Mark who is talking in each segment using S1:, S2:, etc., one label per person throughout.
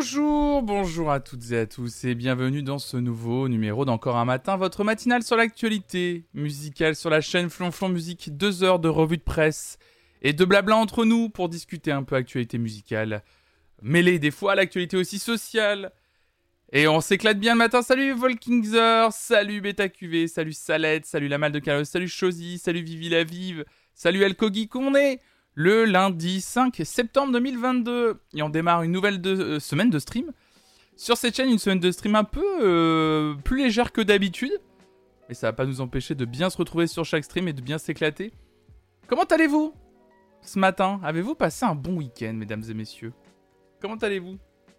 S1: Bonjour à toutes et à tous et bienvenue dans ce nouveau numéro d'Encore un matin, votre matinale sur l'actualité musicale sur la chaîne Flonflon Musique, 2 heures de revue de presse et de blabla entre nous pour discuter un peu actualité musicale, mêlée des fois à l'actualité aussi sociale. Et on s'éclate bien le matin, salut Volkingzer, salut BetaQV, salut Salette, salut la Malle de Carlos, salut Chosy, salut Vivi la Vive, salut Elkogi qu'on est le lundi 5 septembre 2022. Et on démarre une nouvelle semaine de stream. Sur cette chaîne, une semaine de stream un peu plus légère que d'habitude. Mais ça va pas nous empêcher de bien se retrouver sur chaque stream et de bien s'éclater. Comment allez-vous ce matin? Avez-vous passé un bon week-end, mesdames et messieurs? Comment allez-vous?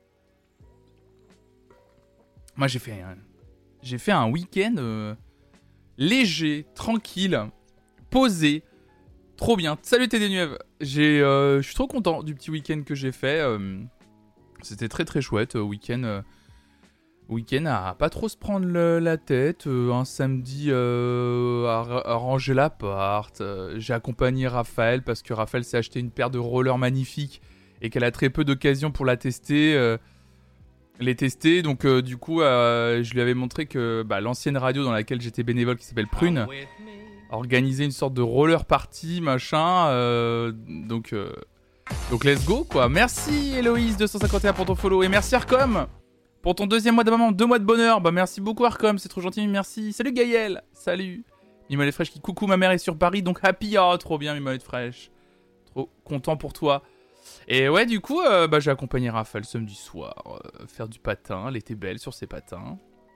S1: Moi, j'ai fait un week-end léger, tranquille, posé. Trop bien. Salut TD9. Je suis trop content du petit week-end que j'ai fait. C'était très très chouette. Week-end à pas trop se prendre la tête. Un samedi à ranger l'appart. J'ai accompagné Raphaël parce que Raphaël s'est acheté une paire de rollers magnifiques et qu'elle a très peu d'occasion pour les tester. Donc du coup, je lui avais montré que l'ancienne radio dans laquelle j'étais bénévole qui s'appelle Prune organisait une sorte de roller party, machin. Donc let's go, quoi. Merci Héloïse251 pour ton follow. Et merci Arcom pour ton 2e mois d'abonnement, 2 mois de bonheur. Merci beaucoup Arcom, c'est trop gentil, merci. Salut Gaël, salut. Mimolette fraîche qui coucou, ma mère est sur Paris, donc happy. Oh, trop bien Mimolette fraîche. Trop content pour toi. Et ouais, du coup, j'ai accompagné Raphaël samedi soir faire du patin. Elle était belle sur ses patins.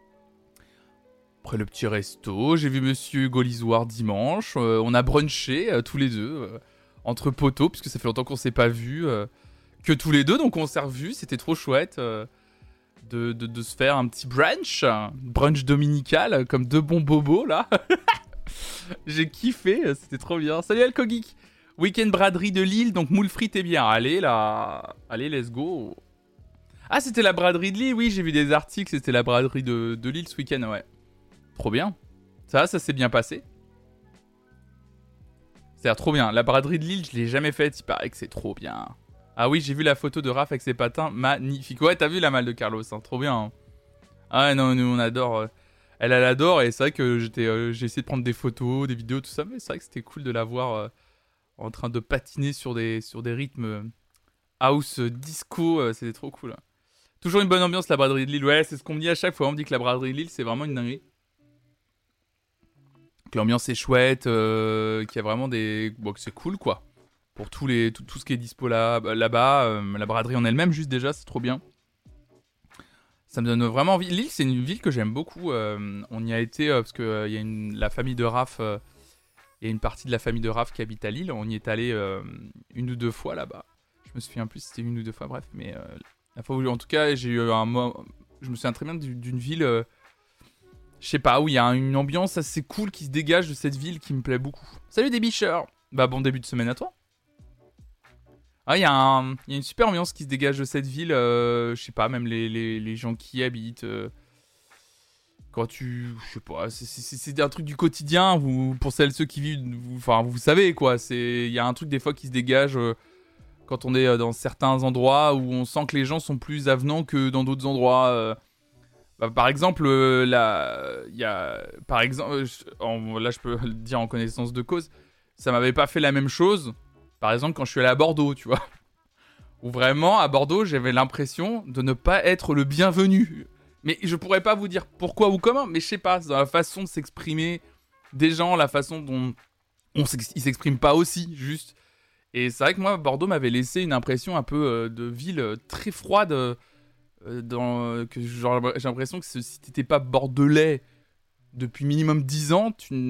S1: Après le petit resto, j'ai vu Monsieur Golisoir dimanche. On a brunché tous les deux entre potos, puisque ça fait longtemps qu'on s'est pas vus que tous les deux. Donc on s'est revus, c'était trop chouette de se faire un petit brunch dominical, comme 2 bons bobos là. J'ai kiffé, c'était trop bien. Salut Alcogeek. Week-end braderie de Lille, donc moule frites et bien. Allez là, allez let's go. Ah, c'était la braderie de Lille, oui, j'ai vu des articles, c'était la braderie de Lille ce week-end, ouais. Trop bien. Ça s'est bien passé. C'est-à-dire trop bien. La braderie de Lille, je l'ai jamais faite, il paraît que c'est trop bien. Ah oui, j'ai vu la photo de Raph avec ses patins, magnifique. Ouais, t'as vu la malle de Carlos, hein, trop bien. Hein. Ah non, nous on adore. Elle adore et c'est vrai que j'ai essayé de prendre des photos, des vidéos, tout ça, mais c'est vrai que c'était cool de la voir en train de patiner sur des rythmes house disco, c'était trop cool. Toujours une bonne ambiance la braderie de Lille, ouais, c'est ce qu'on me dit à chaque fois, on me dit que la braderie de Lille c'est vraiment une dinguerie. Que l'ambiance est chouette, qu'il y a vraiment que c'est cool quoi. Pour tout ce qui est dispo là-bas, la braderie en elle-même juste déjà, c'est trop bien. Ça me donne vraiment envie. Lille, c'est une ville que j'aime beaucoup. On y a été parce que y a la famille de Raph. Il y a une partie de la famille de Raph qui habite à Lille. On y est allé 1 ou 2 fois là-bas. Je me souviens plus si c'était 1 ou 2 fois, bref. Mais la fois où, en tout cas, j'ai eu je me souviens très bien d'une ville, je sais pas, où il y a une ambiance assez cool qui se dégage de cette ville qui me plaît beaucoup. Salut des bicheurs. Bon début de semaine à toi. Ah, il y a une super ambiance qui se dégage de cette ville. Je sais pas, même les gens qui y habitent. Quand je sais pas, c'est un truc du quotidien. Pour ceux qui vivent, vous savez quoi. Il y a un truc des fois qui se dégage quand on est dans certains endroits où on sent que les gens sont plus avenants que dans d'autres endroits. Par exemple, là, je peux le dire en connaissance de cause, ça m'avait pas fait la même chose. Par exemple, quand je suis allé à Bordeaux, tu vois. Où vraiment, à Bordeaux, j'avais l'impression de ne pas être le bienvenu. Mais je pourrais pas vous dire pourquoi ou comment, mais je sais pas, c'est dans la façon de s'exprimer des gens, la façon dont ils s'expriment pas aussi, juste. Et c'est vrai que moi, Bordeaux m'avait laissé une impression un peu de ville très froide, j'ai l'impression que si t'étais pas bordelais depuis minimum 10 ans,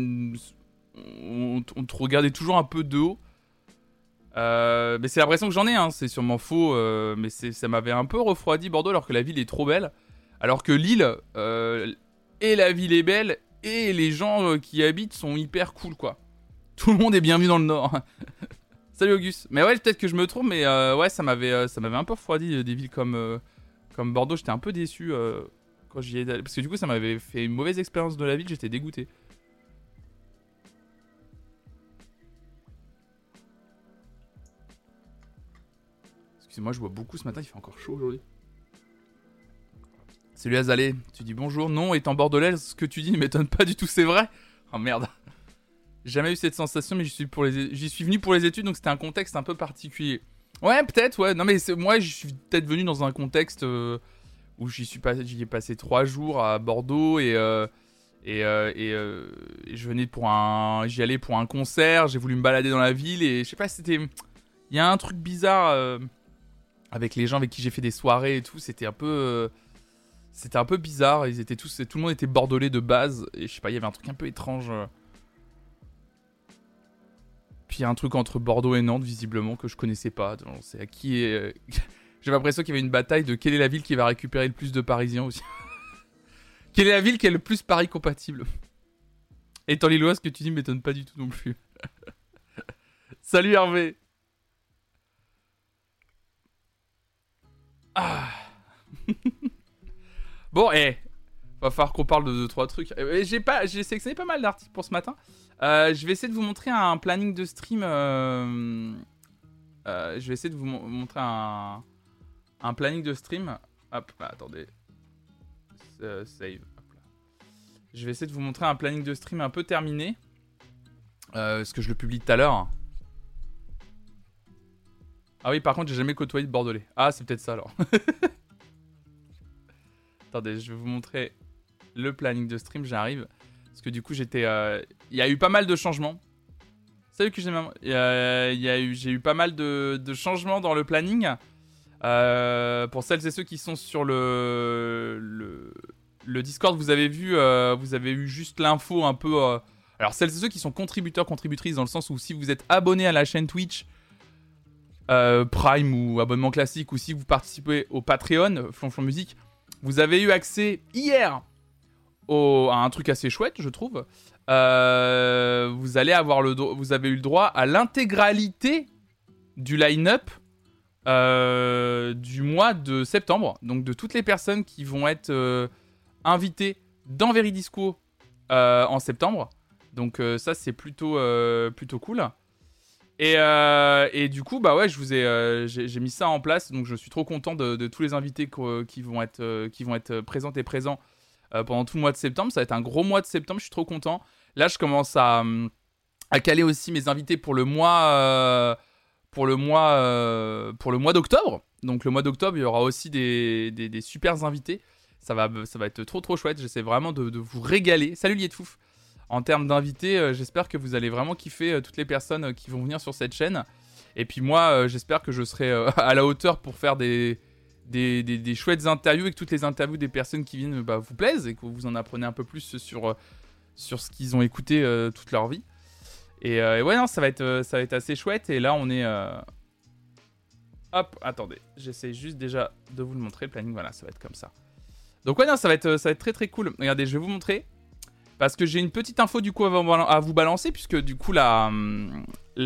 S1: on te regardait toujours un peu de haut. Mais c'est l'impression que j'en ai, hein. C'est sûrement faux, mais ça m'avait un peu refroidi Bordeaux alors que la ville est trop belle. Alors que Lille, et la ville est belle, et les gens qui y habitent sont hyper cool, quoi. Tout le monde est bienvenu dans le Nord. Salut Auguste. Mais ouais, peut-être que je me trompe, mais ouais, ça m'avait un peu refroidi des villes comme Bordeaux. J'étais un peu déçu quand j'y étais allé. Parce que du coup, ça m'avait fait une mauvaise expérience de la ville, j'étais dégoûté. Excusez-moi, je bois beaucoup ce matin, il fait encore chaud aujourd'hui. Salut Azalé, tu dis bonjour. Non, étant bordelais, ce que tu dis ne m'étonne pas du tout, c'est vrai. Oh merde. J'ai jamais eu cette sensation, mais j'y suis venu pour les études, donc c'était un contexte un peu particulier. Ouais, peut-être, ouais. Non, mais moi, j'y suis peut-être venu dans un contexte où j'y ai passé 3 jours à Bordeaux et je venais j'y allais pour un concert, j'ai voulu me balader dans la ville et je sais pas, il y a un truc bizarre avec les gens avec qui j'ai fait des soirées et tout, c'était un peu bizarre, tout le monde était bordelais de base et je sais pas, il y avait un truc un peu étrange. Puis il y a un truc entre Bordeaux et Nantes visiblement que je connaissais pas, donc c'est à qui est j'ai l'impression qu'il y avait une bataille de quelle est la ville qui va récupérer le plus de Parisiens aussi. Quelle est la ville qui est le plus Paris compatible? Étant lillois, ce que tu dis m'étonne pas du tout non plus. Salut Hervé. Ah. Bon, va falloir qu'on parle de 2-3 trucs. J'ai sélectionné pas mal d'articles pour ce matin. Je vais essayer de vous montrer un planning de stream. Je vais essayer de vous montrer un planning de stream. Hop, là, attendez. Save. Hop là. Je vais essayer de vous montrer un planning de stream un peu terminé. Parce que je le publie tout à l'heure. Ah oui, par contre, j'ai jamais côtoyé de Bordelais. Ah, c'est peut-être ça alors. Attendez, je vais vous montrer le planning de stream. J'arrive. Parce que du coup, il y a eu pas mal de changements. Salut que j'ai eu pas mal de changements dans le planning. Pour celles et ceux qui sont sur le Discord, vous avez eu juste l'info un peu. Alors celles et ceux qui sont contributeurs, contributrices, dans le sens où si vous êtes abonné à la chaîne Twitch Prime ou abonnement classique, ou si vous participez au Patreon Flonflon Musique, vous avez eu accès hier à un truc assez chouette, je trouve. Vous avez eu le droit à l'intégralité du line-up du mois de septembre. Donc de toutes les personnes qui vont être invitées dans Veridisco en septembre. Donc ça c'est plutôt cool. Et du coup bah ouais, j'ai mis ça en place. Donc je suis trop content de tous les invités qui vont être présentes et présents pendant tout le mois de septembre. Ça va être un gros mois de septembre, je suis trop content. Là je commence à caler aussi mes invités pour le mois d'octobre. Donc le mois d'octobre, il y aura aussi des super invités. Ça va être trop chouette. J'essaie vraiment de vous régaler. Salut Lietfouf. En termes d'invités, j'espère que vous allez vraiment kiffer toutes les personnes qui vont venir sur cette chaîne. Et puis moi, j'espère que je serai à la hauteur pour faire des chouettes interviews et que toutes les interviews des personnes qui viennent vous plaisent et que vous en apprenez un peu plus sur ce qu'ils ont écouté toute leur vie. Et ouais, non, ça va être assez chouette. Et là, on est... Hop, attendez. J'essaie juste déjà de vous le montrer, le planning. Voilà, ça va être comme ça. Donc ouais, non, ça va être très très cool. Regardez, je vais vous montrer. Parce que j'ai une petite info du coup à vous balancer. Puisque du coup, le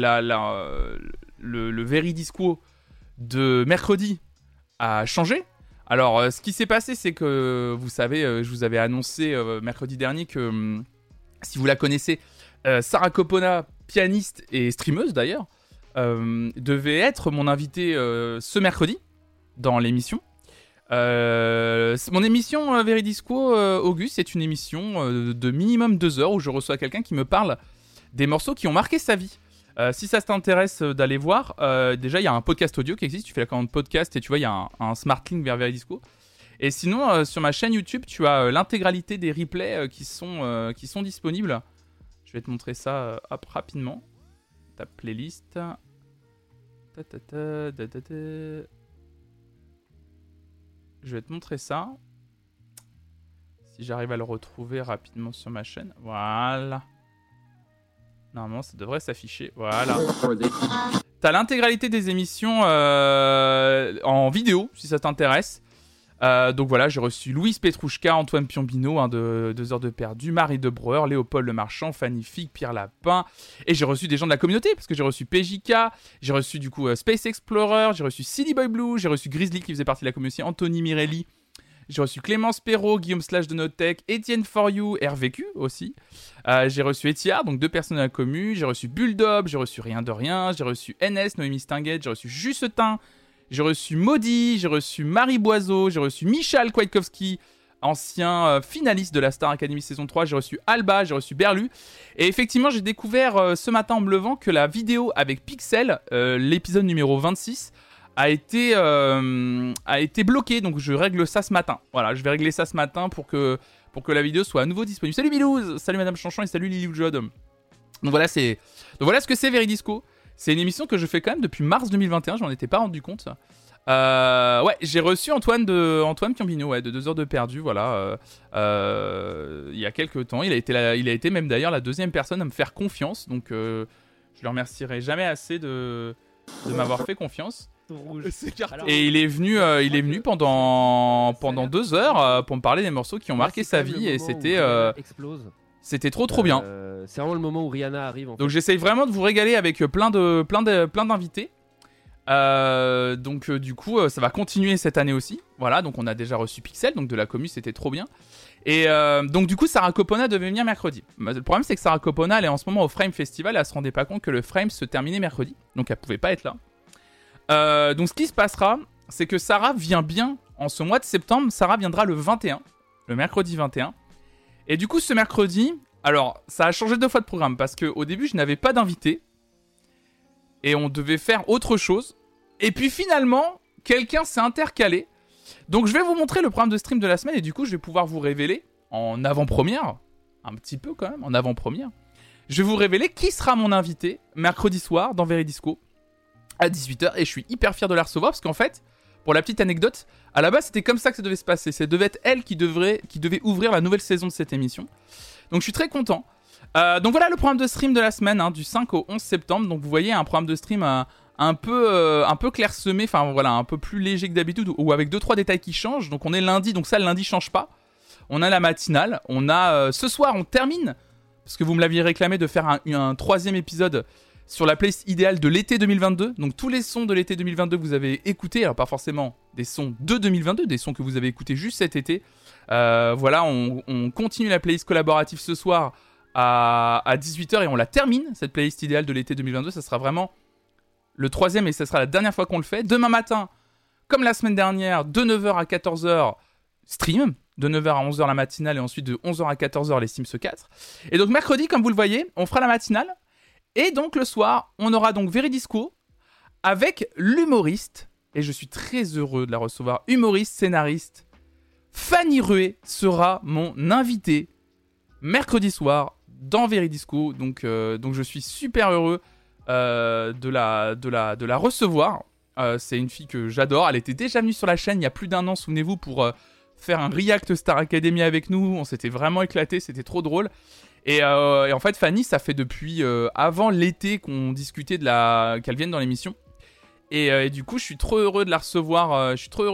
S1: Veridisco de mercredi a changé. Alors, ce qui s'est passé, c'est que, vous savez, je vous avais annoncé mercredi dernier que, si vous la connaissez, Sarah Copona, pianiste et streameuse d'ailleurs, devait être mon invitée ce mercredi dans l'émission. Mon émission Veridisco Auguste, c'est une émission de minimum 2 heures où je reçois quelqu'un qui me parle des morceaux qui ont marqué sa vie. Si ça t'intéresse d'aller voir, déjà il y a un podcast audio qui existe, tu fais la commande podcast et tu vois il y a un smart link vers Veridisco. Et sinon sur ma chaîne YouTube tu as l'intégralité des replays qui sont disponibles. Je vais te montrer ça rapidement. Ta playlist. Je vais te montrer ça. Si j'arrive à le retrouver rapidement sur ma chaîne. Voilà. Normalement, ça devrait s'afficher. Voilà. T'as l'intégralité des émissions en vidéo, si ça t'intéresse. Donc voilà, j'ai reçu Louise Petrouchka, Antoine Piombino, de 2 heures de perdu, Marie de Breuer, Léopold Le Marchand, Fanny Figue, Pierre Lapin. Et j'ai reçu des gens de la communauté, parce que j'ai reçu PJK, j'ai reçu du coup Space Explorer, j'ai reçu Silly Boy Blue, j'ai reçu Grizzly qui faisait partie de la communauté, Anthony Mirelli, j'ai reçu Clémence Perrault, Guillaume Slash de Notech, Étienne For You, RVQ aussi. J'ai reçu Etiard, donc 2 personnes de la commu, j'ai reçu Bulldog, j'ai reçu Rien de Rien, j'ai reçu NS, Noémie Stinguette, j'ai reçu Justin. J'ai reçu Maudit, j'ai reçu Marie Boiseau, j'ai reçu Michal Kwiatkowski, ancien finaliste de la Star Academy saison 3. J'ai reçu Alba, j'ai reçu Berlu. Et effectivement, j'ai découvert ce matin en me levant que la vidéo avec Pixel, l'épisode numéro 26, a été bloquée. Donc je règle ça ce matin. Voilà, je vais régler ça ce matin pour que la vidéo soit à nouveau disponible. Salut Milouz, salut Madame Chanchon et salut Lily Jod. Donc voilà ce que c'est Veridisco. C'est une émission que je fais quand même depuis mars 2021, je m'en étais pas rendu compte. Ouais, j'ai reçu Antoine Piombino, ouais, de 2 heures de perdu, voilà, il y a quelques temps. Il a été même d'ailleurs la deuxième personne à me faire confiance, donc je le remercierai jamais assez de m'avoir fait confiance. Et il est venu pendant 2 heures pour me parler des morceaux qui ont marqué sa vie, et c'était trop bien.
S2: C'est vraiment le moment où Rihanna arrive.
S1: Donc j'essaye vraiment de vous régaler avec plein d'invités. Donc du coup ça va continuer cette année aussi. Voilà, donc on a déjà reçu Pixel, donc de la commu, c'était trop bien. Et donc du coup Sarah Copona devait venir mercredi. Le problème c'est que Sarah Copona elle est en ce moment au Frame Festival et elle se rendait pas compte que le Frame se terminait mercredi. Donc elle pouvait pas être là. Donc ce qui se passera, c'est que Sarah vient bien en ce mois de septembre. Sarah viendra le 21, le mercredi 21. Et du coup ce mercredi, alors ça a changé 2 fois de programme parce qu'au début je n'avais pas d'invité. Et on devait faire autre chose. Et puis finalement, quelqu'un s'est intercalé. Donc je vais vous montrer le programme de stream de la semaine. Et du coup, je vais pouvoir vous révéler en avant-première, un petit peu quand même, en avant-première. Je vais vous révéler qui sera mon invité mercredi soir dans Veridisco à 18h. Et je suis hyper fier de la recevoir parce qu'en fait, pour la petite anecdote, à la base c'était comme ça que ça devait se passer. Ça devait être elle qui devait ouvrir la nouvelle saison de cette émission. Donc je suis très content. Donc voilà le programme de stream de la semaine, hein, du 5 au 11 septembre. Donc vous voyez un programme de stream un peu clairsemé, enfin voilà, un peu plus léger que d'habitude, ou avec 2-3 détails qui changent. Donc on est lundi, donc ça le lundi change pas. On a la matinale, on a ce soir on termine, parce que vous me l'aviez réclamé de faire un 3e épisode sur la playlist idéale de l'été 2022. Donc tous les sons de l'été 2022 que vous avez écoutés, alors pas forcément des sons de 2022, des sons que vous avez écoutés juste cet été. Voilà, on continue la playlist collaborative ce soir à 18h et on la termine, cette playlist idéale de l'été 2022. Ça sera vraiment le 3e et ça sera la dernière fois qu'on le fait. Demain matin, comme la semaine dernière, de 9h à 14h, stream. De 9h à 11h la matinale et ensuite de 11h à 14h les Sims 4. Et donc mercredi, comme vous le voyez, on fera la matinale. Et donc le soir, on aura donc Veridisco avec l'humoriste, et je suis très heureux de la recevoir, humoriste, scénariste, Fanny Rué sera mon invitée mercredi soir dans Veridisco. Donc je suis super heureux de la recevoir. C'est une fille que j'adore. Elle était déjà venue sur la chaîne il y a plus d'1 an, souvenez-vous, pour faire un react Star Academy avec nous. On s'était vraiment éclaté, c'était trop drôle. Et en fait, Fanny, ça fait depuis avant l'été qu'on discutait qu'elle vienne dans l'émission. Et du coup, je suis trop heureux de la recevoir.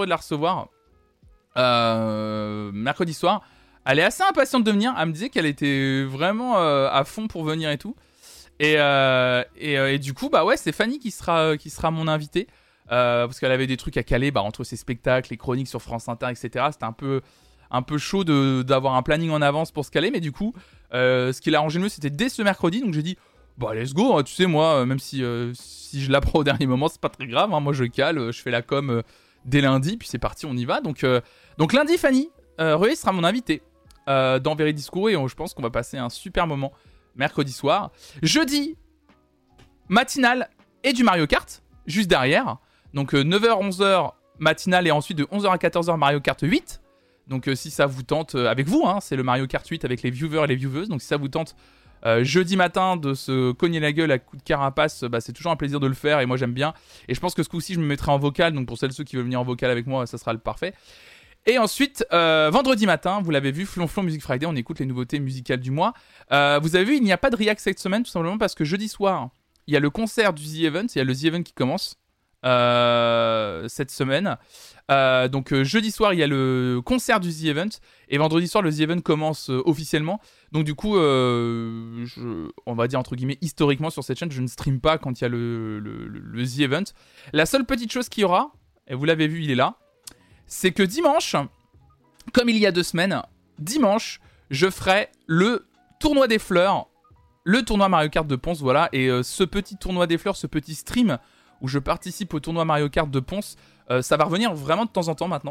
S1: Mercredi soir. Elle est assez impatiente de venir. Elle me disait qu'elle était vraiment à fond pour venir et tout. Et du coup, bah ouais, c'est Fanny qui sera mon invitée. Parce qu'elle avait des trucs à caler entre ses spectacles, les chroniques sur France Inter, etc. C'était un peu chaud d'avoir un planning en avance pour se caler. Mais du coup, ce qui l'a arrangé le mieux, c'était dès ce mercredi. Donc j'ai dit, bah let's go. Tu sais, moi, même si je l'apprends au dernier moment, c'est pas très grave. Hein, moi, je cale, je fais la com dès lundi. Puis c'est parti, on y va. Donc lundi, Fanny Rué sera mon invitée dans Veridisco. Et je pense qu'on va passer un super moment mercredi soir. Jeudi, matinale et du Mario Kart, juste derrière. Donc 9h, 11h, matinale et ensuite de 11h à 14h, Mario Kart 8. Donc si ça vous tente, avec vous, hein, c'est le Mario Kart 8 avec les viewers et les vieweuses. Donc si ça vous tente jeudi matin de se cogner la gueule à coups de carapace, c'est toujours un plaisir de le faire et moi j'aime bien. Et je pense que ce coup-ci je me mettrai en vocal, donc pour celles et ceux qui veulent venir en vocal avec moi, ça sera le parfait. Et ensuite, vendredi matin, vous l'avez vu, Flonflon Music Friday, on écoute les nouveautés musicales du mois. Vous avez vu, il n'y a pas de react cette semaine, tout simplement parce que jeudi soir, il y a le concert du The Event, il y a le The Event qui commence cette semaine. Donc jeudi soir, il y a le concert du The Event, et vendredi soir, le The Event commence officiellement. Donc du coup, on va dire entre guillemets, historiquement sur cette chaîne, je ne stream pas quand il y a le The Event. La seule petite chose qu'il y aura, et vous l'avez vu, il est là, c'est que dimanche, comme il y a 2 semaines, dimanche, je ferai le tournoi des fleurs, le tournoi Mario Kart de Ponce, voilà. Et ce petit tournoi des fleurs, ce petit stream où je participe au tournoi Mario Kart de Ponce, ça va revenir vraiment de temps en temps maintenant.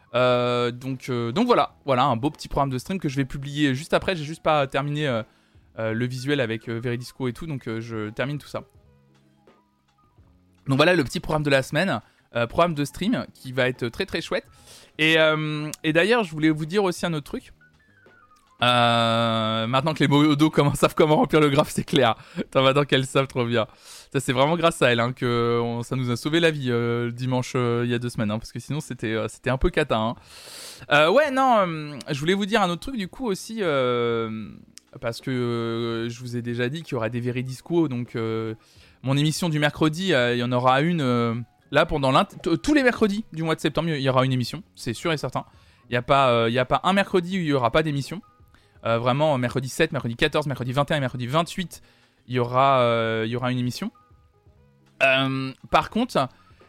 S1: Donc voilà, un beau petit programme de stream que je vais publier juste après. J'ai juste pas terminé le visuel avec Veridisco et tout, donc je termine tout ça. Donc voilà le petit programme de la semaine, programme de stream qui va être très très chouette. Et d'ailleurs, je voulais vous dire aussi un autre truc. Maintenant que les modos savent comment remplir le graphe, c'est clair. Maintenant qu'elles savent trop bien. Ça, c'est vraiment grâce à elles que ça nous a sauvé la vie dimanche il y a 2 semaines. Parce que sinon, c'était un peu cata. Je voulais vous dire un autre truc du coup aussi. Parce que je vous ai déjà dit qu'il y aura des Veridisco. Donc, mon émission du mercredi, il y en aura une là pendant tous les mercredis du mois de septembre. Il y aura une émission, c'est sûr et certain. Il n'y a pas un mercredi où il n'y aura pas d'émission. Vraiment, mercredi 7, mercredi 14, mercredi 21 et mercredi 28, il y aura une émission. Par contre,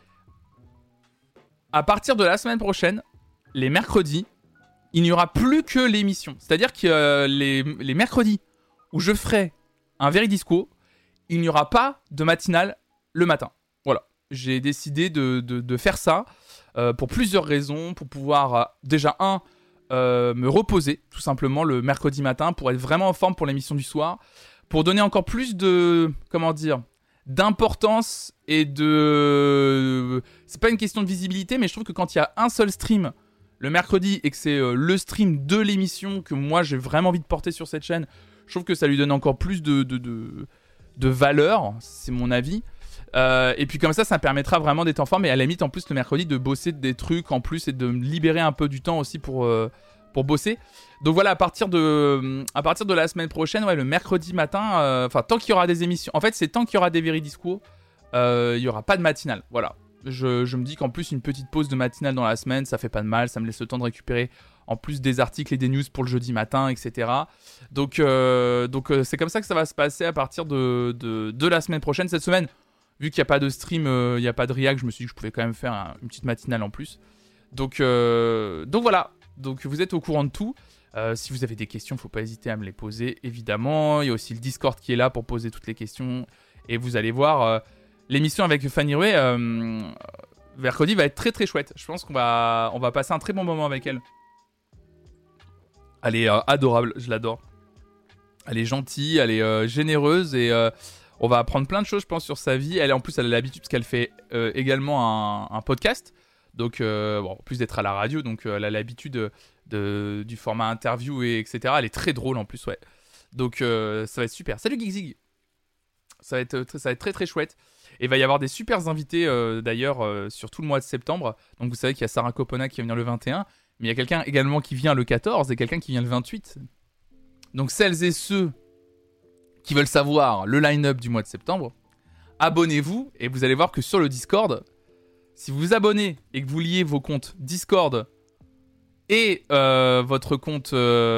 S1: à partir de la semaine prochaine, les mercredis, il n'y aura plus que l'émission. C'est-à-dire que les mercredis où je ferai un Veridisco, il n'y aura pas de matinale le matin. Voilà. J'ai décidé de faire ça pour plusieurs raisons. Pour pouvoir, déjà, me reposer, tout simplement, le mercredi matin, pour être vraiment en forme pour l'émission du soir. Pour donner encore plus d'importance et c'est pas une question de visibilité, mais je trouve que quand il y a un seul stream le mercredi et que c'est le stream de l'émission que moi j'ai vraiment envie de porter sur cette chaîne, je trouve que ça lui donne encore plus de valeur, c'est mon avis. Et puis comme ça me permettra vraiment d'être en forme et à la limite en plus le mercredi de bosser des trucs en plus et de me libérer un peu du temps aussi pour bosser. Donc voilà, à partir de la semaine prochaine, le mercredi matin, tant qu'il y aura des émissions, en fait c'est tant qu'il y aura des Veridisco, il y aura pas de matinale. Voilà, je me dis qu'en plus une petite pause de matinale dans la semaine, ça fait pas de mal, ça me laisse le temps de récupérer en plus des articles et des news pour le jeudi matin, etc. Donc c'est comme ça que ça va se passer à partir de la semaine prochaine. Cette semaine, vu qu'il n'y a pas de stream, il n'y a pas de react, je me suis dit que je pouvais quand même faire une petite matinale en plus. Donc voilà. Donc vous êtes au courant de tout. Si vous avez des questions, il ne faut pas hésiter à me les poser, évidemment. Il y a aussi le Discord qui est là pour poser toutes les questions. Et vous allez voir, l'émission avec Fanny Rouet, mercredi, va être très très chouette. Je pense qu'on va passer un très bon moment avec elle. Elle est adorable, je l'adore. Elle est gentille, elle est généreuse et on va apprendre plein de choses, je pense, sur sa vie. En plus, elle a l'habitude parce qu'elle fait également un podcast. Donc, en plus d'être à la radio, donc elle a l'habitude du format interview et etc. Elle est très drôle en plus, ouais. Donc, ça va être super. Salut Geekzig. Ça va être très très chouette. Et il va y avoir des super invités d'ailleurs sur tout le mois de septembre. Donc, vous savez qu'il y a Sarah Copona qui va venir le 21. Mais il y a quelqu'un également qui vient le 14 et quelqu'un qui vient le 28. Donc, celles et ceux qui veulent savoir le line-up du mois de septembre, abonnez-vous et vous allez voir que sur le Discord, si vous vous abonnez et que vous liez vos comptes Discord et votre compte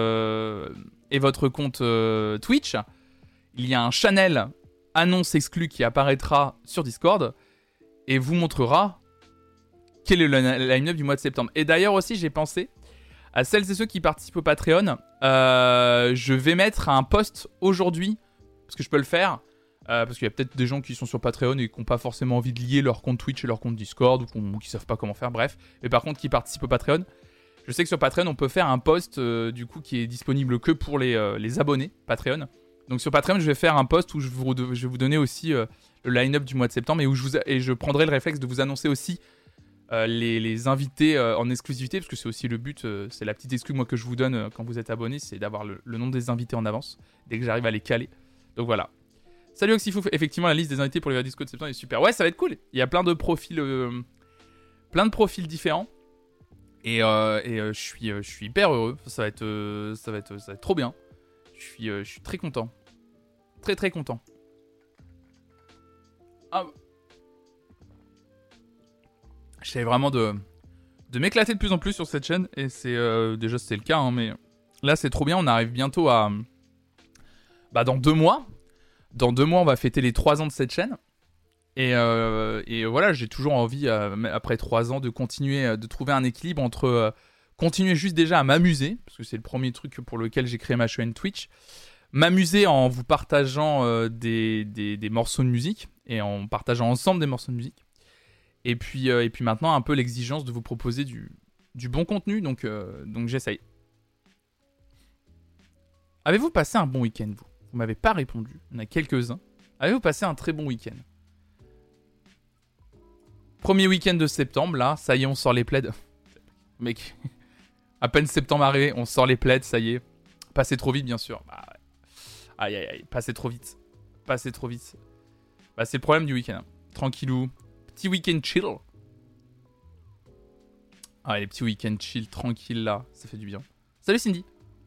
S1: Twitch, il y a un channel annonce exclue qui apparaîtra sur Discord et vous montrera quel est le line-up du mois de septembre. Et d'ailleurs aussi, j'ai pensé à celles et ceux qui participent au Patreon. Je vais mettre un post aujourd'hui, parce que je peux le faire, parce qu'il y a peut-être des gens qui sont sur Patreon et qui n'ont pas forcément envie de lier leur compte Twitch et leur compte Discord, ou qui ne savent pas comment faire, bref. Mais par contre, qui participent au Patreon. Je sais que sur Patreon, on peut faire un post du coup qui est disponible que pour les abonnés Patreon. Donc sur Patreon, je vais faire un post où je vais vous donner aussi le line-up du mois de septembre et je prendrai le réflexe de vous annoncer aussi les invités en exclusivité, parce que c'est aussi le but, c'est la petite excuse moi que je vous donne quand vous êtes abonné, c'est d'avoir le nom des invités en avance, dès que j'arrive à les caler. Donc voilà. Salut Oxyfouf, effectivement la liste des invités pour les Veridisco de septembre est super. Ouais, ça va être cool, il y a plein de profils différents. Et je suis hyper heureux, ça va être trop bien. Je suis très content. Très très content. Ah. J'essaie vraiment de m'éclater de plus en plus sur cette chaîne. Et c'est déjà c'était le cas, hein, mais là c'est trop bien. On arrive bientôt à... dans 2 mois. Dans 2 mois, on va fêter les 3 ans de cette chaîne. Et voilà, j'ai toujours envie, après 3 ans, de continuer, de trouver un équilibre entre continuer juste déjà à m'amuser, parce que c'est le premier truc pour lequel j'ai créé ma chaîne Twitch, m'amuser en vous partageant des morceaux de musique, et en partageant ensemble des morceaux de musique. Et puis maintenant, un peu l'exigence de vous proposer du bon contenu, donc j'essaye. Avez-vous passé un bon week-end, vous ? Vous m'avez pas répondu. Il y en a quelques-uns. Avez-vous passé un très bon week-end ? Premier week-end de septembre, là, ça y est, on sort les plaids. Mec, à peine septembre arrivé, on sort les plaids, ça y est. Passé trop vite, bien sûr. Bah, ouais. Aïe, aïe, aïe, passé trop vite. Passé trop vite. Bah, c'est le problème du week-end. Hein. Tranquillou. Petit week-end chill. Ah, les petits week-ends chill, tranquille, là, ça fait du bien. Salut Cindy.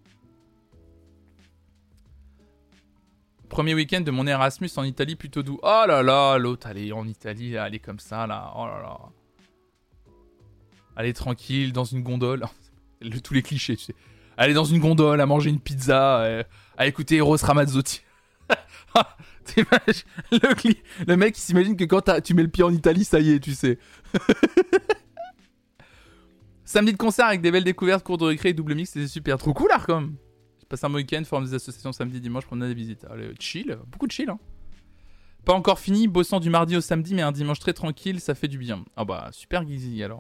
S1: Premier week-end de mon Erasmus en Italie, plutôt doux. Oh là là, l'autre, elle est en Italie, elle est comme ça, là. Oh là là. Elle est tranquille, dans une gondole. Tous les clichés, tu sais. Elle est dans une gondole, à manger une pizza, à écouter Eros Ramazzotti. Le mec, il s'imagine que quand tu mets le pied en Italie, ça y est, tu sais. Samedi de concert avec des belles découvertes, cours de récré et double mix, c'était super. Trop cool, Arcom. J'ai passé un bon week-end, forme des associations samedi, dimanche, promenade des visites. Allez, chill, beaucoup de chill, hein. Pas encore fini, bossant du mardi au samedi, mais un dimanche très tranquille, ça fait du bien. Ah bah, super Guizy, alors.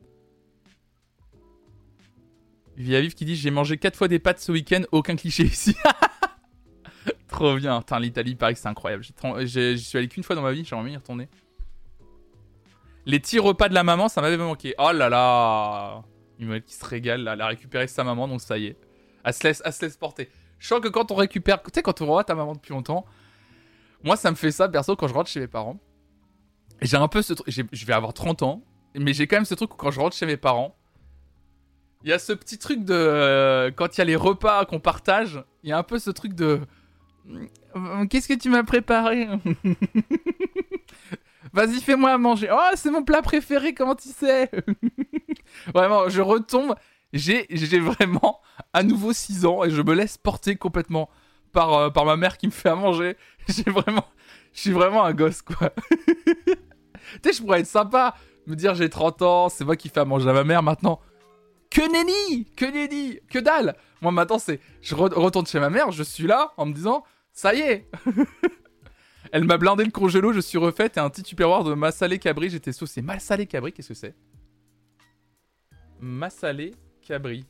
S1: Via Vive qui dit, j'ai mangé 4 fois des pâtes ce week-end, aucun cliché ici. Trop bien. Putain, l'Italie, il paraît que c'est incroyable. J'y suis allé qu'une fois dans ma vie, j'aimerais bien y retourner. Les petits repas de la maman, ça m'avait manqué. Oh là là. Une qui se régale, là, elle a récupéré sa maman, donc ça y est. Elle se laisse porter. Je sens que quand on récupère... Tu sais, quand on revoit ta maman depuis longtemps, moi, ça me fait ça, perso, quand je rentre chez mes parents. Et j'ai un peu ce truc... Je vais avoir 30 ans, mais j'ai quand même ce truc où quand je rentre chez mes parents, il y a ce petit truc de... quand il y a les repas qu'on partage, il y a un peu ce truc de... Qu'est-ce que tu m'as préparé? Vas-y, fais-moi à manger. Oh, c'est mon plat préféré, comment tu sais? Vraiment, je retombe. J'ai vraiment à nouveau 6 ans et je me laisse porter complètement par ma mère qui me fait à manger. Je suis vraiment un gosse, quoi. Tu sais, je pourrais être sympa, me dire j'ai 30 ans, c'est moi qui fais à manger à ma mère maintenant. Que nenni, que dalle. Moi maintenant, c'est je retourne chez ma mère, je suis là en me disant ça y est. Elle m'a blindé le congélo, je suis refaite et un petit tupperware de massalé cabri, j'étais saucé. Massalé cabri, qu'est-ce que c'est? Massalé cabri.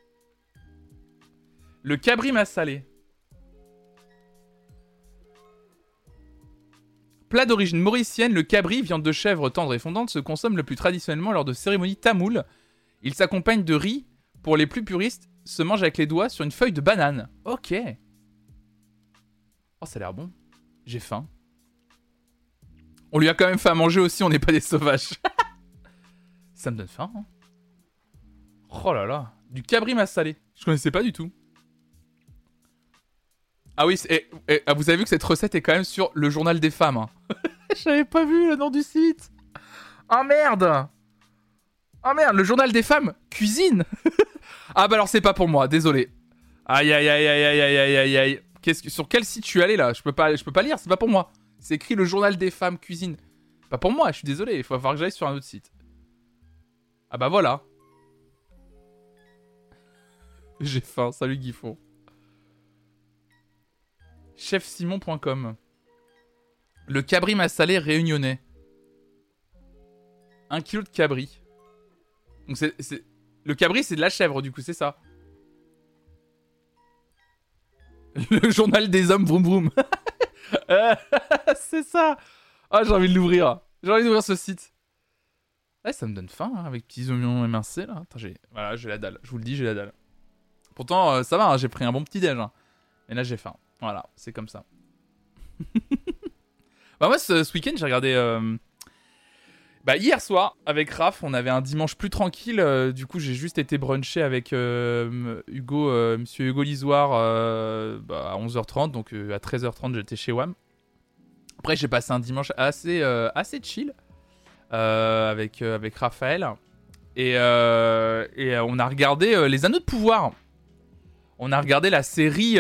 S1: Le cabri massalé. Plat d'origine mauricienne, le cabri, viande de chèvre tendre et fondante, se consomme le plus traditionnellement lors de cérémonies tamoules. Il s'accompagne de riz. Pour les plus puristes, se mange avec les doigts sur une feuille de banane. Ok. Oh, ça a l'air bon. J'ai faim. On lui a quand même fait à manger aussi, on n'est pas des sauvages. Ça me donne faim, hein. Oh là là. Du cabri massalé. Je connaissais pas du tout. Ah oui, vous avez vu que cette recette est quand même sur le journal des femmes. Hein. J'avais pas vu le nom du site. Oh merde. Oh merde, le journal des femmes cuisine. Ah bah alors c'est pas pour moi, désolé. Aïe aïe aïe aïe aïe aïe aïe aïe. Sur quel site tu es allé là? Je peux pas lire, c'est pas pour moi. C'est écrit le journal des femmes cuisine. Pas pour moi, je suis désolé, il va falloir que j'aille sur un autre site. Ah bah voilà. J'ai faim, salut Guifon. Chefsimon.com. Le cabri massalé réunionnais. 1 kilo de cabri. Donc c'est... Le cabri, c'est de la chèvre, du coup, c'est ça. Le journal des hommes, vroom vroom. C'est ça. Ah, j'ai envie de l'ouvrir. J'ai envie d'ouvrir ce site. Ouais, ça me donne faim, hein, avec petits oignons émincés, là. Attends, j'ai la dalle. Je vous le dis, j'ai la dalle. Pourtant, ça va, hein, j'ai pris un bon petit déj. Hein. Mais là, j'ai faim. Voilà, c'est comme ça. Bah moi, ce week-end, j'ai regardé... hier soir, avec Raph, on avait un dimanche plus tranquille. Du coup, j'ai juste été bruncher avec Monsieur Hugo Lisoire à 11h30. Donc, à 13h30, j'étais chez WAM. Après, j'ai passé un dimanche assez chill avec Raphaël. Et on a regardé Les Anneaux de Pouvoir. On a regardé la série...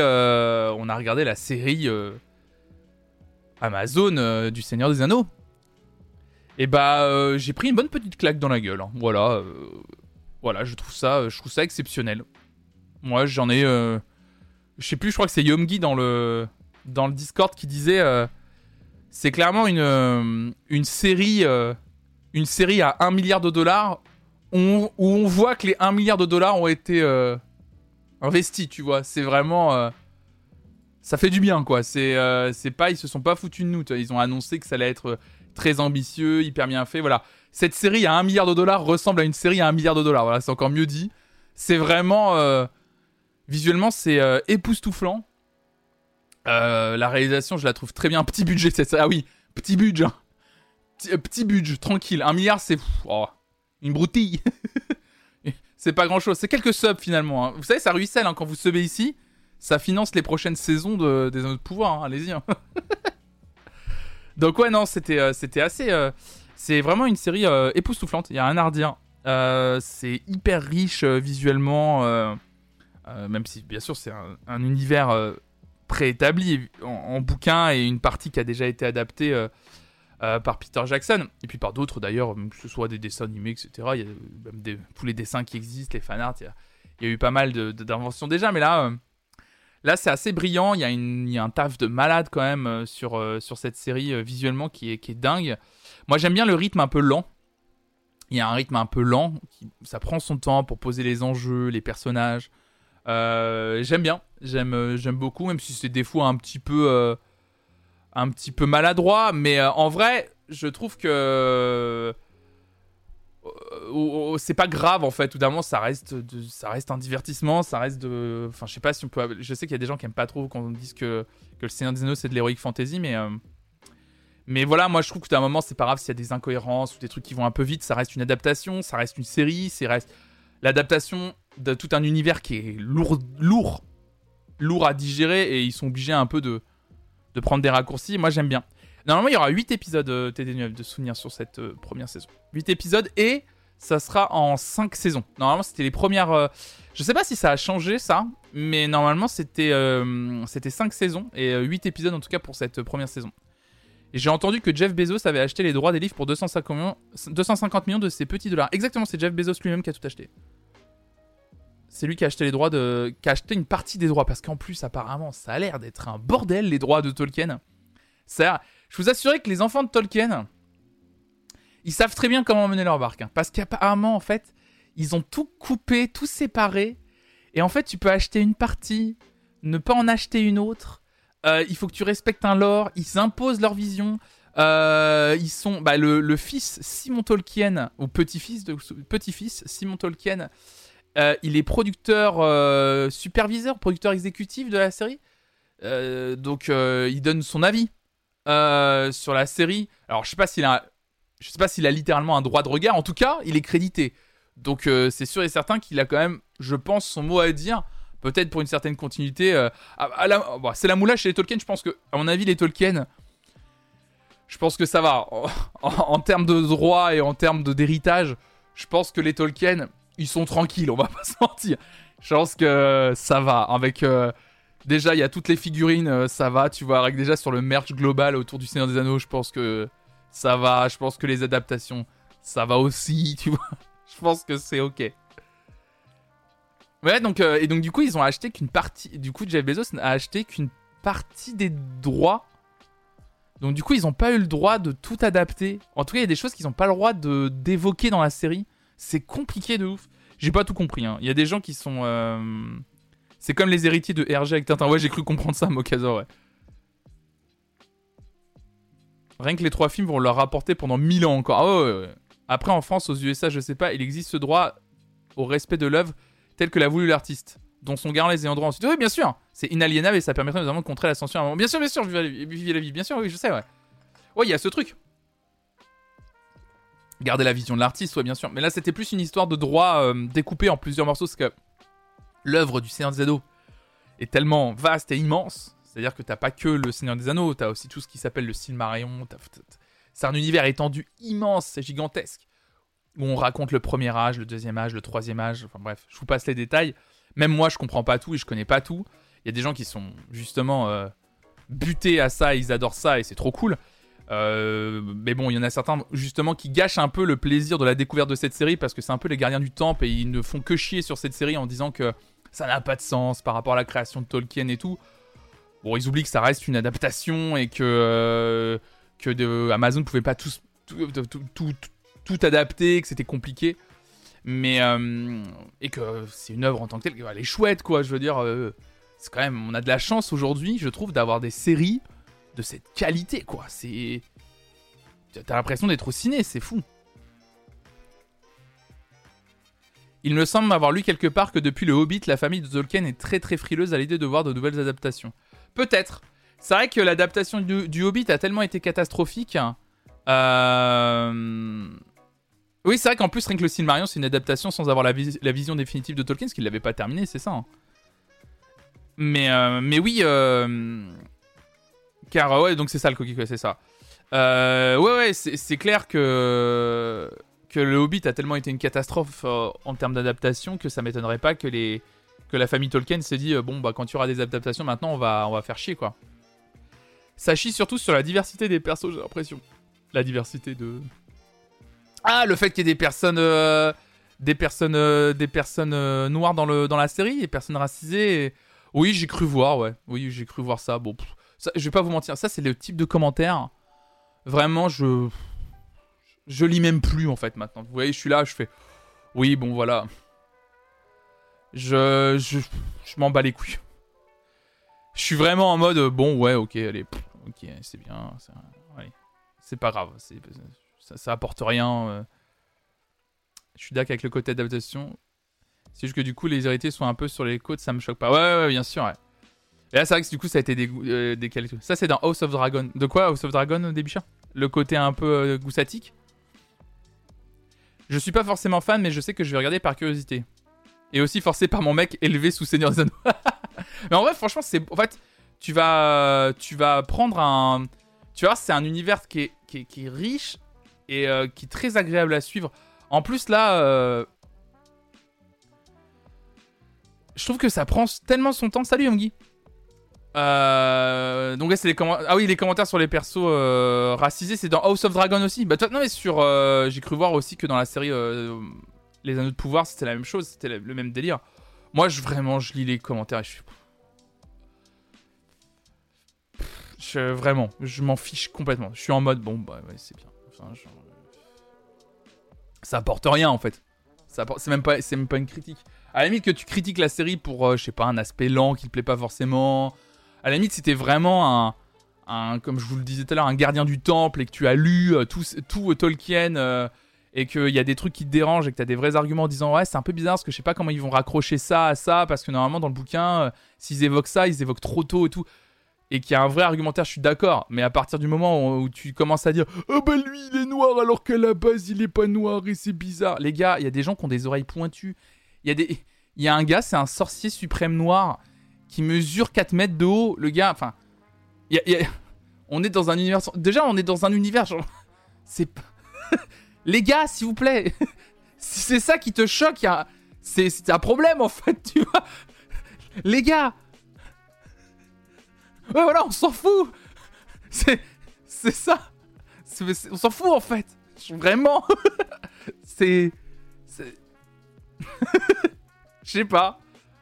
S1: Amazon du Seigneur des Anneaux. Et j'ai pris une bonne petite claque dans la gueule. Hein. Voilà, je trouve ça exceptionnel. Moi, j'en ai... je sais plus, je crois que c'est Yomgi dans le Discord qui disait... c'est clairement une série à $1 milliard. où on voit que les 1 milliard de dollars ont été investis, tu vois. C'est vraiment... ça fait du bien, quoi. C'est pas... Ils se sont pas foutus de nous, tu vois. Ils ont annoncé que ça allait être très ambitieux, hyper bien fait, voilà. Cette série à 1 milliard de dollars ressemble à une série à 1 milliard de dollars, voilà, c'est encore mieux dit. C'est vraiment... visuellement, c'est époustouflant. La réalisation, je la trouve très bien. Petit budget, c'est ça. Ah oui, petit budget. Petit budget, tranquille. 1 milliard, c'est... une broutille. C'est pas grand-chose. C'est quelques subs, finalement. Hein. Vous savez, ça ruisselle quand vous subez ici. Ça finance les prochaines saisons des Anneaux de Pouvoir. Hein. Allez-y. Hein. Donc ouais, non, c'était assez... c'est vraiment une série époustouflante. Il y a rien à redire. C'est hyper riche visuellement. Même si, bien sûr, c'est un univers préétabli en bouquin et une partie qui a déjà été adaptée par Peter Jackson. Et puis par d'autres, d'ailleurs, que ce soit des dessins animés, etc. Il y a même tous les dessins qui existent, les fanarts. Il y a eu pas mal d'inventions déjà. Mais là, c'est assez brillant. Il y a un taf de malade quand même sur cette série visuellement qui est dingue. Moi, j'aime bien le rythme un peu lent. Il y a un rythme un peu lent. Ça prend son temps pour poser les enjeux, les personnages. J'aime bien. J'aime beaucoup, même si c'est des fois un petit peu maladroit. Mais en vrai, je trouve que c'est pas grave en fait. Tout d'un moment, ça reste un divertissement. Ça reste de... Enfin, je sais pas si on peut... Je sais qu'il y a des gens qui aiment pas trop quand on dit que le Seigneur des Anneaux c'est de l'heroic fantasy, mais voilà, moi je trouve que d'un moment c'est pas grave s'il y a des incohérences ou des trucs qui vont un peu vite. Ça reste une adaptation, ça reste une série, reste l'adaptation de tout un univers qui est lourd à digérer, et ils sont obligés un peu de prendre des raccourcis. Moi j'aime bien. Normalement il y aura 8 épisodes TD9 de souvenirs sur cette première saison. 8 épisodes, et ça sera en 5 saisons. Normalement c'était les premières... je sais pas si ça a changé ça, mais normalement c'était 5 saisons et 8 épisodes en tout cas pour cette première saison. Et j'ai entendu que Jeff Bezos avait acheté les droits des livres pour 250 millions de ses petits dollars. Exactement, c'est Jeff Bezos lui-même qui a tout acheté. C'est lui qui a acheté qui a acheté une partie des droits, parce qu'en plus apparemment ça a l'air d'être un bordel, les droits de Tolkien. Je vous assurais que les enfants de Tolkien, ils savent très bien comment mener leur barque, hein, parce qu'apparemment en fait ils ont tout coupé, tout séparé, et en fait tu peux acheter une partie, ne pas en acheter une autre. Il faut que tu respectes un lore. Ils imposent leur vision. Ils sont le fils Simon Tolkien, ou petit-fils Simon Tolkien. Il est producteur superviseur, producteur exécutif de la série. Donc il donne son avis sur la série. Alors je sais pas s'il a littéralement un droit de regard. En tout cas, il est crédité. Donc c'est sûr et certain qu'il a quand même, je pense, son mot à dire. Peut-être pour une certaine continuité. C'est la moula chez les Tolkien. Je pense que, à mon avis, les Tolkien, je pense que ça va. En termes de droit et en termes d'héritage, je pense que les Tolkien, ils sont tranquilles, on va pas se mentir. Je pense que ça va. Avec déjà, il y a toutes les figurines, ça va. Tu vois, avec déjà sur le merch global autour du Seigneur des Anneaux, je pense que ça va. Je pense que les adaptations, ça va aussi. Tu vois, je pense que c'est ok. Ouais, donc du coup, ils ont acheté qu'une partie. Du coup, Jeff Bezos a acheté qu'une partie des droits. Donc, du coup, ils n'ont pas eu le droit de tout adapter. En tout cas, il y a des choses qu'ils n'ont pas le droit d'évoquer dans la série. C'est compliqué de ouf. J'ai pas tout compris. Hein. Il y a des gens qui sont. C'est comme les héritiers de Hergé avec Tintin. Ouais, j'ai cru comprendre ça, Mokazor, ouais. Rien que les 3 films vont leur rapporter pendant 1000 ans encore. Ah ouais. Après, en France, aux USA, je sais pas, il existe ce droit au respect de l'œuvre tel que l'a voulu l'artiste, dont son garant les ayant droit ensuite. Oui, bien sûr, c'est inaliénable et ça permettrait notamment de contrer l'ascension à un moment. Bien sûr, vivez la vie, bien sûr, oui, je sais, ouais. Ouais, il y a ce truc. Garder la vision de l'artiste, ouais, bien sûr. Mais là, c'était plus une histoire de droit découpé en plusieurs morceaux, parce que l'œuvre du Seigneur des Anneaux est tellement vaste et immense. C'est-à-dire que t'as pas que le Seigneur des Anneaux, t'as aussi tout ce qui s'appelle le Silmarillion. C'est un univers étendu immense, c'est gigantesque. Où on raconte le premier âge, le deuxième âge, le troisième âge, enfin bref, je vous passe les détails. Même moi, je comprends pas tout et je connais pas tout. Il y a des gens qui sont justement butés à ça, ils adorent ça et c'est trop cool. Mais bon, il y en a certains justement qui gâchent un peu le plaisir de la découverte de cette série parce que c'est un peu les gardiens du temple et ils ne font que chier sur cette série en disant que ça n'a pas de sens par rapport à la création de Tolkien et tout. Bon, ils oublient que ça reste une adaptation et que Amazon ne pouvait pas tout adapter, que c'était compliqué. Mais et que c'est une œuvre en tant que telle, elle est chouette, quoi. Je veux dire, c'est quand même, on a de la chance aujourd'hui, je trouve, d'avoir des séries de cette qualité, quoi. C'est, t'as l'impression d'être au ciné, c'est fou. Il me semble m'avoir lu quelque part que depuis le Hobbit, la famille de Tolkien est très très frileuse à l'idée de voir de nouvelles adaptations. Peut-être. C'est vrai que l'adaptation du Hobbit a tellement été catastrophique. Oui, c'est vrai qu'en plus, rien que le Silmarillion, c'est une adaptation sans avoir la vision définitive de Tolkien, parce qu'il l'avait pas terminé, c'est ça. Hein. Mais oui, car ouais, donc c'est ça le coquille, c'est ça. Ouais, c'est clair que le Hobbit a tellement été une catastrophe en termes d'adaptation que ça m'étonnerait pas que la famille Tolkien s'est dit bon bah quand il y aura des adaptations maintenant on va faire chier quoi. Ça chie surtout sur la diversité des persos, j'ai l'impression. La diversité de... Ah, le fait qu'il y ait des personnes noires dans la série, des personnes racisées. Et... Oui, j'ai cru voir, ouais. Oui, j'ai cru voir ça. Bon, ça, je vais pas vous mentir, ça c'est le type de commentaire. Vraiment, je lis même plus en fait maintenant. Vous voyez, je suis là, je fais. Oui, bon voilà. Je m'en bats les couilles. Je suis vraiment en mode bon, ouais, ok, allez, ok, c'est bien, ouais, c'est pas grave, ça apporte rien. Je suis d'accord avec le côté adaptation. C'est juste que du coup, les héritiers sont un peu sur les côtes, ça me choque pas. Ouais, bien sûr, ouais. Et là, c'est vrai que du coup, ça a été décalé. Ça, c'est dans House of Dragon. De quoi, House of Dragon, Débicha ? Le côté un peu goussatique. Je suis pas forcément fan, mais je sais que je vais regarder par curiosité. Et aussi forcé par mon mec élevé sous Seigneur des Anneaux. Mais en vrai, franchement, en fait, tu vas prendre un... Tu vois, c'est un univers qui est riche et qui est très agréable à suivre. En plus, là... Je trouve que ça prend tellement son temps. Salut, Yomgi. Donc là, c'est les commentaires... Ah oui, les commentaires sur les persos racisés, c'est dans House of Dragon aussi. Bah, non, mais sur... j'ai cru voir aussi que dans la série Les Anneaux de Pouvoir, c'était la même chose. C'était le même délire. Moi, je lis les commentaires et vraiment, je m'en fiche complètement. Je suis en mode, bon, bah ouais, c'est bien. Enfin, ça apporte rien, en fait. C'est même pas une critique. À la limite que tu critiques la série pour, je sais pas, un aspect lent qui te plaît pas forcément. À la limite, si t'es vraiment comme je vous le disais tout à l'heure, un gardien du temple et que tu as lu tout Tolkien et qu'il y a des trucs qui te dérangent et que t'as des vrais arguments en disant ouais, c'est un peu bizarre parce que je sais pas comment ils vont raccrocher ça à ça parce que normalement dans le bouquin, s'ils évoquent ça, ils évoquent trop tôt et tout. Et qu'il y a un vrai argumentaire, je suis d'accord. Mais à partir du moment où tu commences à dire « Oh bah lui, il est noir alors qu'à la base, il est pas noir et c'est bizarre. » Les gars, il y a des gens qui ont des oreilles pointues. Il y a un gars, c'est un sorcier suprême noir qui mesure 4 mètres de haut. Le gars, enfin... On est dans un univers... Déjà, on est dans un univers genre... C'est... Les gars, s'il vous plaît. Si c'est ça qui te choque, c'est un problème en fait, tu vois. Les gars... Ouais, voilà, on s'en fout. C'est ça. On s'en fout, en fait. Vraiment. C'est... Je sais pas.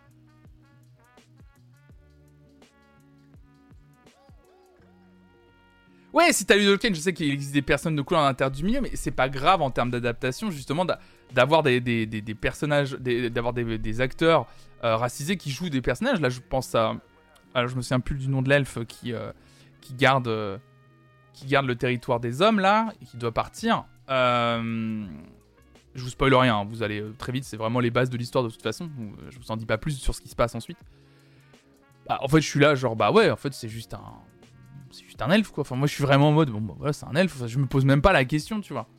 S1: Ouais, si t'as lu Tolkien, je sais qu'il existe des personnes de couleur à l'intérieur du milieu, mais c'est pas grave en termes d'adaptation, justement, d'avoir des personnages, d'avoir des acteurs racisés qui jouent des personnages. Là, je pense à... Alors, je me souviens plus du nom de l'elfe qui garde le territoire des hommes, là, et qui doit partir. Je vous spoil rien, hein, vous allez très vite, c'est vraiment les bases de l'histoire de toute façon. Je vous en dis pas plus sur ce qui se passe ensuite. Bah, en fait, je suis là, genre, bah ouais, en fait, c'est juste un elfe, quoi. Enfin, moi, je suis vraiment en mode, bon, bah voilà, c'est un elfe. Enfin, je me pose même pas la question, tu vois.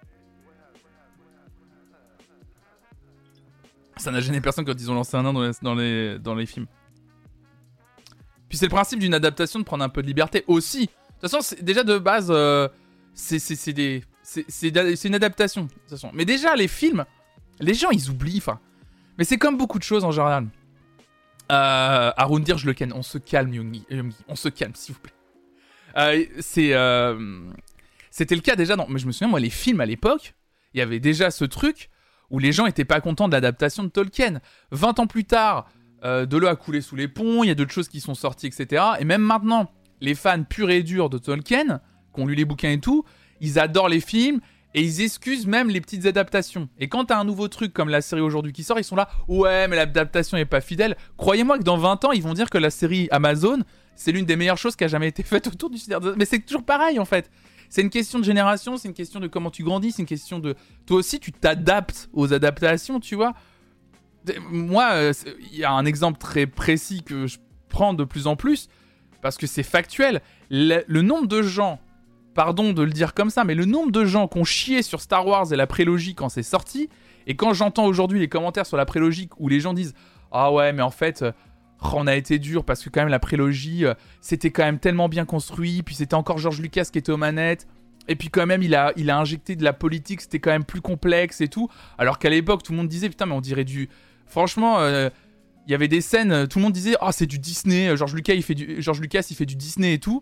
S1: Ça n'a gêné personne quand ils ont lancé un nain dans les films. Puis c'est le principe d'une adaptation de prendre un peu de liberté aussi. De toute façon, déjà de base, c'est une adaptation. De toute façon. Mais déjà, les films, les gens, ils oublient. Enfin, mais c'est comme beaucoup de choses en général. Arundir, je le ken. On se calme, Yongi. On se calme, s'il vous plaît. C'était le cas déjà. Mais je me souviens, moi, les films à l'époque, il y avait déjà ce truc où les gens étaient pas contents de l'adaptation de Tolkien. 20 ans plus tard... de l'eau a coulé sous les ponts, il y a d'autres choses qui sont sorties, etc. Et même maintenant, les fans purs et durs de Tolkien, qui ont lu les bouquins et tout, ils adorent les films, Et ils excusent même les petites adaptations. Et quand t'as un nouveau truc comme la série aujourd'hui qui sort, ils sont là, ouais, mais l'adaptation est pas fidèle. Croyez-moi que dans 20 ans, ils vont dire que la série Amazon, c'est l'une des meilleures choses qui a jamais été faite autour du cinéma. Mais c'est toujours pareil en fait. C'est une question de génération, c'est une question de comment tu grandis, c'est une question de... Toi aussi, tu t'adaptes aux adaptations, tu vois. Moi, il y a un exemple très précis que je prends de plus en plus, parce que c'est factuel. Le nombre de gens... Pardon de le dire comme ça, mais le nombre de gens qui ont chié sur Star Wars et la prélogie quand c'est sorti, et quand j'entends aujourd'hui les commentaires sur la prélogie où les gens disent « Ah ouais, mais en fait, on a été dur parce que quand même la prélogie, c'était quand même tellement bien construit, puis c'était encore George Lucas qui était aux manettes, et puis quand même il a injecté de la politique, c'était quand même plus complexe et tout. » Alors qu'à l'époque, tout le monde disait « Putain, mais on dirait du... » Franchement, il y avait des scènes, tout le monde disait « Ah, c'est du Disney, George Lucas, il fait du Disney et tout. »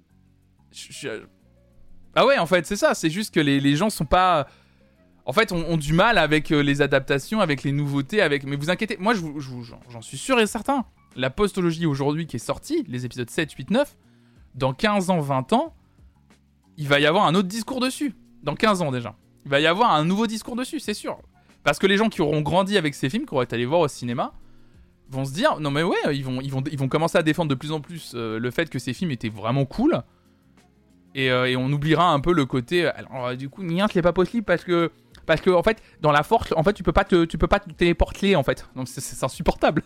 S1: Ah ouais, en fait, c'est ça. C'est juste que les gens sont pas... En fait, ont du mal avec les adaptations, avec les nouveautés, avec... Mais vous inquiétez, moi, j'en suis sûr et certain. La postologie aujourd'hui qui est sortie, les épisodes 7, 8, 9, dans 15 ans, 20 ans, il va y avoir un autre discours dessus. Dans 15 ans déjà. Il va y avoir un nouveau discours dessus, c'est sûr. Parce que les gens qui auront grandi avec ces films, qui auraient été allés voir au cinéma, vont se dire... Non mais ouais, ils vont commencer à défendre de plus en plus le fait que ces films étaient vraiment cool. Et on oubliera un peu le côté. Alors du coup, Niant, c'est pas possible parce que en fait, dans la force, en fait, tu peux pas te téléporter en fait. Donc c'est insupportable.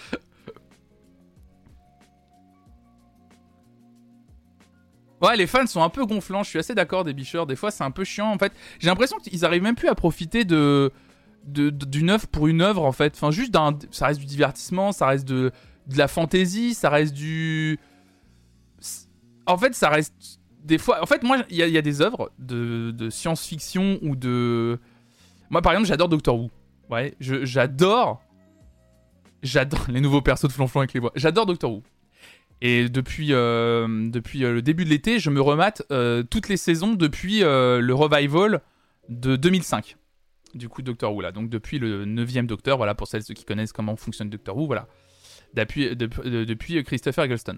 S1: Ouais, les fans sont un peu gonflants. Je suis assez d'accord, des bicheurs. Des fois, c'est un peu chiant en fait. J'ai l'impression qu'ils arrivent même plus à profiter d'une œuvre pour une œuvre en fait. Enfin, juste ça reste du divertissement, ça reste de la fantaisie, ça reste du. En fait, ça reste. Des fois, en fait, moi, il y a des œuvres de science-fiction ou de... Moi, par exemple, j'adore Doctor Who. Ouais, j'adore les nouveaux persos de Flonflon avec les voix. J'adore Doctor Who. Et depuis le début de l'été, je me remate toutes les saisons depuis le revival de 2005. Du coup, Doctor Who, là. Donc, depuis le 9e Docteur, voilà, pour celles qui connaissent comment fonctionne Doctor Who, voilà. Depuis Christopher Eccleston.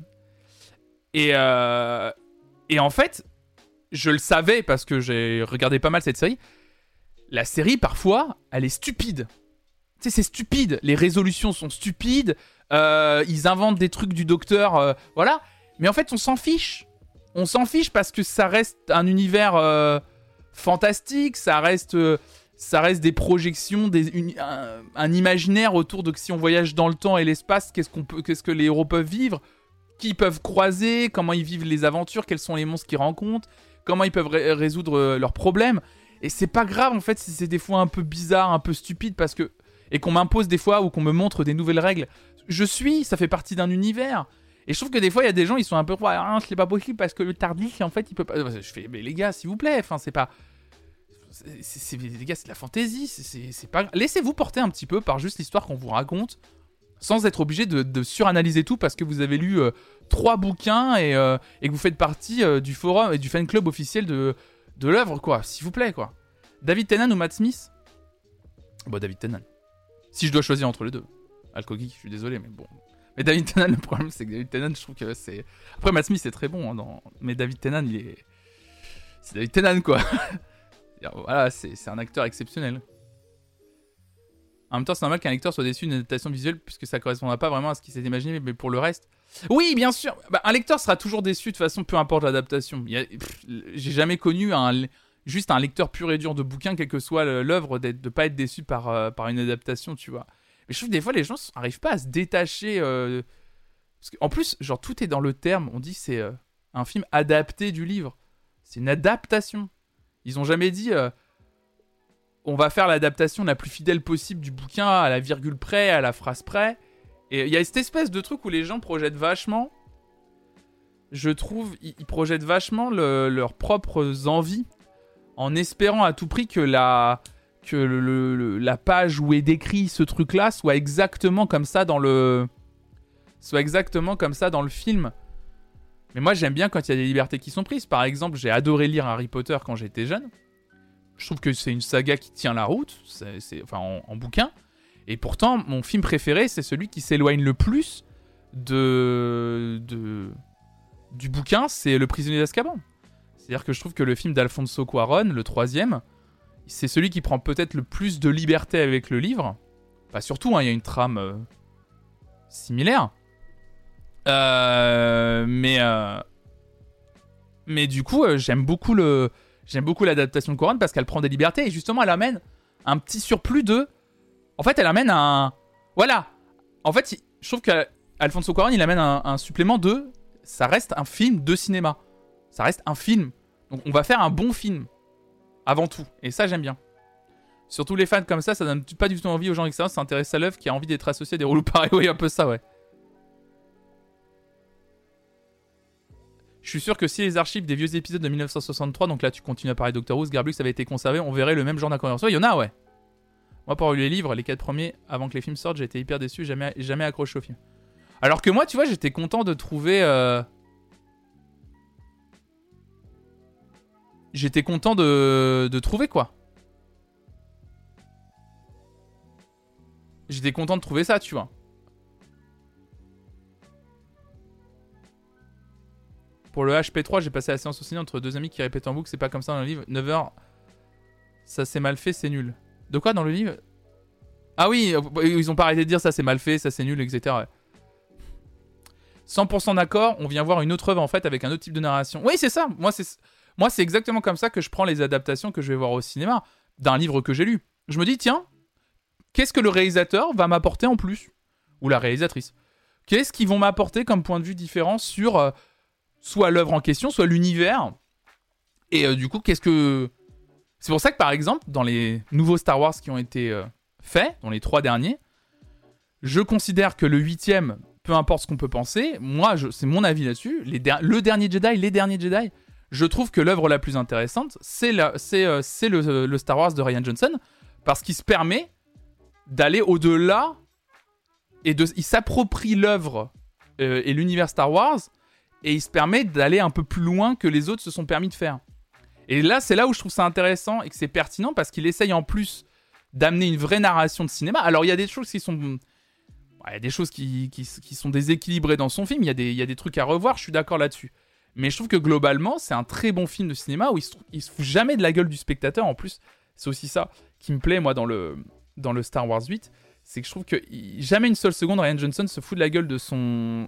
S1: Et en fait, je le savais parce que j'ai regardé pas mal cette série. La série, parfois, elle est stupide. Tu sais, c'est stupide. Les résolutions sont stupides. Ils inventent des trucs du docteur. Voilà. Mais en fait, on s'en fiche. On s'en fiche parce que ça reste un univers fantastique. Ça reste des projections, un imaginaire autour de si on voyage dans le temps et l'espace, qu'est-ce que les héros peuvent vivre. Qui ils peuvent croiser, comment ils vivent les aventures, quels sont les monstres qu'ils rencontrent, comment ils peuvent résoudre leurs problèmes. Et c'est pas grave en fait si c'est des fois un peu bizarre, un peu stupide et qu'on m'impose des fois ou qu'on me montre des nouvelles règles. Ça fait partie d'un univers. Et je trouve que des fois il y a des gens, ils sont un peu c'est pas possible parce que le Tardis en fait il peut pas. Je fais mais les gars s'il vous plaît, enfin c'est pas. Les gars c'est de la fantaisie, c'est pas. Laissez-vous porter un petit peu par juste l'histoire qu'on vous raconte. Sans être obligé de suranalyser tout parce que vous avez lu 3 bouquins et que vous faites partie du forum et du fan club officiel de l'œuvre, quoi. S'il vous plaît, quoi. David Tennant ou Matt Smith ? Bon, David Tennant. Si je dois choisir entre les deux. Alcogeek, je suis désolé, mais bon. Mais David Tennant, le problème, c'est que David Tennant, je trouve que c'est... Après, Matt Smith, c'est très bon, hein, mais David Tennant, c'est David Tennant, quoi. Voilà, c'est un acteur exceptionnel. En même temps, c'est normal qu'un lecteur soit déçu d'une adaptation visuelle puisque ça ne correspondra pas vraiment à ce qu'il s'est imaginé, mais pour le reste... Oui, bien sûr. Un lecteur sera toujours déçu de toute façon, peu importe l'adaptation. J'ai jamais connu juste un lecteur pur et dur de bouquins, quelle que soit l'œuvre, de ne pas être déçu par une adaptation, tu vois. Mais je trouve que des fois, les gens n'arrivent pas à se détacher. Parce qu'en plus, genre, tout est dans le terme. On dit que c'est un film adapté du livre. C'est une adaptation. Ils n'ont jamais dit... on va faire l'adaptation la plus fidèle possible du bouquin, à la virgule près, à la phrase près. Et il y a cette espèce de truc où les gens projettent vachement... Je trouve, ils projettent vachement leurs propres envies en espérant à tout prix que la page où est décrit ce truc-là soit exactement comme ça dans le film. Mais moi, j'aime bien quand il y a des libertés qui sont prises. Par exemple, j'ai adoré lire Harry Potter quand j'étais jeune. Je trouve que c'est une saga qui tient la route, en bouquin. Et pourtant, mon film préféré, c'est celui qui s'éloigne le plus du bouquin, c'est Le Prisonnier d'Azkaban. C'est-à-dire que je trouve que le film d'Alfonso Cuarón, le 3e, c'est celui qui prend peut-être le plus de liberté avec le livre. Pas surtout, il y a une trame similaire. Mais du coup, j'aime beaucoup l'adaptation de Cuarón parce qu'elle prend des libertés et justement, elle amène un petit surplus de... En fait, elle amène un... Voilà. En fait, je trouve qu'Alfonso Cuarón, il amène un supplément de... Ça reste un film de cinéma. Ça reste un film. Donc, on va faire un bon film. Avant tout. Et ça, j'aime bien. Surtout les fans comme ça donne pas du tout envie aux gens extérieurs de s'intéresser à l'œuvre qui a envie d'être associé à des relous pareils. Oui, un peu ça, ouais. Je suis sûr que si les archives des vieux épisodes de 1963, donc là tu continues à parler de Doctor Who, Garbux avait été conservé, on verrait le même genre d'incohérence. Ouais, il y en a, ouais. Moi, pour les livres, les 4 premiers, avant que les films sortent, j'ai été hyper déçu, jamais accroché au film. Alors que moi, tu vois, j'étais content de trouver... J'étais content de trouver quoi. J'étais content de trouver ça, tu vois. Pour le HP3, j'ai passé la séance au ciné entre deux amis qui répètent en boucle, c'est pas comme ça dans le livre. 9h, ça c'est mal fait, c'est nul. De quoi dans le livre? Ah oui, ils ont pas arrêté de dire ça c'est mal fait, ça c'est nul, etc. Ouais. 100% d'accord, on vient voir une autre œuvre en fait avec un autre type de narration. Oui, c'est ça. Moi, c'est exactement comme ça que je prends les adaptations que je vais voir au cinéma d'un livre que j'ai lu. Je me dis, tiens, qu'est-ce que le réalisateur va m'apporter en plus? Ou la réalisatrice. Qu'est-ce qu'ils vont m'apporter comme point de vue différent sur soit l'œuvre en question, soit l'univers. Et du coup, qu'est-ce que... C'est pour ça que, par exemple, dans les nouveaux Star Wars qui ont été faits, dans les 3 derniers, je considère que le 8e, peu importe ce qu'on peut penser, moi, c'est mon avis là-dessus, le dernier Jedi, les derniers Jedi, je trouve que l'œuvre la plus intéressante, c'est le Star Wars de Rian Johnson, parce qu'il se permet d'aller au-delà, et il s'approprie l'œuvre et l'univers Star Wars, et il se permet d'aller un peu plus loin que les autres se sont permis de faire. Et là, c'est là où je trouve ça intéressant et que c'est pertinent parce qu'il essaye en plus d'amener une vraie narration de cinéma. Alors, il y a des choses qui sont... Il y a des choses qui sont déséquilibrées dans son film. Il y a des trucs à revoir, je suis d'accord là-dessus. Mais je trouve que globalement, c'est un très bon film de cinéma où il se fout jamais de la gueule du spectateur. En plus, c'est aussi ça qui me plaît, moi, dans le Star Wars 8. C'est que je trouve que jamais une seule seconde, Rian Johnson se fout de la gueule de son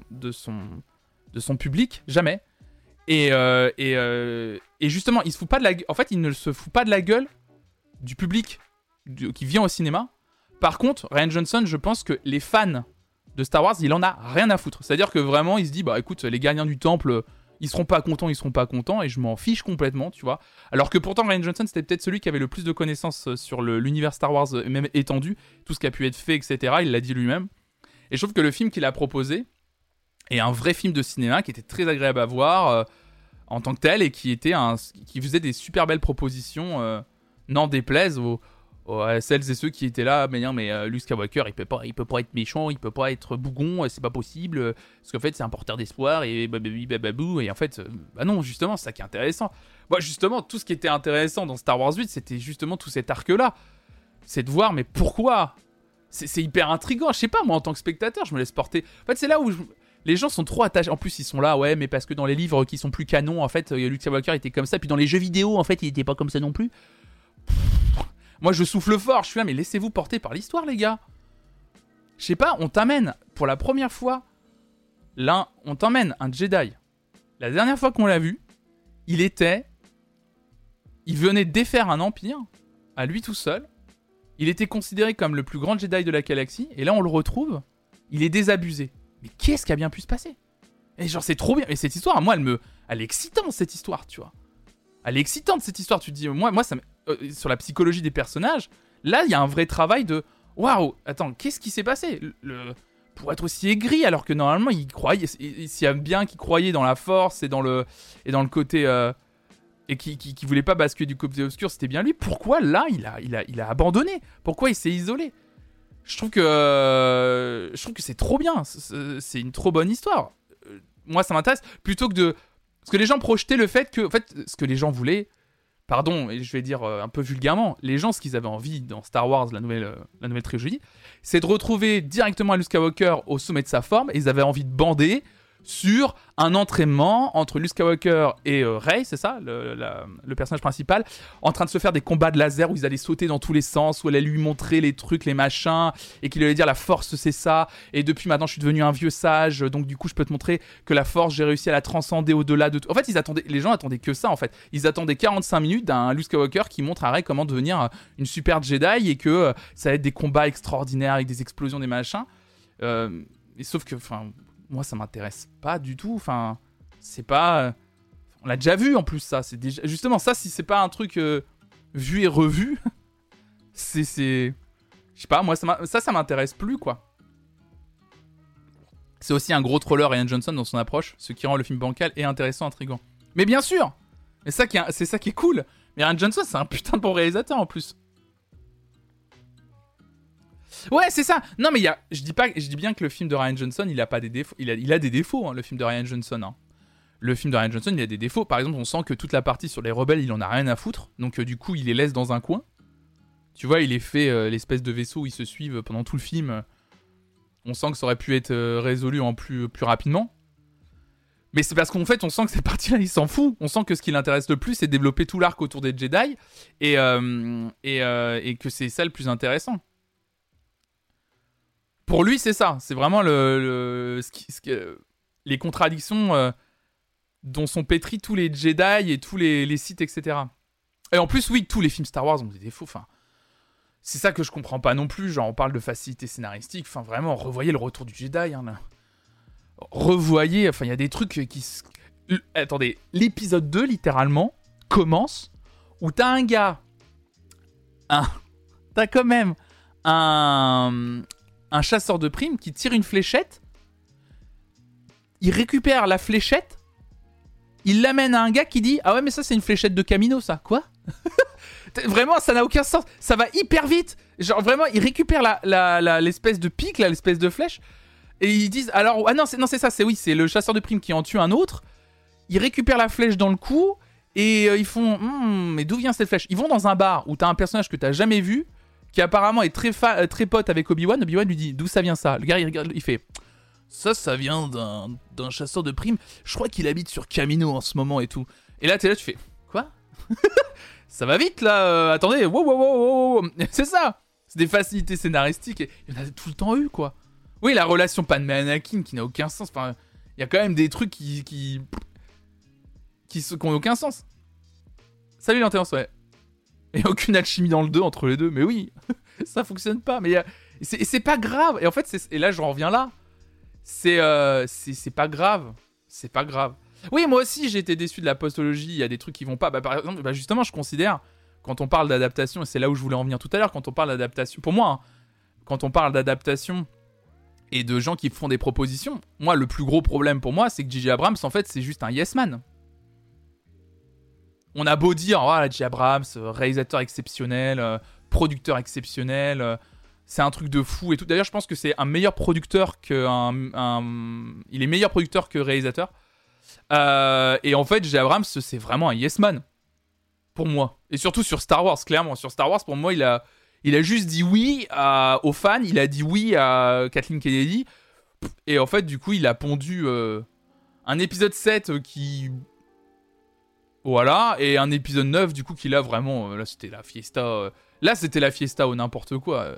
S1: public, jamais. Et justement, il se fout pas de la... En fait, il ne se fout pas de la gueule du public qui vient au cinéma. Par contre, Rian Johnson, je pense que les fans de Star Wars, il en a rien à foutre. C'est-à-dire que vraiment, il se dit, bah écoute, les gardiens du temple, ils seront pas contents, et je m'en fiche complètement, tu vois. Alors que pourtant, Rian Johnson, c'était peut-être celui qui avait le plus de connaissances sur l'univers Star Wars, même étendu, tout ce qui a pu être fait, etc. Il l'a dit lui-même. Et je trouve que le film qu'il a proposé est un vrai film de cinéma qui était très agréable à voir en tant que tel et qui faisait des super belles propositions, n'en déplaise à celles et ceux qui étaient là, mais Luke Skywalker, il peut pas être méchant, il peut pas être bougon, c'est pas possible, parce qu'en fait c'est un porteur d'espoir et bababou, et en fait, bah non, justement, c'est ça qui est intéressant. Moi, justement, tout ce qui était intéressant dans Star Wars 8, c'était justement tout cet arc-là. C'est de voir, mais pourquoi ? C'est hyper intriguant, je sais pas, moi en tant que spectateur, je me laisse porter. En fait, c'est là où les gens sont trop attachés. En plus, ils sont là, ouais, mais parce que dans les livres qui sont plus canons, en fait, Luke Skywalker était comme ça, puis dans les jeux vidéo, en fait, il était pas comme ça non plus. Moi, je souffle fort, je suis là, mais laissez-vous porter par l'histoire, les gars. Je sais pas, on t'amène, pour la première fois, là, on t'emmène un Jedi. La dernière fois qu'on l'a vu, il venait de défaire un empire, à lui tout seul. Il était considéré comme le plus grand Jedi de la galaxie, et là, on le retrouve, il est désabusé. Mais qu'est-ce qui a bien pu se passer ? Et genre, c'est trop bien. Et cette histoire, moi, elle est excitante, cette histoire, tu vois. Elle est excitante, cette histoire. Tu te dis, moi ça sur la psychologie des personnages, là, il y a un vrai travail de... Waouh, attends, qu'est-ce qui s'est passé pour être aussi aigri, alors que normalement, il croyait... S'il y a bien qui croyait dans la force et dans le côté... et qui voulait pas basculer du côté obscur, c'était bien lui. Pourquoi, là, il a abandonné ? Pourquoi il s'est isolé ? Je trouve que c'est trop bien. C'est une trop bonne histoire. Moi, ça m'intéresse. Plutôt que de... Parce que les gens projetaient le fait que... En fait, ce que les gens voulaient... Pardon, et je vais dire un peu vulgairement, les gens, ce qu'ils avaient envie dans Star Wars, la nouvelle trilogie, c'est de retrouver directement Luke Skywalker au sommet de sa forme, et ils avaient envie de bander sur un entraînement entre Luke Skywalker et Rey, c'est ça, le personnage principal, en train de se faire des combats de laser où ils allaient sauter dans tous les sens, où elle allait lui montrer les trucs, les machins, et qu'il allait dire la force c'est ça, et depuis maintenant je suis devenu un vieux sage, donc du coup je peux te montrer que la force j'ai réussi à la transcender au-delà de tout. En fait les gens attendaient que ça en fait. Ils attendaient 45 minutes d'un Luke Skywalker qui montre à Rey comment devenir une super Jedi et que ça va être des combats extraordinaires avec des explosions, des machins. Et sauf que, enfin, moi ça m'intéresse pas du tout. Enfin, c'est pas. On l'a déjà vu en plus, ça. C'est déjà. Justement, ça, si c'est pas un truc vu et revu, c'est. Je sais pas, moi ça m'intéresse plus, quoi. C'est aussi un gros troller, Rian Johnson, dans son approche, ce qui rend le film bancal et intéressant, intriguant. Mais bien sûr! Mais c'est ça qui est cool! Mais Rian Johnson, c'est un putain de bon réalisateur en plus. Ouais, c'est ça. Non, mais je dis bien que le film de Rian Johnson, il a pas des défauts. Il a des défauts, hein, le film de Rian Johnson. Hein. Le film de Rian Johnson, il a des défauts. Par exemple, on sent que toute la partie sur les rebelles, il en a rien à foutre. Donc, du coup, il les laisse dans un coin. Tu vois, il est fait l'espèce de vaisseau où ils se suivent pendant tout le film. On sent que ça aurait pu être résolu en plus rapidement. Mais c'est parce qu'en fait, on sent que cette partie-là, il s'en fout. On sent que ce qui l'intéresse le plus, c'est de développer tout l'arc autour des Jedi. Et que c'est ça le plus intéressant. Pour lui, c'est ça. C'est vraiment les contradictions dont sont pétris tous les Jedi et tous les Sith, etc. Et en plus, oui, tous les films Star Wars ont des défauts. Enfin, c'est ça que je comprends pas non plus. Genre, on parle de facilité scénaristique. Enfin, vraiment, revoyez le retour du Jedi. Hein, là. Revoyez. Enfin, il y a des trucs qui... Attendez, l'épisode 2, littéralement, commence où t'as un gars... T'as quand même un chasseur de primes qui tire une fléchette, il récupère la fléchette, il l'amène à un gars qui dit « Ah ouais, mais ça, c'est une fléchette de Camino, ça. » Quoi ? Vraiment, ça n'a aucun sens. Ça va hyper vite. Genre, vraiment, il récupère l'espèce de pic, là, l'espèce de flèche, et ils disent « Alors, ah non, c'est ça, c'est le chasseur de primes qui en tue un autre. Ils récupèrent la flèche dans le cou, et ils font « mais d'où vient cette flèche ?» Ils vont dans un bar où t'as un personnage que t'as jamais vu, qui apparemment est très pote avec Obi-Wan. Obi-Wan lui dit d'où ça vient ça. Le gars il regarde, il fait ça vient d'un chasseur de primes. Je crois qu'il habite sur Camino en ce moment et tout. Et là t'es là, tu fais quoi? Ça va vite là. Attendez, wow. C'est ça. C'est des facilités scénaristiques et il y en a tout le temps eu quoi. Oui, la relation Padmé-Anakin qui n'a aucun sens. Enfin, il y a quand même des trucs qui ont aucun sens. Salut l'intérêt, ouais. Et aucune alchimie dans le 2 entre les deux, mais oui, ça fonctionne pas. Mais c'est pas grave. Et en fait, et là j'en reviens là. C'est pas grave. C'est pas grave. Oui, moi aussi j'ai été déçu de la postologie. Il y a des trucs qui vont pas. Par exemple, justement, je considère, quand on parle d'adaptation, et c'est là où je voulais en venir tout à l'heure, quand on parle d'adaptation, pour moi, hein, quand on parle d'adaptation et de gens qui font des propositions, moi, le plus gros problème pour moi, c'est que J.J. Abrams, en fait, c'est juste un yes man. On a beau dire, voilà, J. Abrams, réalisateur exceptionnel, producteur exceptionnel, c'est un truc de fou et tout. D'ailleurs, je pense que c'est un meilleur producteur il est meilleur producteur que réalisateur. Et en fait, J. Abrams, c'est vraiment un yes man. Pour moi. Et surtout sur Star Wars, clairement. Sur Star Wars, pour moi, il a juste dit oui aux fans, il a dit oui à Kathleen Kennedy. Et en fait, du coup, il a pondu un épisode 7 qui... Voilà, et un épisode 9, du coup, qui là, vraiment... là, c'était la fiesta... là, c'était la fiesta au n'importe quoi.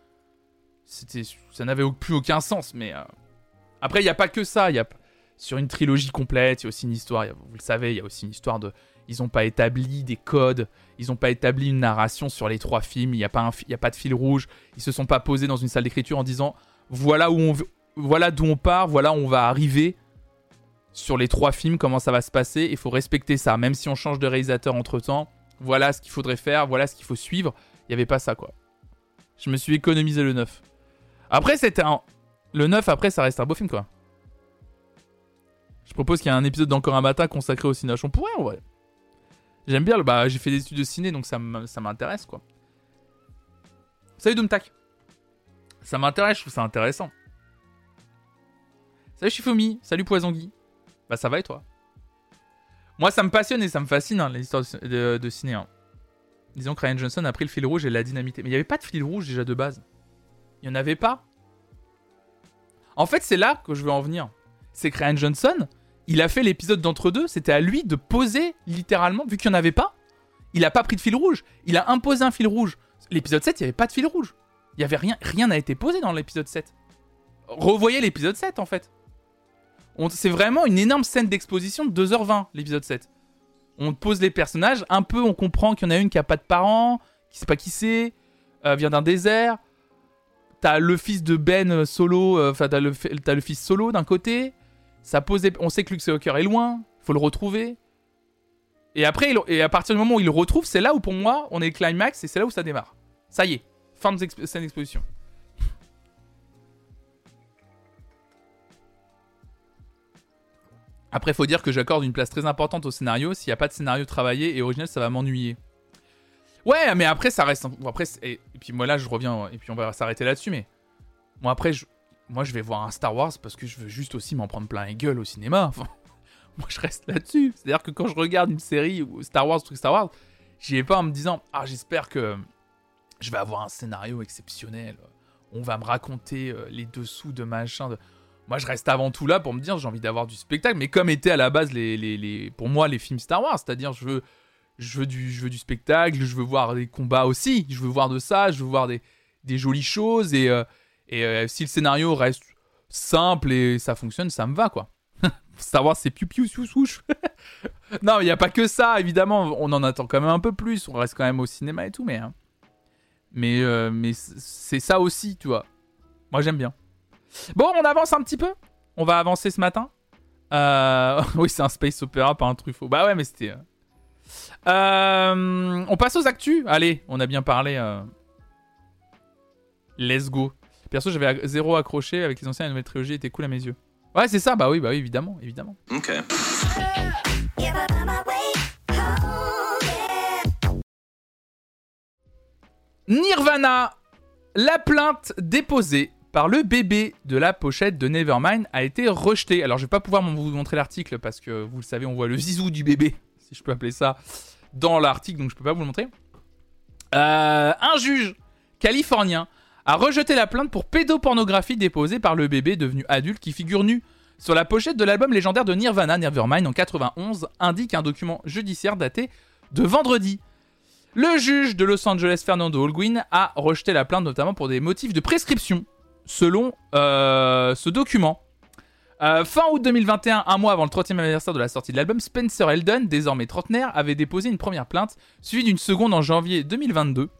S1: Ça n'avait plus aucun sens, mais... Après, il n'y a pas que ça. Sur une trilogie complète, il y a aussi une histoire. Vous le savez, il y a aussi une histoire de... Ils n'ont pas établi des codes. Ils n'ont pas établi une narration sur les 3 films. Il n'y a pas de fil rouge. Ils se sont pas posés dans une salle d'écriture en disant... Voilà d'où on part, voilà où on va arriver... Sur les 3 films, comment ça va se passer. Il faut respecter ça, même si on change de réalisateur entre-temps. Voilà ce qu'il faudrait faire, voilà ce qu'il faut suivre. Il n'y avait pas ça, quoi. Je me suis économisé le 9. Après, le 9, après, ça reste un beau film, quoi. Je propose qu'il y ait un épisode d'Encore un matin consacré au cinéma. On pourrait, en vrai. J'aime bien, j'ai fait des études de ciné, donc ça m'intéresse, quoi. Salut Doomtac. Ça m'intéresse, je trouve ça intéressant. Salut Shifumi, salut Poison Guy. Bah ça va et toi? Moi ça me passionne et ça me fascine hein, les histoires de ciné. Hein. Disons que Rian Johnson a pris le fil rouge et l'a dynamité. Mais il n'y avait pas de fil rouge déjà de base. Il n'y en avait pas. En fait c'est là que je veux en venir. c'est que Ryan Johnson, il a fait l'épisode d'entre-deux, c'était à lui de poser littéralement, vu qu'il n'y en avait pas, il a pas pris de fil rouge, il a imposé un fil rouge. L'épisode 7, il n'y avait pas de fil rouge. Il y avait rien n'a été posé dans l'épisode 7. Revoyez l'épisode 7 en fait. C'est vraiment une énorme scène d'exposition de 2h20, l'épisode 7. On pose les personnages, un peu on comprend qu'il y en a une qui a pas de parents, qui sait pas qui c'est, vient d'un désert. T'as le fils de Ben Solo, t'as le fils Solo d'un côté. On sait que Luke Skywalker est loin, faut le retrouver. Et après, à partir du moment où il le retrouve, c'est là où pour moi, on est le climax et c'est là où ça démarre. Ça y est, fin de scène d'exposition. Après, faut dire que j'accorde une place très importante au scénario. S'il n'y a pas de scénario travaillé et original, ça va m'ennuyer. Ouais, mais après, ça reste... Après, et puis moi, là, je reviens... Et puis, on va s'arrêter là-dessus, mais... Moi, après, je vais voir un Star Wars parce que je veux juste aussi m'en prendre plein la gueule au cinéma. Enfin, moi, je reste là-dessus. C'est-à-dire que quand je regarde une série ou Star Wars, j'y vais pas en me disant « Ah, j'espère que je vais avoir un scénario exceptionnel. On va me raconter les dessous de machin... » Moi, je reste avant tout là pour me dire j'ai envie d'avoir du spectacle, mais comme étaient à la base pour moi les films Star Wars, c'est-à-dire je veux du spectacle, je veux voir des combats aussi, je veux voir de ça, je veux voir des jolies choses et si le scénario reste simple et ça fonctionne, ça me va quoi. Star Wars c'est piou souche. Non, il y a pas que ça, évidemment, on en attend quand même un peu plus, on reste quand même au cinéma et tout, mais c'est ça aussi, tu vois. Moi j'aime bien. Bon, on avance un petit peu. On va avancer ce matin. Oui, c'est un space opéra, pas un Truffaut. Bah ouais, mais c'était... On passe aux actus. Allez, on a bien parlé. Let's go. Perso, j'avais zéro accroché avec les anciens. La nouvelle trilogie était cool à mes yeux. Ouais, c'est ça. Bah oui, évidemment. Ok. Nirvana. La plainte déposée par le bébé de la pochette de Nevermind a été rejeté. Alors, je vais pas pouvoir vous montrer l'article parce que, vous le savez, on voit le zizou du bébé, si je peux appeler ça, dans l'article, donc je peux pas vous le montrer. Un juge californien a rejeté la plainte pour pédopornographie déposée par le bébé devenu adulte qui figure nu sur la pochette de l'album légendaire de Nirvana, Nevermind, en 91, indique un document judiciaire daté de vendredi. Le juge de Los Angeles, Fernando Holguin, a rejeté la plainte notamment pour des motifs de prescription. Selon ce document, fin août 2021, un mois avant le 30e anniversaire de la sortie de l'album, Spencer Eldon, désormais trentenaire, avait déposé une première plainte, suivie d'une seconde en janvier 2022.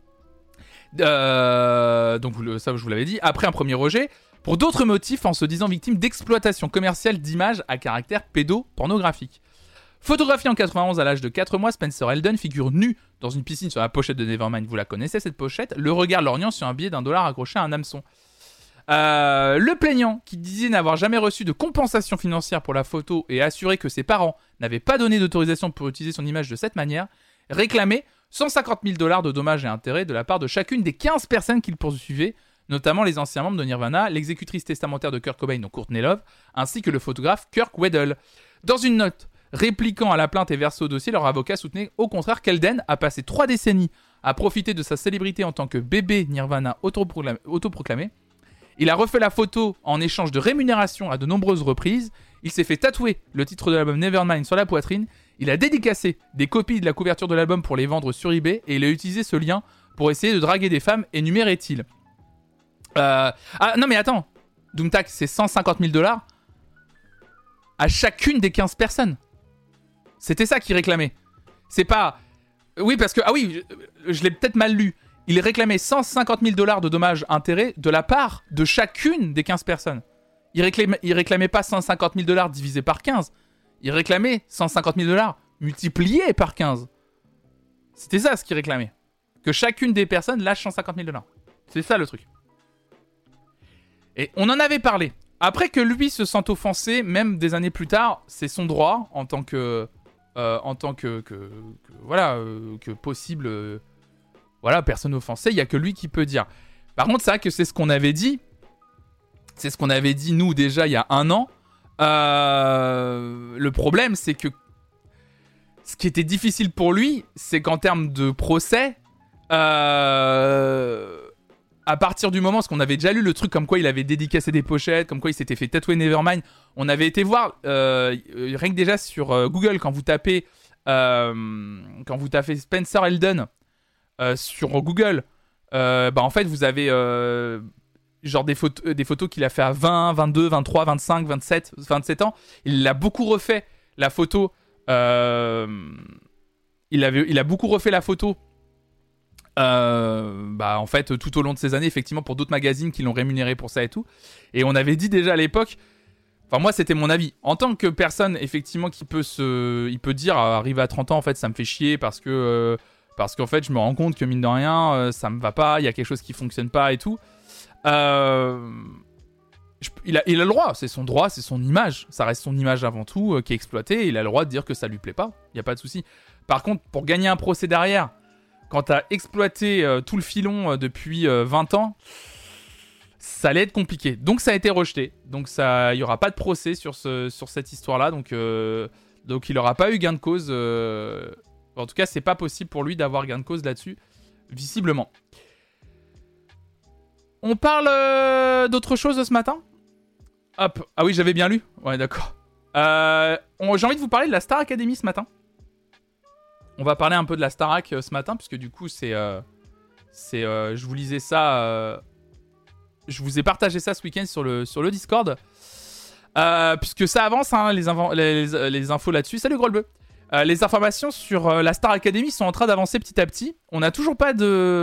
S1: Donc ça, je vous l'avais dit, après un premier rejet, pour d'autres motifs en se disant victime d'exploitation commerciale d'images à caractère pédopornographique. Photographié en 91 à l'âge de 4 mois, Spencer Eldon figure nu dans une piscine sur la pochette de Nevermind. Vous la connaissez cette pochette, le regard lorgnant sur un billet d'$1 accroché à un hameçon. Le plaignant, qui disait n'avoir jamais reçu de compensation financière pour la photo et assuré que ses parents n'avaient pas donné d'autorisation pour utiliser son image de cette manière, réclamait $150,000 de dommages et intérêts de la part de chacune des 15 personnes qu'il poursuivait, notamment les anciens membres de Nirvana, l'exécutrice testamentaire de Kurt Cobain, donc Courtney Love, ainsi que le photographe Kirk Weddle. Dans une note répliquant à la plainte et versée au dossier, leur avocat soutenait au contraire qu'Elden a passé 3 décennies à profiter de sa célébrité en tant que bébé Nirvana autoproclamé. Il a refait la photo en échange de rémunération à de nombreuses reprises. Il s'est fait tatouer le titre de l'album Nevermind sur la poitrine. Il a dédicacé des copies de la couverture de l'album pour les vendre sur eBay. Et il a utilisé ce lien pour essayer de draguer des femmes, énumérait-il. Ah non mais attends. Doomtac, c'est $150,000 à chacune des 15 personnes. C'était ça qu'il réclamait. C'est pas... Oui, parce que... Ah oui, je l'ai peut-être mal lu. Il réclamait $150,000 de dommages-intérêts de la part de chacune des 15 personnes. Il réclamait pas $150,000 divisé par 15. Il réclamait $150,000 multiplié par 15. C'était ça ce qu'il réclamait. Que chacune des personnes lâche $150,000. C'est ça le truc. Et on en avait parlé. Après que lui se sente offensé, même des années plus tard, c'est son droit en tant que possible... Voilà, personne offensée, il n'y a que lui qui peut dire. Par contre, c'est vrai que c'est ce qu'on avait dit. C'est ce qu'on avait dit, nous, déjà, il y a 1 an. Le problème, c'est que ce qui était difficile pour lui, c'est qu'en termes de procès, à partir du moment, parce qu'on avait déjà lu le truc comme quoi il avait dédicacé des pochettes, comme quoi il s'était fait tatouer Nevermind, on avait été voir, rien que déjà sur Google, quand vous tapez Spencer Elden sur Google, en fait vous avez genre des photos qu'il a fait à 20, 22, 23, 25, 27 ans. Il a beaucoup refait la photo. Il a beaucoup refait la photo. En fait, tout au long de ces années, effectivement, pour d'autres magazines qui l'ont rémunéré pour ça et tout. Et on avait dit déjà à l'époque. Enfin, moi, c'était mon avis. En tant que personne, effectivement, il peut dire, arrivé à 30 ans, en fait, ça me fait chier parce qu'en fait, je me rends compte que mine de rien, ça me va pas. Il y a quelque chose qui fonctionne pas et tout. Il a le droit, c'est son droit, c'est son image, ça reste son image avant tout qui est exploitée, il a le droit de dire que ça lui plaît pas, il n'y a pas de souci. Par contre, pour gagner un procès derrière, quand t'as exploité tout le filon depuis 20 ans, ça allait être compliqué. Donc ça a été rejeté, donc il n'y aura pas de procès sur cette histoire-là, donc il n'aura pas eu gain de cause, en tout cas c'est pas possible pour lui d'avoir gain de cause là-dessus, visiblement. On parle d'autre chose ce matin ? Hop. Ah oui, j'avais bien lu. Ouais, d'accord. J'ai envie de vous parler de la Star Academy ce matin. On va parler un peu de la Starac ce matin, puisque du coup, je vous lisais ça... je vous ai partagé ça ce week-end sur le Discord. Puisque ça avance, hein, les infos là-dessus. Salut Grolbeu. Les informations sur la Star Academy sont en train d'avancer petit à petit. On n'a toujours pas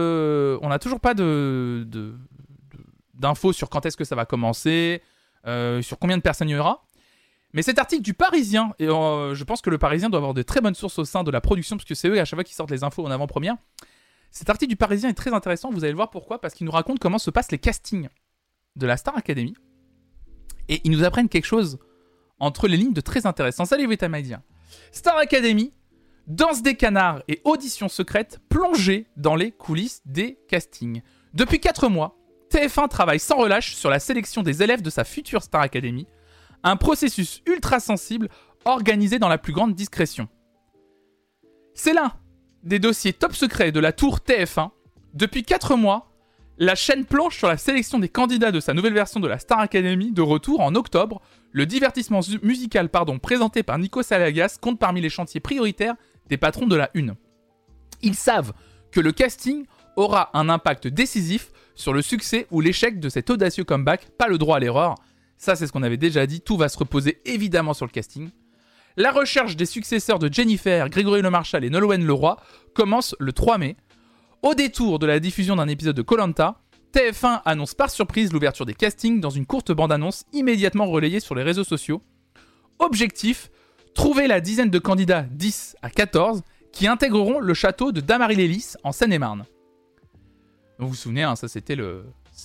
S1: d'infos sur quand est-ce que ça va commencer, sur combien de personnes il y aura. Mais cet article du Parisien, et je pense que le Parisien doit avoir de très bonnes sources au sein de la production, parce que c'est eux à chaque fois qui sortent les infos en avant-première. Cet article du Parisien est très intéressant, vous allez le voir pourquoi, parce qu'il nous raconte comment se passent les castings de la Star Academy. Et ils nous apprennent quelque chose entre les lignes de très intéressant. Salut Vitamedia. Star Academy, danse des canards et auditions secrètes plongées dans les coulisses des castings. Depuis 4 mois, TF1 travaille sans relâche sur la sélection des élèves de sa future Star Academy, un processus ultra sensible organisé dans la plus grande discrétion. C'est l'un des dossiers top secrets de la tour TF1. Depuis 4 mois, la chaîne planche sur la sélection des candidats de sa nouvelle version de la Star Academy de retour en octobre. Le divertissement musical présenté par Nico Salagas compte parmi les chantiers prioritaires des patrons de la Une. Ils savent que le casting aura un impact décisif sur le succès ou l'échec de cet audacieux comeback, pas le droit à l'erreur. Ça, c'est ce qu'on avait déjà dit, tout va se reposer évidemment sur le casting. La recherche des successeurs de Jennifer, Grégory Lemarchal et Nolwenn Leroy commence le 3 mai. Au détour de la diffusion d'un épisode de Koh-Lanta, TF1 annonce par surprise l'ouverture des castings dans une courte bande-annonce immédiatement relayée sur les réseaux sociaux. Objectif, trouver la dizaine de candidats 10 à 14 qui intégreront le château de Damary-Lélis en Seine-et-Marne. Vous vous souvenez, hein, ça c'était la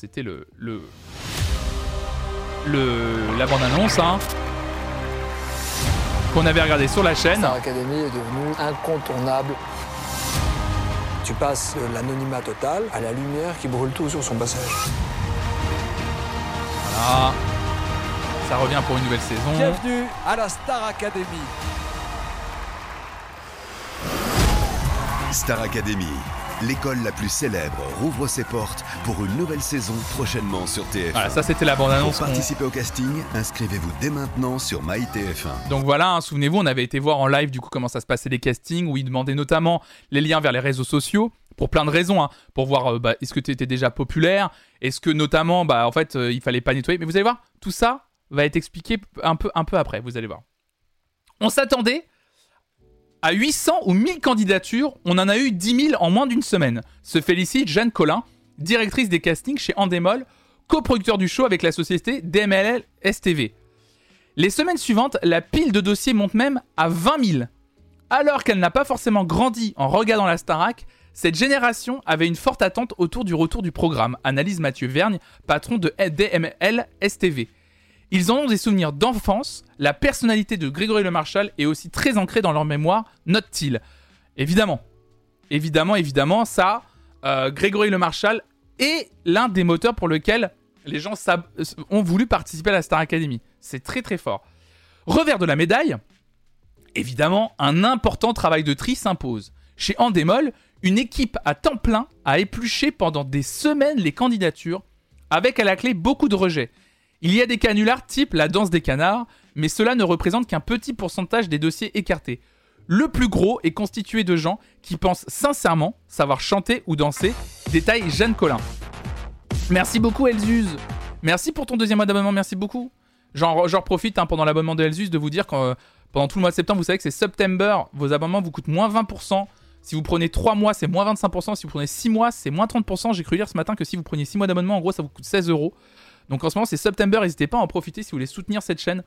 S1: bande-annonce hein, qu'on avait regardé sur la chaîne.
S3: Star Academy est devenue incontournable. Tu passes de l'anonymat total à la lumière qui brûle tout sur son passage.
S1: Voilà. Ça revient pour une nouvelle saison.
S4: Bienvenue à la Star Academy.
S5: Star Academy, l'école la plus célèbre, rouvre ses portes pour une nouvelle saison prochainement sur TF1.
S1: Voilà, ça c'était la bande-annonce.
S5: Pour participer au casting, inscrivez-vous dès maintenant sur MyTF1.
S1: Donc voilà, hein, souvenez-vous, on avait été voir en live du coup comment ça se passait les castings, où ils demandaient notamment les liens vers les réseaux sociaux, pour plein de raisons, hein, pour voir est-ce que tu étais déjà populaire, est-ce que notamment, en fait, il fallait pas nettoyer. Mais vous allez voir, tout ça va être expliqué un peu après, vous allez voir. On s'attendait à 800 ou 1000 candidatures, on en a eu 10 000 en moins d'une semaine. Se félicite Jeanne Collin, directrice des castings chez Endemol, coproducteur du show avec la société DMLL STV. Les semaines suivantes, la pile de dossiers monte même à 20 000. Alors qu'elle n'a pas forcément grandi en regardant la Starac, cette génération avait une forte attente autour du retour du programme, analyse Mathieu Vergne, patron de DML STV. Ils en ont des souvenirs d'enfance, la personnalité de Grégory Lemarchal est aussi très ancrée dans leur mémoire, note-t-il. Évidemment, ça, Grégory Lemarchal est l'un des moteurs pour lequel les gens ont voulu participer à la Star Academy. C'est très très fort. Revers de la médaille, évidemment, un important travail de tri s'impose. Chez Endemol, Une équipe à temps plein a épluché pendant des semaines les candidatures, avec à la clé beaucoup de rejets. Il y a des canulars type la danse des canards, mais cela ne représente qu'un petit pourcentage des dossiers écartés. Le plus gros est constitué de gens qui pensent sincèrement savoir chanter ou danser, détaille Jeanne Collin. Merci beaucoup Elzuz. Merci pour ton deuxième mois d'abonnement, merci beaucoup. J'en profite pendant l'abonnement de Elzuz de vous dire que pendant tout le mois de septembre, vous savez que c'est September, vos abonnements vous coûtent moins 20%. Si vous prenez 3 mois, c'est moins 25%. Si vous prenez 6 mois, c'est moins 30%. J'ai cru lire ce matin que si vous preniez 6 mois d'abonnement, en gros, ça vous coûte 16 €. Donc en ce moment, c'est September. N'hésitez pas à en profiter si vous voulez soutenir cette chaîne.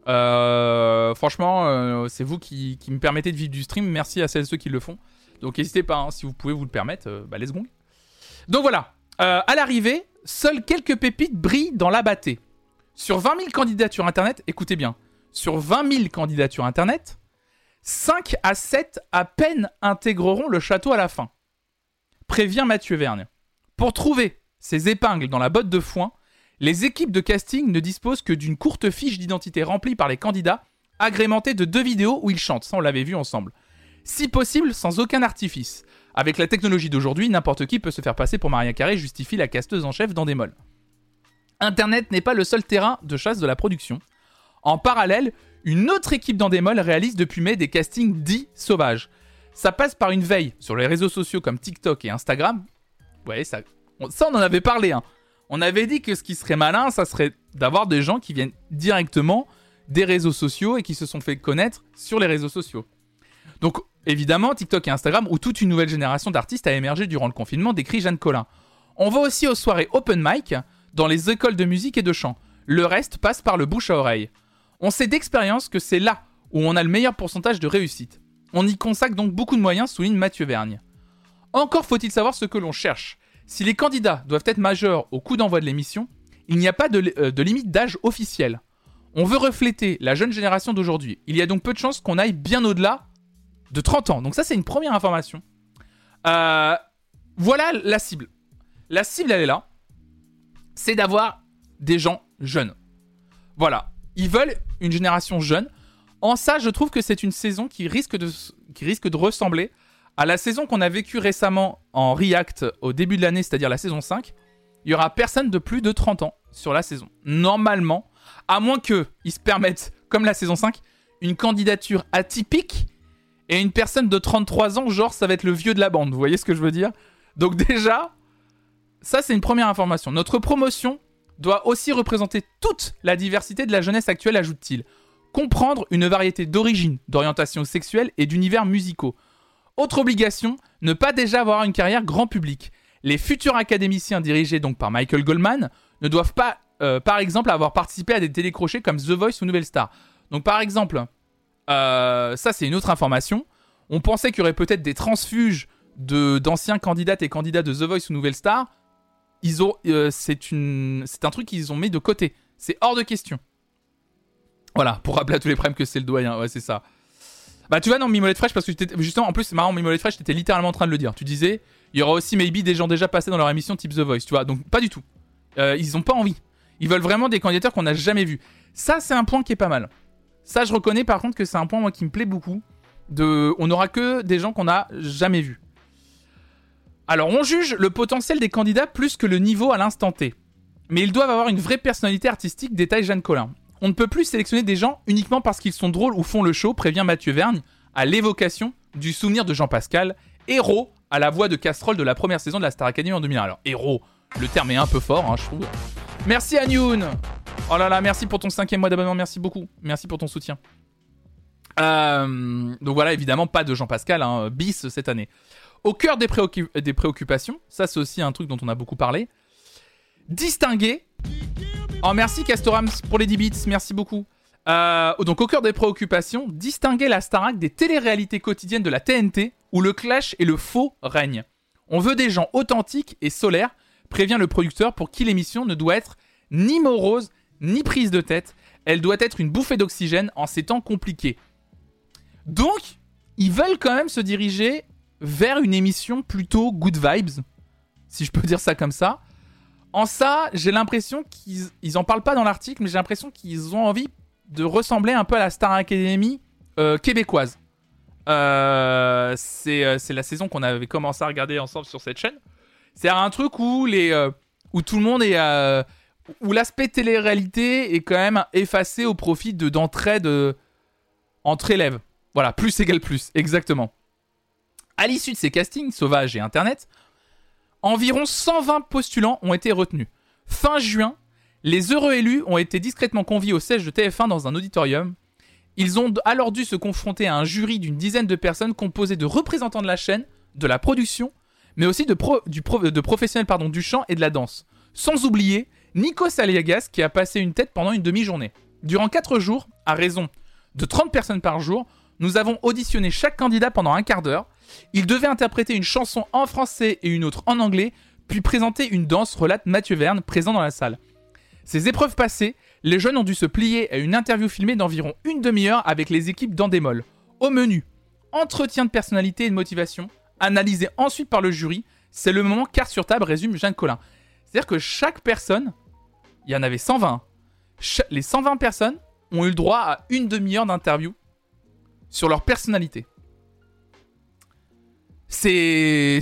S1: Franchement, c'est vous qui me permettez de vivre du stream. Merci à celles et ceux qui le font. Donc n'hésitez pas, si vous pouvez vous le permettre, let's go. Donc voilà, à l'arrivée, seules quelques pépites brillent dans l'abatté. Sur 20 000 candidatures internet, écoutez bien, sur 20 000 candidatures internet, 5 à 7 à peine intégreront le château à la fin. Prévient Mathieu Vergne. Pour trouver ces épingles dans la botte de foin, les équipes de casting ne disposent que d'une courte fiche d'identité remplie par les candidats, agrémentée de 2 vidéos où ils chantent. Ça, on l'avait vu ensemble. Si possible, sans aucun artifice. Avec la technologie d'aujourd'hui, n'importe qui peut se faire passer pour Maria Carré, justifie la casteuse en chef d'Endemol. Internet n'est pas le seul terrain de chasse de la production. En parallèle, une autre équipe d'Endemol réalise depuis mai des castings dits sauvages. Ça passe par une veille sur les réseaux sociaux comme TikTok et Instagram. Ouais, ça on en avait parlé, hein. On avait dit que ce qui serait malin, ça serait d'avoir des gens qui viennent directement des réseaux sociaux et qui se sont fait connaître sur les réseaux sociaux. Donc, évidemment, TikTok et Instagram, où toute une nouvelle génération d'artistes a émergé durant le confinement, décrit Jeanne Collin. On va aussi aux soirées open mic dans les écoles de musique et de chant. Le reste passe par le bouche à oreille. On sait d'expérience que c'est là où on a le meilleur pourcentage de réussite. On y consacre donc beaucoup de moyens, souligne Mathieu Vergne. Encore faut-il savoir ce que l'on cherche. Si les candidats doivent être majeurs au coup d'envoi de l'émission, il n'y a pas de limite d'âge officielle. On veut refléter la jeune génération d'aujourd'hui. Il y a donc peu de chances qu'on aille bien au-delà de 30 ans. Donc ça, c'est une première information. Voilà la cible. La cible, elle est là. C'est d'avoir des gens jeunes. Voilà. Ils veulent une génération jeune. En ça, je trouve que c'est une saison qui risque de ressembler à la saison qu'on a vécue récemment en React au début de l'année, c'est-à-dire la saison 5. Il n'y aura personne de plus de 30 ans sur la saison. Normalement, à moins qu'ils se permettent, comme la saison 5, une candidature atypique et une personne de 33 ans, genre ça va être le vieux de la bande. Vous voyez ce que je veux dire ? Donc déjà, ça c'est une première information. Notre promotion doit aussi représenter toute la diversité de la jeunesse actuelle, ajoute-t-il. Comprendre une variété d'origines, d'orientations sexuelles et d'univers musicaux. Autre obligation, ne pas déjà avoir une carrière grand public. Les futurs académiciens dirigés donc par Michael Goldman ne doivent pas, par exemple, avoir participé à des télécrochets comme The Voice ou Nouvelle Star. Donc par exemple, ça c'est une autre information. On pensait qu'il y aurait peut-être des transfuges d'anciens candidates et candidats de The Voice ou Nouvelle Star. C'est un truc qu'ils ont mis de côté. C'est hors de question. Voilà, pour rappeler à tous les problèmes que c'est le doyen. Ouais, c'est ça. Bah tu vois, non, Mimolette Fraîche, parce que justement, en plus c'est marrant, Mimolette Fraîche, t'étais littéralement en train de le dire. Tu disais, il y aura aussi maybe des gens déjà passés dans leur émission type The Voice, tu vois. Donc pas du tout. Ils ont pas envie. Ils veulent vraiment des candidatures qu'on n'a jamais vus. Ça, c'est un point qui est pas mal. Ça, je reconnais par contre que c'est un point, moi, qui me plaît beaucoup. On n'aura que des gens qu'on n'a jamais vus. Alors, on juge le potentiel des candidats plus que le niveau à l'instant T. Mais ils doivent avoir une vraie personnalité artistique, détaille Jeanne Collin. On ne peut plus sélectionner des gens uniquement parce qu'ils sont drôles ou font le show, prévient Mathieu Vergne, à l'évocation du souvenir de Jean Pascal, héros à la voix de casserole de la première saison de la Star Academy en 2001. Alors, héros, le terme est un peu fort, hein, je trouve. Merci Anyoun. Oh là là, merci pour ton 5e mois d'abonnement, merci beaucoup. Merci pour ton soutien. Donc voilà, évidemment, pas de Jean Pascal, hein, bis cette année. Au cœur des préoccupations, ça c'est aussi un truc dont on a beaucoup parlé, distinguer... Oh merci Castorams pour les 10 bits, merci beaucoup. Donc au cœur des préoccupations, distinguer la Starac des téléréalités quotidiennes de la TNT où le clash et le faux règnent. On veut des gens authentiques et solaires, prévient le producteur, pour qui l'émission ne doit être ni morose ni prise de tête. Elle doit être une bouffée d'oxygène en ces temps compliqués. Donc, ils veulent quand même se diriger vers une émission plutôt good vibes, si je peux dire ça comme ça. En ça, j'ai l'impression qu'ils en parlent pas dans l'article, mais j'ai l'impression qu'ils ont envie de ressembler un peu à la Star Academy québécoise. c'est la saison qu'on avait commencé à regarder ensemble sur cette chaîne. C'est un truc où où tout le monde est où l'aspect télé-réalité est quand même effacé au profit d'entraide entre élèves. Voilà, plus égale plus, exactement. À l'issue de ces castings sauvages et internet, environ 120 postulants ont été retenus. Fin juin, les heureux élus ont été discrètement conviés au siège de TF1 dans un auditorium. Ils ont alors dû se confronter à un jury d'une dizaine de personnes composé de représentants de la chaîne, de la production, mais aussi de professionnels du chant et de la danse. Sans oublier Nikos Aliagas qui a passé une tête pendant une demi-journée. Durant 4 jours, à raison de 30 personnes par jour, nous avons auditionné chaque candidat pendant un quart d'heure. Il devait interpréter une chanson en français et une autre en anglais, puis présenter une danse, relate Mathieu Verne, présent dans la salle. Ces épreuves passées, les jeunes ont dû se plier à une interview filmée d'environ une demi-heure avec les équipes d'Endemol. Au menu, entretien de personnalité et de motivation, analysé ensuite par le jury. C'est le moment carte sur table, résume Jeanne Collin. C'est-à-dire que chaque personne, il y en avait 120. Les 120 personnes ont eu le droit à une demi-heure d'interview sur leur personnalité. C'est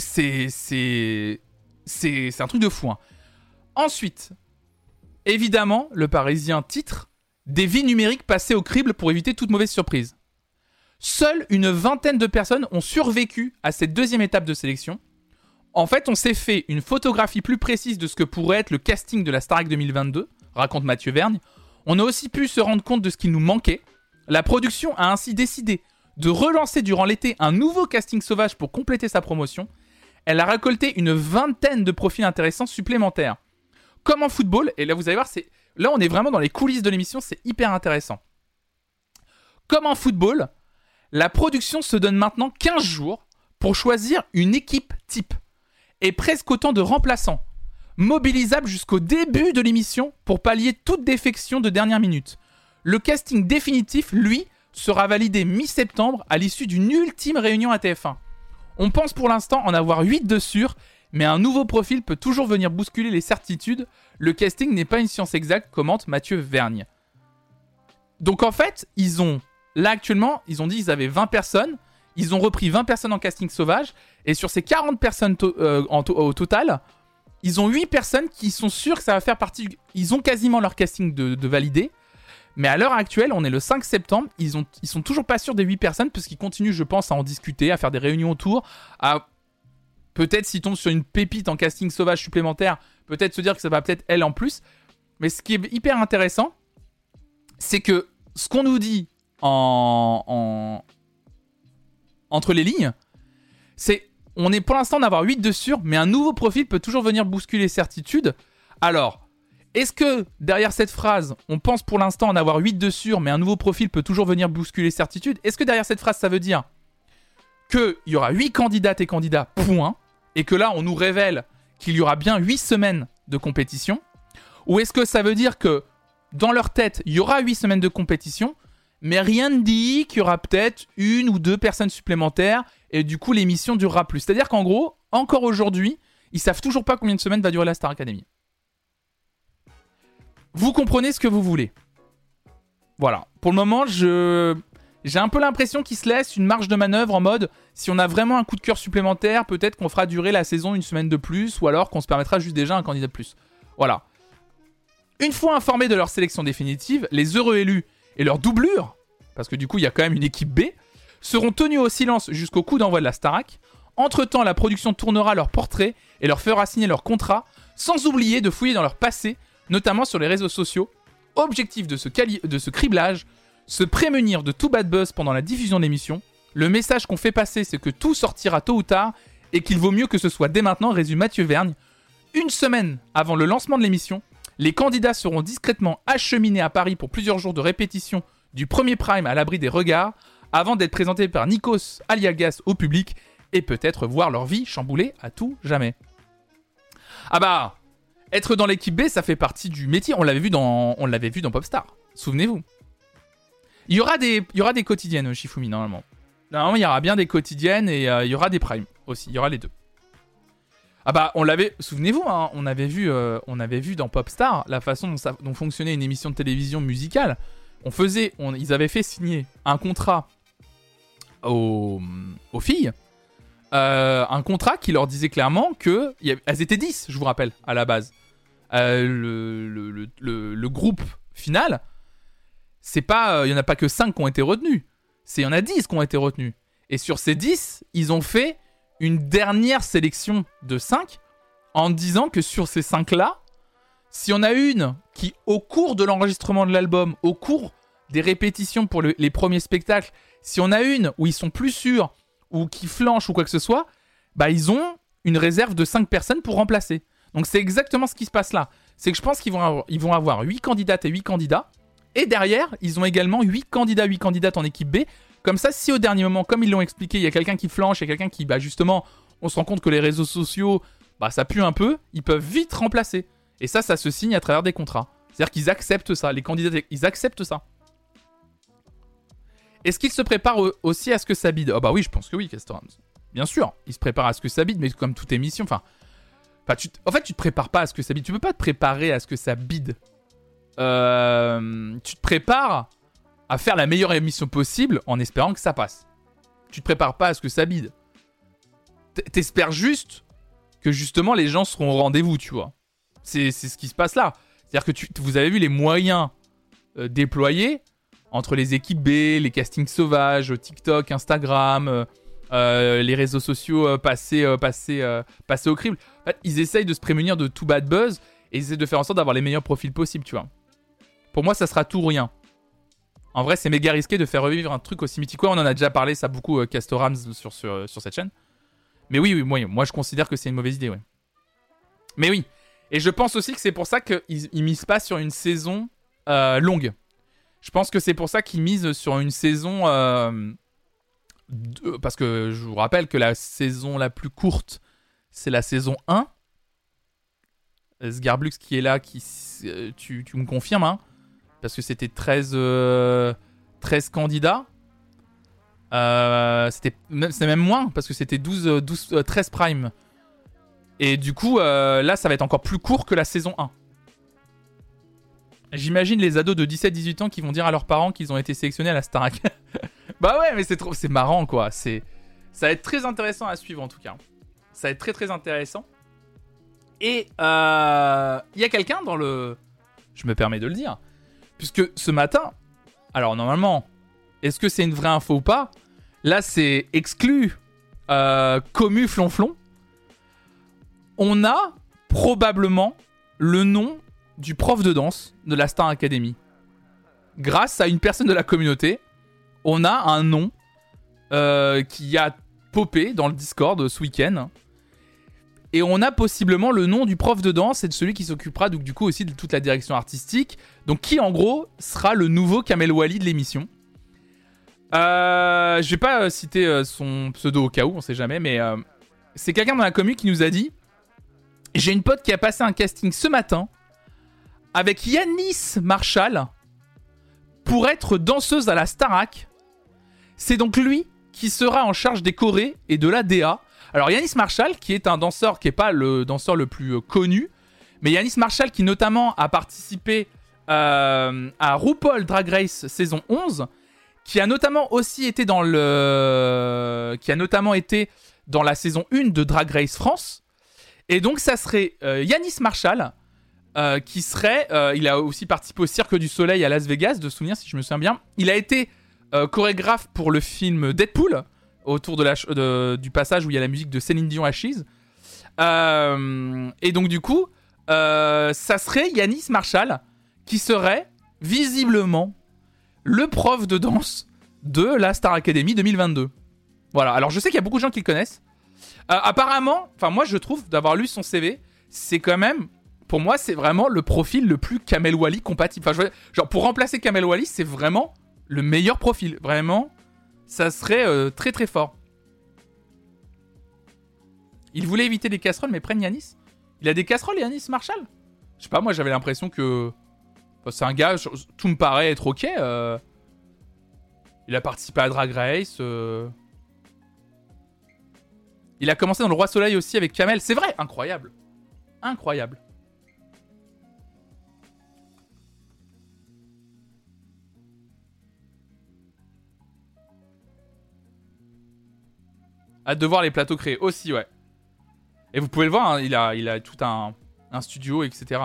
S1: un truc de fou. Hein. Ensuite, évidemment, le Parisien titre « Des vies numériques passées au crible pour éviter toute mauvaise surprise ». Seule une vingtaine de personnes ont survécu à cette deuxième étape de sélection. En fait, on s'est fait une photographie plus précise de ce que pourrait être le casting de la Starac 2022, raconte Mathieu Vergne. On a aussi pu se rendre compte de ce qui nous manquait. La production a ainsi décidé de relancer durant l'été un nouveau casting sauvage pour compléter sa promotion. Elle a récolté une vingtaine de profils intéressants supplémentaires. Comme en football, et là vous allez voir, là on est vraiment dans les coulisses de l'émission, c'est hyper intéressant. Comme en football, la production se donne maintenant 15 jours pour choisir une équipe type et presque autant de remplaçants, mobilisables jusqu'au début de l'émission pour pallier toute défection de dernière minute. Le casting définitif, lui, sera validé mi-septembre à l'issue d'une ultime réunion à TF1. On pense pour l'instant en avoir 8 de sûrs, mais un nouveau profil peut toujours venir bousculer les certitudes. Le casting n'est pas une science exacte, commente Mathieu Vergne. Donc en fait, là actuellement, ils ont dit qu'ils avaient 20 personnes, ils ont repris 20 personnes en casting sauvage, et sur ces 40 personnes au total, ils ont 8 personnes qui sont sûres que ça va faire partie... Ils ont quasiment leur casting de validé, mais à l'heure actuelle, on est le 5 septembre, ils sont toujours pas sûrs des 8 personnes, parce qu'ils continuent, je pense, à en discuter, à faire des réunions autour, à... Peut-être s'ils tombent sur une pépite en casting sauvage supplémentaire, peut-être se dire que ça va peut-être elle en plus. Mais ce qui est hyper intéressant, c'est que ce qu'on nous dit entre les lignes, c'est on est pour l'instant d'avoir 8 de sûr, mais un nouveau profil peut toujours venir bousculer les certitudes. Alors, est-ce que derrière cette phrase, on pense pour l'instant en avoir 8 de sûr, mais un nouveau profil peut toujours venir bousculer les certitudes? Est-ce que derrière cette phrase, ça veut dire qu'il y aura 8 candidates et candidats, point, et que là, on nous révèle qu'il y aura bien 8 semaines de compétition? Ou est-ce que ça veut dire que, dans leur tête, il y aura 8 semaines de compétition, mais rien ne dit qu'il y aura peut-être 1 ou 2 personnes supplémentaires, et du coup, l'émission durera plus? C'est-à-dire qu'en gros, encore aujourd'hui, ils savent toujours pas combien de semaines va durer la Star Academy. Vous comprenez ce que vous voulez. Voilà. Pour le moment, j'ai un peu l'impression qu'ils se laissent une marge de manœuvre en mode, si on a vraiment un coup de cœur supplémentaire, peut-être qu'on fera durer la saison une semaine de plus, ou alors qu'on se permettra juste déjà un candidat de plus. Voilà. Une fois informés de leur sélection définitive, les heureux élus et leur doublure, parce que du coup il y a quand même une équipe B, seront tenus au silence jusqu'au coup d'envoi de la Starac. Entre-temps, la production tournera leur portrait et leur fera signer leur contrat, sans oublier de fouiller dans leur passé, notamment sur les réseaux sociaux. Objectif de ce criblage, se prémunir de tout bad buzz pendant la diffusion de l'émission. Le message qu'on fait passer, c'est que tout sortira tôt ou tard et qu'il vaut mieux que ce soit dès maintenant, résume Mathieu Vergne. Une semaine avant le lancement de l'émission, les candidats seront discrètement acheminés à Paris pour plusieurs jours de répétition du premier prime à l'abri des regards, avant d'être présentés par Nikos Aliagas au public et peut-être voir leur vie chamboulée à tout jamais. Ah bah, être dans l'équipe B, ça fait partie du métier. On l'avait vu dans Popstar. Souvenez-vous. Il y aura des quotidiennes, Shifumi, normalement. Normalement, il y aura bien des quotidiennes et il y aura des primes aussi. Il y aura les deux. Ah bah, souvenez-vous, hein, on avait vu dans Popstar la façon dont fonctionnait une émission de télévision musicale. Ils avaient fait signer un contrat aux filles un contrat qui leur disait clairement qu'elles étaient 10, je vous rappelle, à la base. Le groupe final, c'est pas, il y en a pas que 5 qui ont été retenus. Il y en a 10 qui ont été retenus. Et sur ces 10, ils ont fait une dernière sélection de 5 en disant que sur ces 5-là, si on a une qui, au cours de l'enregistrement de l'album, au cours des répétitions pour les premiers spectacles, si on a une où ils sont plus sûrs ou qui flanchent ou quoi que ce soit, bah ils ont une réserve de 5 personnes pour remplacer. Donc c'est exactement ce qui se passe là. C'est que je pense qu'ils vont avoir 8 candidates et 8 candidats. Et derrière, ils ont également 8 candidats, 8 candidates en équipe B. Comme ça, si au dernier moment, comme ils l'ont expliqué, il y a quelqu'un qui flanche, il y a quelqu'un qui, bah justement, on se rend compte que les réseaux sociaux, bah ça pue un peu, ils peuvent vite remplacer. Et ça se signe à travers des contrats. C'est-à-dire qu'ils acceptent ça, les candidats, ils acceptent ça. Est-ce qu'ils se préparent aussi à ce que ça bide ? Oh bah oui, je pense que oui, Castorams. Bien sûr, ils se préparent à ce que ça bide, mais comme toute émission, en fait, tu te prépares pas à ce que ça bide. Tu peux pas te préparer à ce que ça bide. Tu te prépares à faire la meilleure émission possible en espérant que ça passe. Tu te prépares pas à ce que ça bide. T'espères juste que justement les gens seront au rendez-vous, tu vois. C'est ce qui se passe là. C'est-à-dire que vous avez vu les moyens déployés entre les équipes B, les castings sauvages, TikTok, Instagram, les réseaux sociaux passés au crible. En fait, ils essayent de se prémunir de tout bad buzz et ils essaient de faire en sorte d'avoir les meilleurs profils possibles, tu vois. Pour moi, ça sera tout ou rien. En vrai, c'est méga risqué de faire revivre un truc aussi mythique. Ouais, on en a déjà parlé, ça beaucoup, Castorams, sur cette chaîne. Mais oui, moi, je considère que c'est une mauvaise idée, ouais. Mais oui. Et je pense aussi que c'est pour ça qu'ils misent pas sur une saison longue. Je pense que c'est pour ça qu'ils misent sur une saison... parce que je vous rappelle que la saison la plus courte, c'est la saison 1. Sgarblux qui est là, tu me confirmes, hein, parce que c'était 13 candidats. C'est même moins, parce que c'était 13 prime. Et du coup, là, ça va être encore plus court que la saison 1. J'imagine les ados de 17-18 ans qui vont dire à leurs parents qu'ils ont été sélectionnés à la Starac. Bah ouais, mais c'est marrant, quoi. Ça va être très intéressant à suivre, en tout cas. Ça va être très, très intéressant. Et il y a quelqu'un dans le... Je me permets de le dire. Puisque ce matin... Alors, normalement, est-ce que c'est une vraie info ou pas ? Là, c'est exclu commu flonflon. On a probablement le nom du prof de danse de la Star Academy. Grâce à une personne de la communauté, on a un nom qui a popé dans le Discord ce week-end. Et on a possiblement le nom du prof de danse et de celui qui s'occupera donc, du coup aussi de toute la direction artistique. Donc qui en gros sera le nouveau Kamel Wally de l'émission. Je vais pas citer son pseudo au cas où, on sait jamais, mais c'est quelqu'un dans la commu qui nous a dit: j'ai une pote qui a passé un casting ce matin avec Yanis Marshall pour être danseuse à la Starac. C'est donc lui qui sera en charge des chorés et de la DA. Alors Yanis Marshall, qui est un danseur qui n'est pas le danseur le plus connu, mais Yanis Marshall qui notamment a participé à RuPaul Drag Race saison 11, qui a notamment aussi été dans la saison 1 de Drag Race France. Et donc ça serait Yanis Marshall qui serait... il a aussi participé au Cirque du Soleil à Las Vegas, de souvenir si je me souviens bien. Il a été chorégraphe pour le film Deadpool, autour du passage où il y a la musique de Céline Dion Ashes. Et donc du coup, ça serait Yanis Marshall qui serait visiblement le prof de danse de la Star Academy 2022. Voilà, alors je sais qu'il y a beaucoup de gens qui le connaissent. Apparemment, enfin moi je trouve, d'avoir lu son CV, c'est quand même, pour moi c'est vraiment le profil le plus Kamel Wally compatible. Enfin, genre pour remplacer Kamel Wally, c'est vraiment le meilleur profil. Vraiment, ça serait très très fort. Il voulait éviter les casseroles, mais prenne Yanis. Il a des casseroles, Yanis Marshall ? Je sais pas, moi j'avais l'impression que... Enfin, c'est un gars, tout me paraît être ok. Il a participé à Drag Race. Il a commencé dans Le Roi Soleil aussi avec Kamel. C'est vrai, incroyable. Incroyable. Hâte de voir les plateaux créés aussi, ouais. Et vous pouvez le voir, hein, il a tout un studio, etc.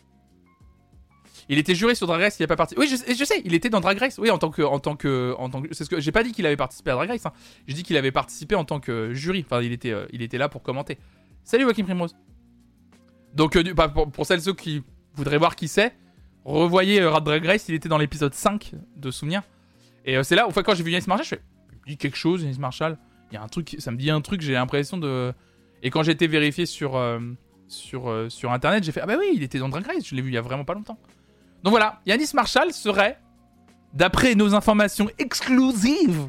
S1: Il était juré sur Drag Race, il n'a pas participé. Oui, je sais, il était dans Drag Race. Oui, en tant que. C'est ce que j'ai pas dit qu'il avait participé à Drag Race. Hein. J'ai dit qu'il avait participé en tant que jury. Enfin, il était là pour commenter. Salut Joachim Primrose. Donc, pour celles et ceux qui voudraient voir qui c'est, revoyez Drag Race. Il était dans l'épisode 5 de Souvenir. Et c'est là, enfin, quand j'ai vu Yanis Marshall, je fais, il dit quelque chose, Yanis Marshall. Il y a un truc, ça me dit un truc. J'ai l'impression de. Et quand j'ai été vérifié sur internet, j'ai fait, ah bah oui, il était dans Drag Race. Je l'ai vu il y a vraiment pas longtemps. Donc voilà, Yanis Marshall serait, d'après nos informations exclusives,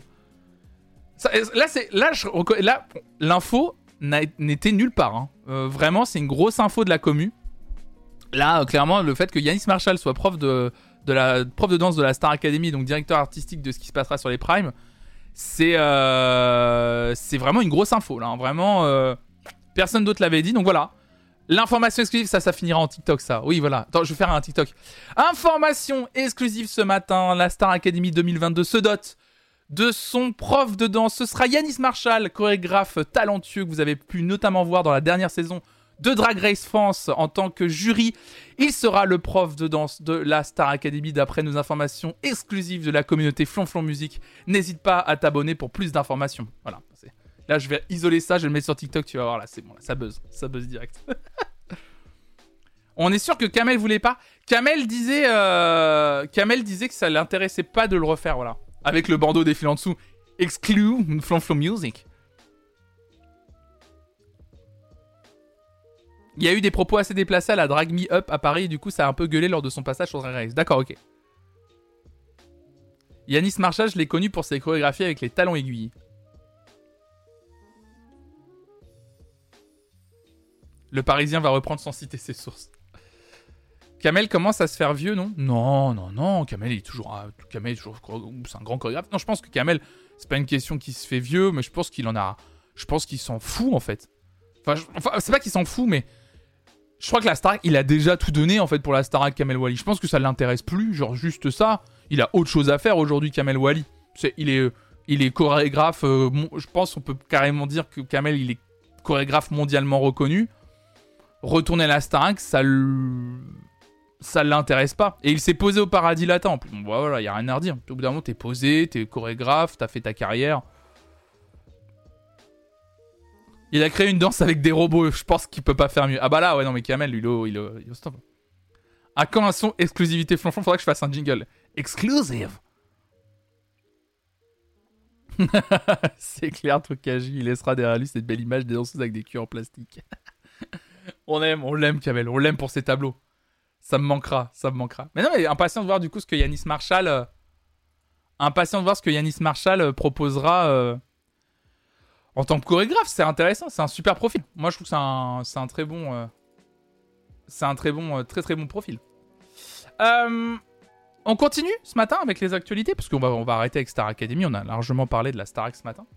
S1: l'info n'était nulle part. Hein. Vraiment, c'est une grosse info de la commu. Là, clairement, le fait que Yanis Marshall soit prof de danse de la Star Academy, donc directeur artistique de ce qui se passera sur les Primes, c'est vraiment une grosse info. Là, hein. Vraiment, personne d'autre l'avait dit. Donc voilà. L'information exclusive, ça finira en TikTok, ça. Oui, voilà. Attends, je vais faire un TikTok. Information exclusive ce matin. La Star Academy 2022 se dote de son prof de danse. Ce sera Yanis Marshall, chorégraphe talentueux que vous avez pu notamment voir dans la dernière saison de Drag Race France en tant que jury. Il sera le prof de danse de la Star Academy d'après nos informations exclusives de la communauté Flonflon Musique. N'hésite pas à t'abonner pour plus d'informations. Voilà. Là, je vais isoler ça, je vais le mettre sur TikTok, tu vas voir, là, c'est bon, là, ça buzz direct. On est sûr que Kamel voulait pas. Kamel disait que ça l'intéressait pas de le refaire, voilà. Avec le bandeau défilant en dessous. Exclu Flonflon Music. Il y a eu des propos assez déplacés à la Drag Me Up à Paris, et du coup, ça a un peu gueulé lors de son passage sur Drag Race. D'accord, ok. Yanis Marshall, je l'ai connu pour ses chorégraphies avec les talons aiguilles. Le Parisien va reprendre sans citer ses sources. Kamel commence à se faire vieux, non ? Non. Kamel est toujours... c'est un grand chorégraphe. Non, je pense que Kamel, c'est pas une question qui se fait vieux, mais je pense qu'il en a... Je pense qu'il s'en fout, en fait. Enfin, c'est pas qu'il s'en fout, mais... Je crois que la Starac, il a déjà tout donné, en fait, pour la Starac Kamel Wally. Je pense que ça l'intéresse plus, genre juste ça. Il a autre chose à faire aujourd'hui, Kamel Wally. Il est chorégraphe... je pense qu'on peut carrément dire que Kamel, il est chorégraphe mondialement reconnu. Retourner à la Starac, ça l'intéresse pas. Et il s'est posé au paradis latin. Bon, voilà, il n'y a rien à redire. Au bout d'un moment, t'es posé, t'es chorégraphe, t'as fait ta carrière. Il a créé une danse avec des robots. Je pense qu'il peut pas faire mieux. Ah bah là, ouais, non, mais Kamel, lui, il est au stop. À quand un son exclusivité Flonflon ? Faudrait que je fasse un jingle. Exclusive. C'est clair, Tokaji. Il laissera derrière lui cette belle image des danseuses avec des culs en plastique. On l'aime, Kamel. On l'aime pour ses tableaux. Ça me manquera. Mais non, mais impatient de voir du coup ce que Yanis Marshall... proposera en tant que chorégraphe. C'est intéressant. C'est un super profil. Moi, je trouve que c'est un très bon... très très bon profil. On continue ce matin avec les actualités, parce qu'on va arrêter avec Star Academy. On a largement parlé de la Starac ce matin.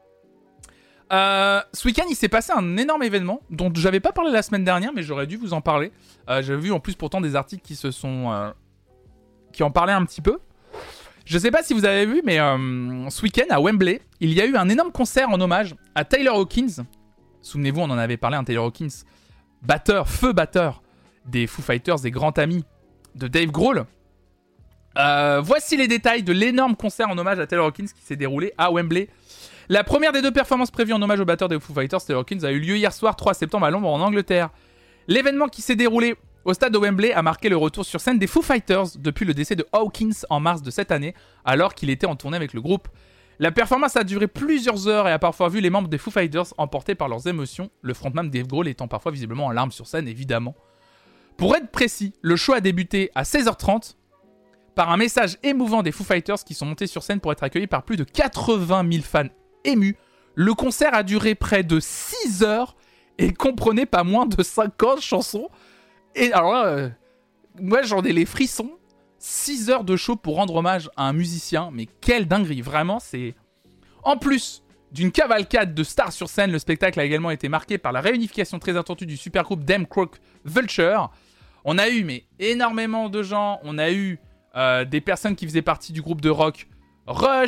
S1: Ce week-end, il s'est passé un énorme événement dont j'avais pas parlé la semaine dernière, mais j'aurais dû vous en parler. J'avais vu en plus pourtant des articles qui en parlaient un petit peu. Je sais pas si vous avez vu, mais ce week-end à Wembley, il y a eu un énorme concert en hommage à Taylor Hawkins. Souvenez-vous, on en avait parlé, Taylor Hawkins, feu batteur des Foo Fighters et grand ami de Dave Grohl. Voici les détails de l'énorme concert en hommage à Taylor Hawkins qui s'est déroulé à Wembley. La première des deux performances prévues en hommage au batteur des Foo Fighters, Taylor Hawkins, a eu lieu hier soir 3 septembre à Londres en Angleterre. L'événement qui s'est déroulé au stade de Wembley a marqué le retour sur scène des Foo Fighters depuis le décès de Hawkins en mars de cette année, alors qu'il était en tournée avec le groupe. La performance a duré plusieurs heures et a parfois vu les membres des Foo Fighters emportés par leurs émotions, le frontman Dave Grohl étant parfois visiblement en larmes sur scène, évidemment. Pour être précis, le show a débuté à 16h30 par un message émouvant des Foo Fighters qui sont montés sur scène pour être accueillis par plus de 80 000 fans émus. Le concert a duré près de 6 heures et comprenait pas moins de 50 chansons. Et alors là, moi j'en ai les frissons. 6 heures de show pour rendre hommage à un musicien, mais quelle dinguerie, vraiment, c'est... En plus d'une cavalcade de stars sur scène, le spectacle a également été marqué par la réunification très attendue du supergroupe Damn Crook Vulture. On a eu énormément de gens, on a eu des personnes qui faisaient partie du groupe de rock Rush,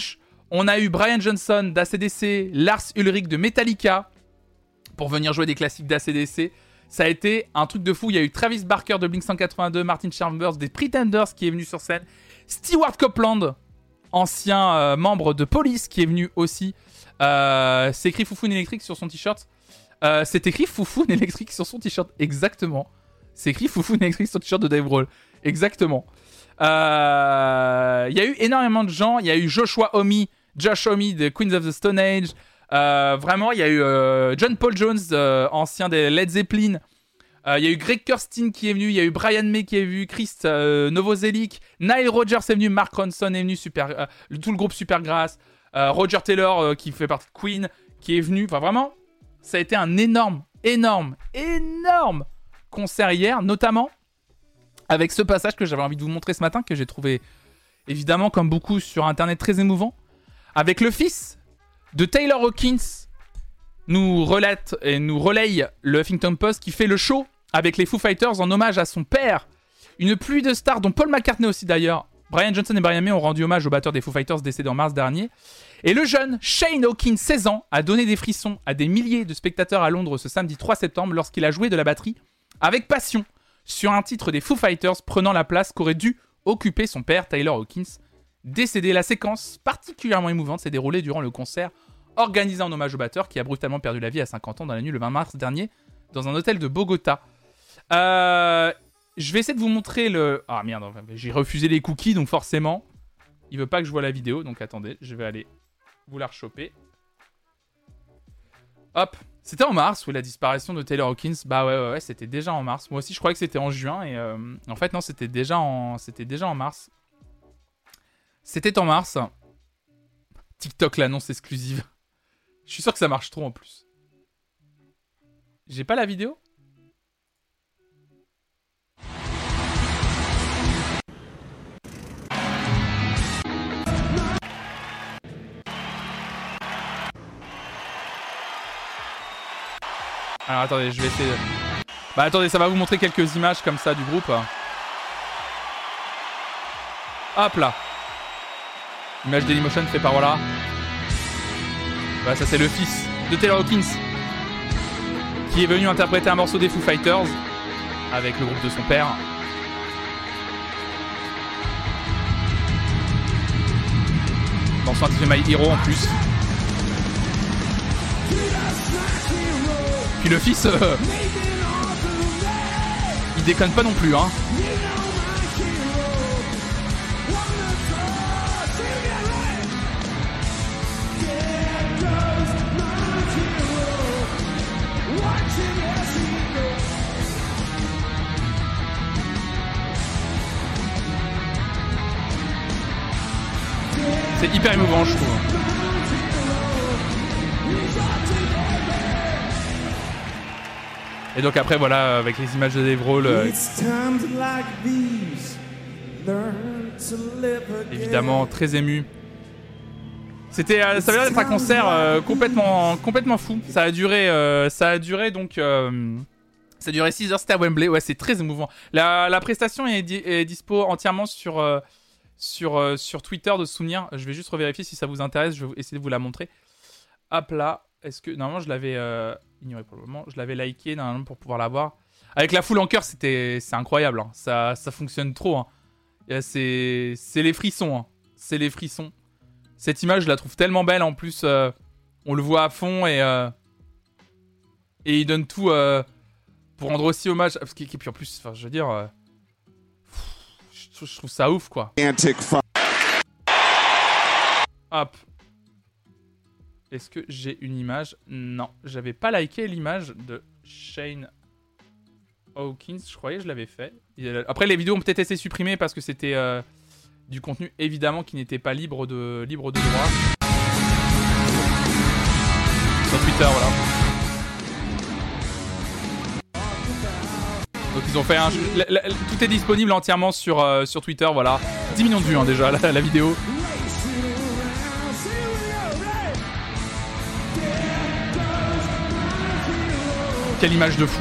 S1: On a eu Brian Johnson d'ACDC, Lars Ulrich de Metallica pour venir jouer des classiques d'ACDC. Ça a été un truc de fou. Il y a eu Travis Barker de Blink-182, Martin Chambers des Pretenders qui est venu sur scène, Stewart Copeland, ancien membre de Police, qui est venu aussi. C'est écrit Foufoune électrique sur son t-shirt. C'est écrit Foufoune électrique sur son t-shirt, exactement. C'est écrit Foufoune électrique sur le t-shirt de Dave Grohl, exactement. Il y a eu énormément de gens. Il y a eu Josh Homme de Queens of the Stone Age. Vraiment, il y a eu John Paul Jones, ancien des Led Zeppelin. Il y a eu Greg Kurstin qui est venu. Il y a eu Brian May qui est venu. Chris Novoselic. Nile Rodgers est venu. Mark Ronson est venu. Tout le groupe Supergrass. Roger Taylor qui fait partie de Queen qui est venu. Enfin, vraiment, ça a été un énorme concert hier, notamment avec ce passage que j'avais envie de vous montrer ce matin, que j'ai trouvé évidemment comme beaucoup sur internet très émouvant, avec le fils de Taylor Hawkins nous relaye le Huffington Post qui fait le show avec les Foo Fighters en hommage à son père. Une pluie de stars, dont Paul McCartney aussi d'ailleurs. Brian Johnson et Brian May ont rendu hommage au batteur des Foo Fighters décédé en mars dernier. Et le jeune Shane Hawkins, 16 ans, a donné des frissons à des milliers de spectateurs à Londres ce samedi 3 septembre lorsqu'il a joué de la batterie avec passion sur un titre des Foo Fighters prenant la place qu'aurait dû occuper son père Taylor Hawkins, décédé. La séquence particulièrement émouvante s'est déroulée durant le concert organisé en hommage au batteur qui a brutalement perdu la vie à 50 ans dans la nuit le 20 mars dernier dans un hôtel de Bogota. Je vais essayer de vous montrer le... Ah merde, j'ai refusé les cookies, donc forcément, il veut pas que je voie la vidéo. Donc attendez, je vais aller vous la rechoper. Hop, c'était en mars, oui, la disparition de Taylor Hawkins. Bah ouais, c'était déjà en mars. Moi aussi, je croyais que c'était en juin. Et en fait, non, c'était déjà en mars. C'était en mars. TikTok, l'annonce exclusive. Je suis sûr que ça marche trop en plus. J'ai pas la vidéo ? Alors attendez, je vais essayer de... Bah attendez, ça va vous montrer quelques images comme ça du groupe. Hop là. Image Dailymotion fait par voilà. Voilà, ça c'est le fils de Taylor Hawkins qui est venu interpréter un morceau des Foo Fighters avec le groupe de son père. Morceau intitulé My Hero en plus. Puis le fils, il déconne pas non plus, hein. C'est hyper émouvant, je trouve. Et donc après, voilà, avec les images de Dave Grohl, évidemment très ému. C'était, ça avait l'air d'être un concert complètement fou. Ça a duré donc, ça a duré 6 heures. C'était à Wembley. Ouais, c'est très émouvant. La prestation est dispo entièrement sur Twitter de souvenir. Je vais juste revérifier si ça vous intéresse. Je vais essayer de vous la montrer. Hop là. Est-ce que normalement je l'avais ignoré pour le moment. Je l'avais liké normalement pour pouvoir la voir. Avec la foule en chœur, c'est incroyable. Hein. Ça fonctionne trop. Hein. C'est les frissons. Hein. C'est les frissons. Cette image, je la trouve tellement belle. En plus, on le voit à fond et il donne tout pour rendre aussi hommage. Parce puis en plus, je veux dire, je trouve ça ouf, quoi. Hop. Est-ce que j'ai une image ? Non, j'avais pas liké l'image de Shane Hawkins. Je croyais que je l'avais fait. Après, les vidéos ont peut-être été supprimées parce que c'était du contenu évidemment qui n'était pas libre de droit. Sur Twitter, voilà. Donc ils ont fait un... tout est disponible entièrement sur Twitter, voilà. 10 millions de vues hein, déjà la vidéo. Quelle image de fou.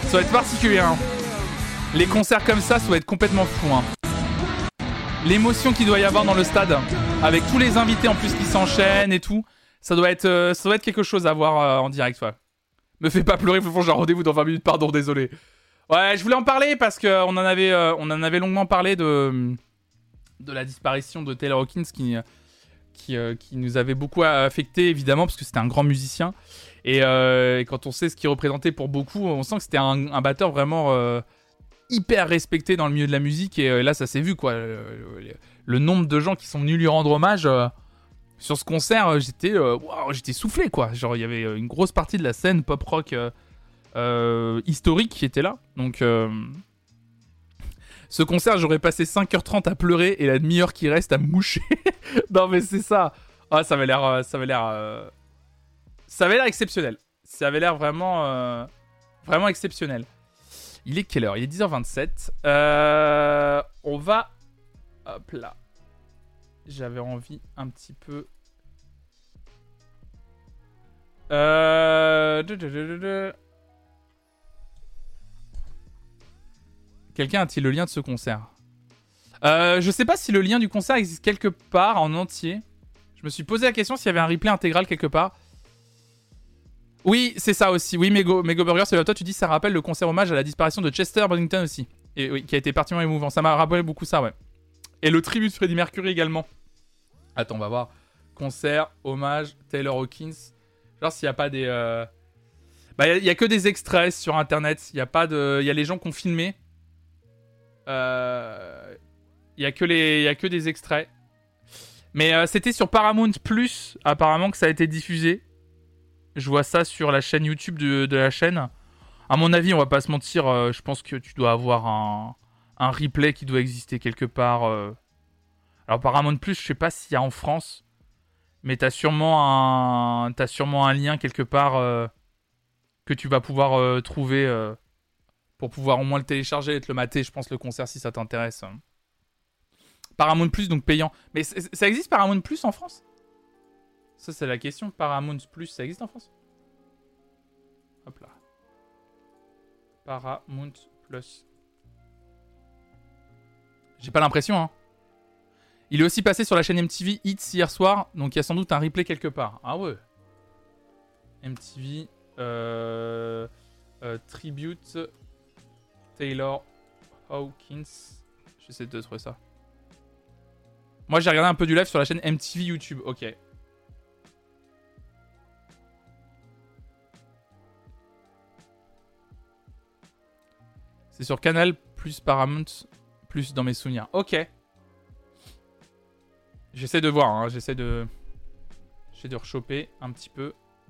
S1: Ça va être particulier, hein. Les concerts comme ça va être complètement fou, hein. L'émotion qu'il doit y avoir dans le stade, avec tous les invités en plus qui s'enchaînent et tout, ça doit être quelque chose à voir en direct, ouais. Me fais pas pleurer, faut j'ai un rendez-vous dans 20 minutes, pardon, désolé. Ouais, je voulais en parler parce qu'on en avait longuement parlé de la disparition de Taylor Hawkins qui nous avait beaucoup affecté, évidemment, parce que c'était un grand musicien. Et quand on sait ce qu'il représentait pour beaucoup, on sent que c'était un batteur vraiment hyper respecté dans le milieu de la musique. Et là, ça s'est vu, quoi. Le nombre de gens qui sont venus lui rendre hommage sur ce concert, j'étais soufflé, quoi. Genre, il y avait une grosse partie de la scène pop-rock historique qui était là. Donc, ce concert, j'aurais passé 5h30 à pleurer et la demi-heure qui reste à me moucher. Non, mais c'est ça. Ah, ça avait l'air exceptionnel. Ça avait l'air vraiment exceptionnel. Il est quelle heure ? Il est 10h27. On va... Hop là. J'avais envie un petit peu... Quelqu'un a-t-il le lien de ce concert ? Je sais pas si le lien du concert existe quelque part en entier. Je me suis posé la question s'il y avait un replay intégral quelque part. Oui, c'est ça aussi. Oui, Mego Burger, c'est toi, tu dis ça rappelle le concert hommage à la disparition de Chester Bennington aussi. Et oui, qui a été particulièrement émouvant. Ça m'a rappelé beaucoup ça, ouais. Et le tribut de Freddie Mercury également. Attends, on va voir. Concert, hommage, Taylor Hawkins. Genre s'il n'y a pas des... il y a que des extraits sur internet. Il y a les gens qui ont filmé. Il y a que des extraits. Mais c'était sur Paramount Plus, apparemment, que ça a été diffusé. Je vois ça sur la chaîne YouTube de la chaîne. À mon avis, on va pas se mentir, je pense que tu dois avoir un replay qui doit exister quelque part. Alors Paramount Plus, je sais pas s'il y a en France, mais t'as sûrement un lien quelque part que tu vas pouvoir trouver pour pouvoir au moins le télécharger et te le mater. Je pense le concert si ça t'intéresse. Paramount Plus, donc payant. Mais ça existe Paramount Plus en France ? Ça, c'est la question. Paramount Plus, ça existe en France ? Hop là. Paramount Plus. J'ai pas l'impression, hein. Il est aussi passé sur la chaîne MTV Hits hier soir, donc il y a sans doute un replay quelque part. Ah ouais. MTV Tribute Taylor Hawkins. J'essaie de trouver ça. Moi, j'ai regardé un peu du live sur la chaîne MTV YouTube. Ok. C'est sur Canal plus Paramount plus dans mes souvenirs. Ok. J'essaie de voir, hein. J'essaie de rechoper un petit peu.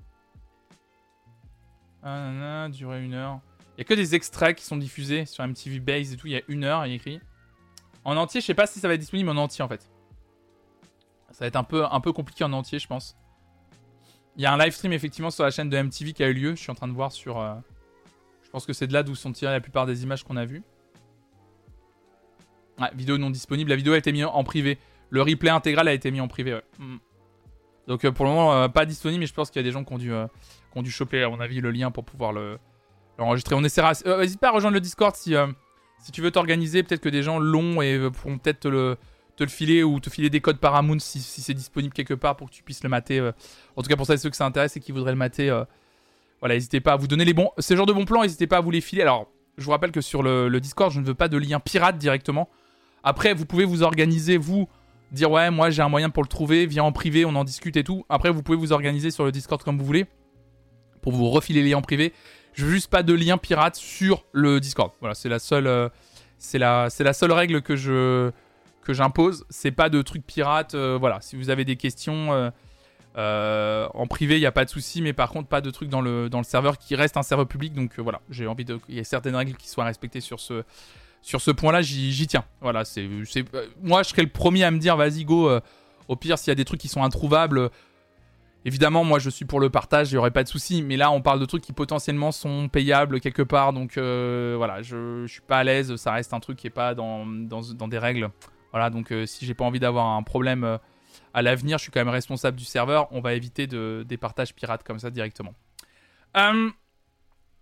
S1: Durer 1 heure. Il y a que des extraits qui sont diffusés sur MTV Base et tout. Il y a 1 heure, il est écrit. En entier, je sais pas si ça va être disponible en entier en fait. Ça va être un peu compliqué en entier, je pense. Il y a un live stream effectivement sur la chaîne de MTV qui a eu lieu. Je suis en train de voir sur... Je pense que c'est de là d'où sont tirées la plupart des images qu'on a vues. Ouais, vidéo non disponible. La vidéo a été mise en privé. Le replay intégral a été mis en privé, ouais. Donc pour le moment, pas disponible, mais je pense qu'il y a des gens qui ont dû choper, à mon avis, le lien pour pouvoir l'enregistrer. On essaiera... N'hésite pas à rejoindre le Discord si tu veux t'organiser. Peut-être que des gens l'ont et pourront peut-être te le filer ou te filer des codes Paramount si c'est disponible quelque part pour que tu puisses le mater. En tout cas, pour ça, ceux que ça intéresse et qui voudraient le mater, voilà, n'hésitez pas à vous donner ces genres de bons plans, n'hésitez pas à vous les filer. Alors, je vous rappelle que sur le Discord, je ne veux pas de lien pirate directement. Après, vous pouvez vous organiser, vous, dire ouais, moi j'ai un moyen pour le trouver, viens en privé, on en discute et tout. Après, vous pouvez vous organiser sur le Discord comme vous voulez pour vous refiler les liens en privé. Je veux juste pas de lien pirate sur le Discord. Voilà, c'est la seule, c'est la seule règle que j'impose. C'est pas de trucs pirates. Voilà, si vous avez des questions en privé, il y a pas de souci, mais par contre pas de trucs dans le serveur qui reste un serveur public. Donc voilà, j'ai envie il y a certaines règles qui soient respectées sur ce point-là. J'y tiens. Voilà, moi je serais le premier à me dire vas-y go. Au pire, s'il y a des trucs qui sont introuvables. Évidemment, moi, je suis pour le partage, il n'y aurait pas de souci. Mais là, on parle de trucs qui potentiellement sont payables quelque part. Donc, voilà, je ne suis pas à l'aise. Ça reste un truc qui n'est pas dans des règles. Voilà, donc si j'ai pas envie d'avoir un problème à l'avenir, je suis quand même responsable du serveur. On va éviter des partages pirates comme ça directement.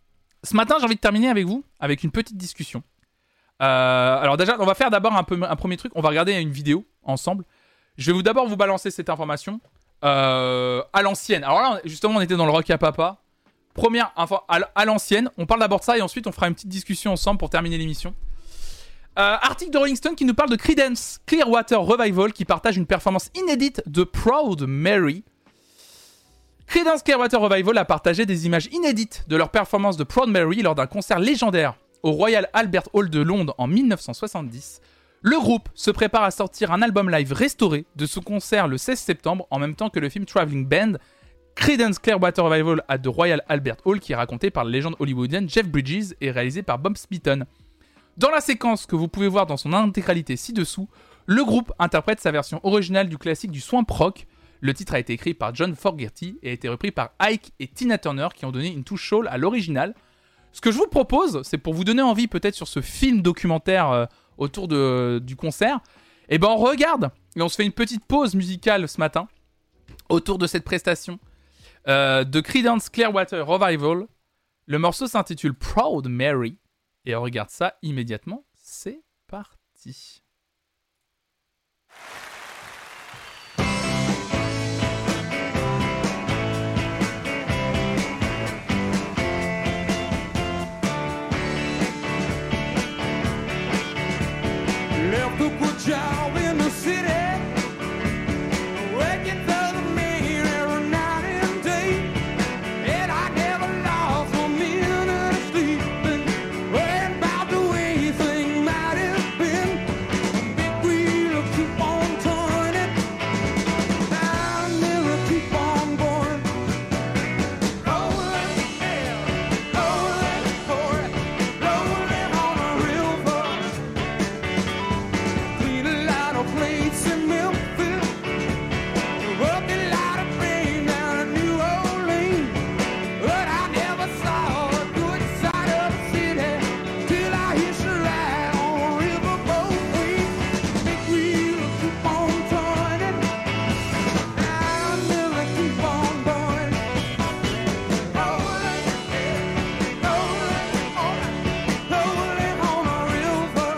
S1: ce matin, j'ai envie de terminer avec vous, avec une petite discussion. Alors déjà, on va faire d'abord un premier truc. On va regarder une vidéo ensemble. Je vais d'abord vous balancer cette information à l'ancienne. Alors là, justement, on était dans le Rock à Papa. Première info à l'ancienne. On parle d'abord de ça et ensuite, on fera une petite discussion ensemble pour terminer l'émission. Article de Rolling Stone qui nous parle de Creedence Clearwater Revival qui partage une performance inédite de Proud Mary. Creedence Clearwater Revival a partagé des images inédites de leur performance de Proud Mary lors d'un concert légendaire au Royal Albert Hall de Londres en 1970. Le groupe se prépare à sortir un album live restauré de ce concert le 16 septembre en même temps que le film Traveling Band Creedence Clearwater Revival at the Royal Albert Hall qui est raconté par la légende hollywoodienne Jeff Bridges et réalisé par Bob Smeaton. Dans la séquence que vous pouvez voir dans son intégralité ci-dessous, le groupe interprète sa version originale du classique du swamp rock. Le titre a été écrit par John Fogerty et a été repris par Ike et Tina Turner qui ont donné une touche soul à l'original. Ce que je vous propose, c'est pour vous donner envie peut-être sur ce film documentaire autour du concert, et ben on regarde et on se fait une petite pause musicale ce matin autour de cette prestation de Creedence Clearwater Revival. Le morceau s'intitule Proud Mary. Et on regarde ça immédiatement. C'est parti.
S6: Left a good job in the city, working for the mayor every night and day, and I never lost a minute of sleeping, worrying about the way things might have been. Big wheel will keep on turning, down will keep on going, rolling, rolling forward, rolling on a river. Clean a lot of plates in Memphis, worked a lot of rain down in New Orleans, but I never saw a good side of the city till I hitched a ride on a riverboat wing. Big wheel will keep on turning, down will keep on going, rolling, rolling on a river.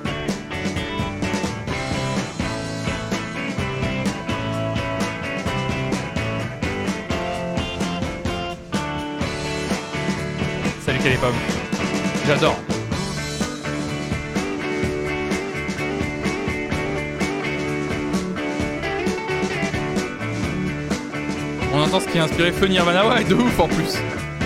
S1: Salut Calipom. J'adore. On entend ce qui a inspiré Feu Nirvana, ouais, de ouf en plus.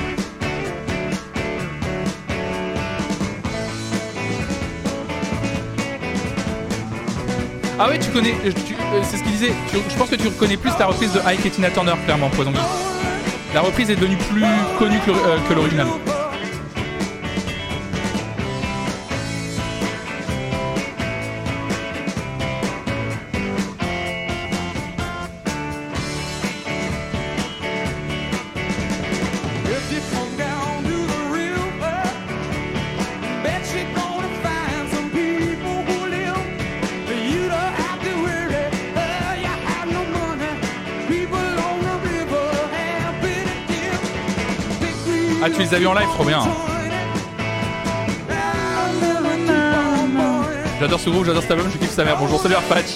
S1: Ah ouais, tu connais, c'est ce qu'il disait, je pense que tu reconnais plus la reprise de Ike et Tina Turner, clairement, Poison Guy. La reprise est devenue plus connue que l'original.
S6: If you come down to the river, bet you're gonna find some people who live. You don't have to worry, you have no money. People on the river have been a gift.
S1: Ah, tu les as vus en live, trop bien. J'adore ce groupe, j'adore cet album, je kiffe sa mère. Bonjour, salut Arpatch.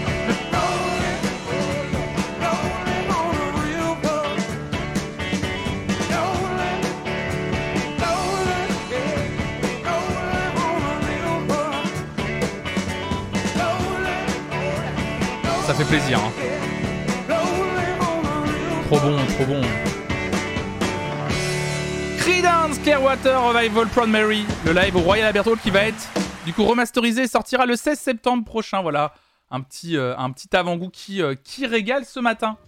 S1: Ça fait plaisir, hein. Trop bon, trop bon. Creedence Clearwater Revival Proud Mary, le live au Royal Albert Hall qui va être du coup remasterisé et sortira le 16 septembre prochain. Voilà, un petit avant-goût qui régale ce matin.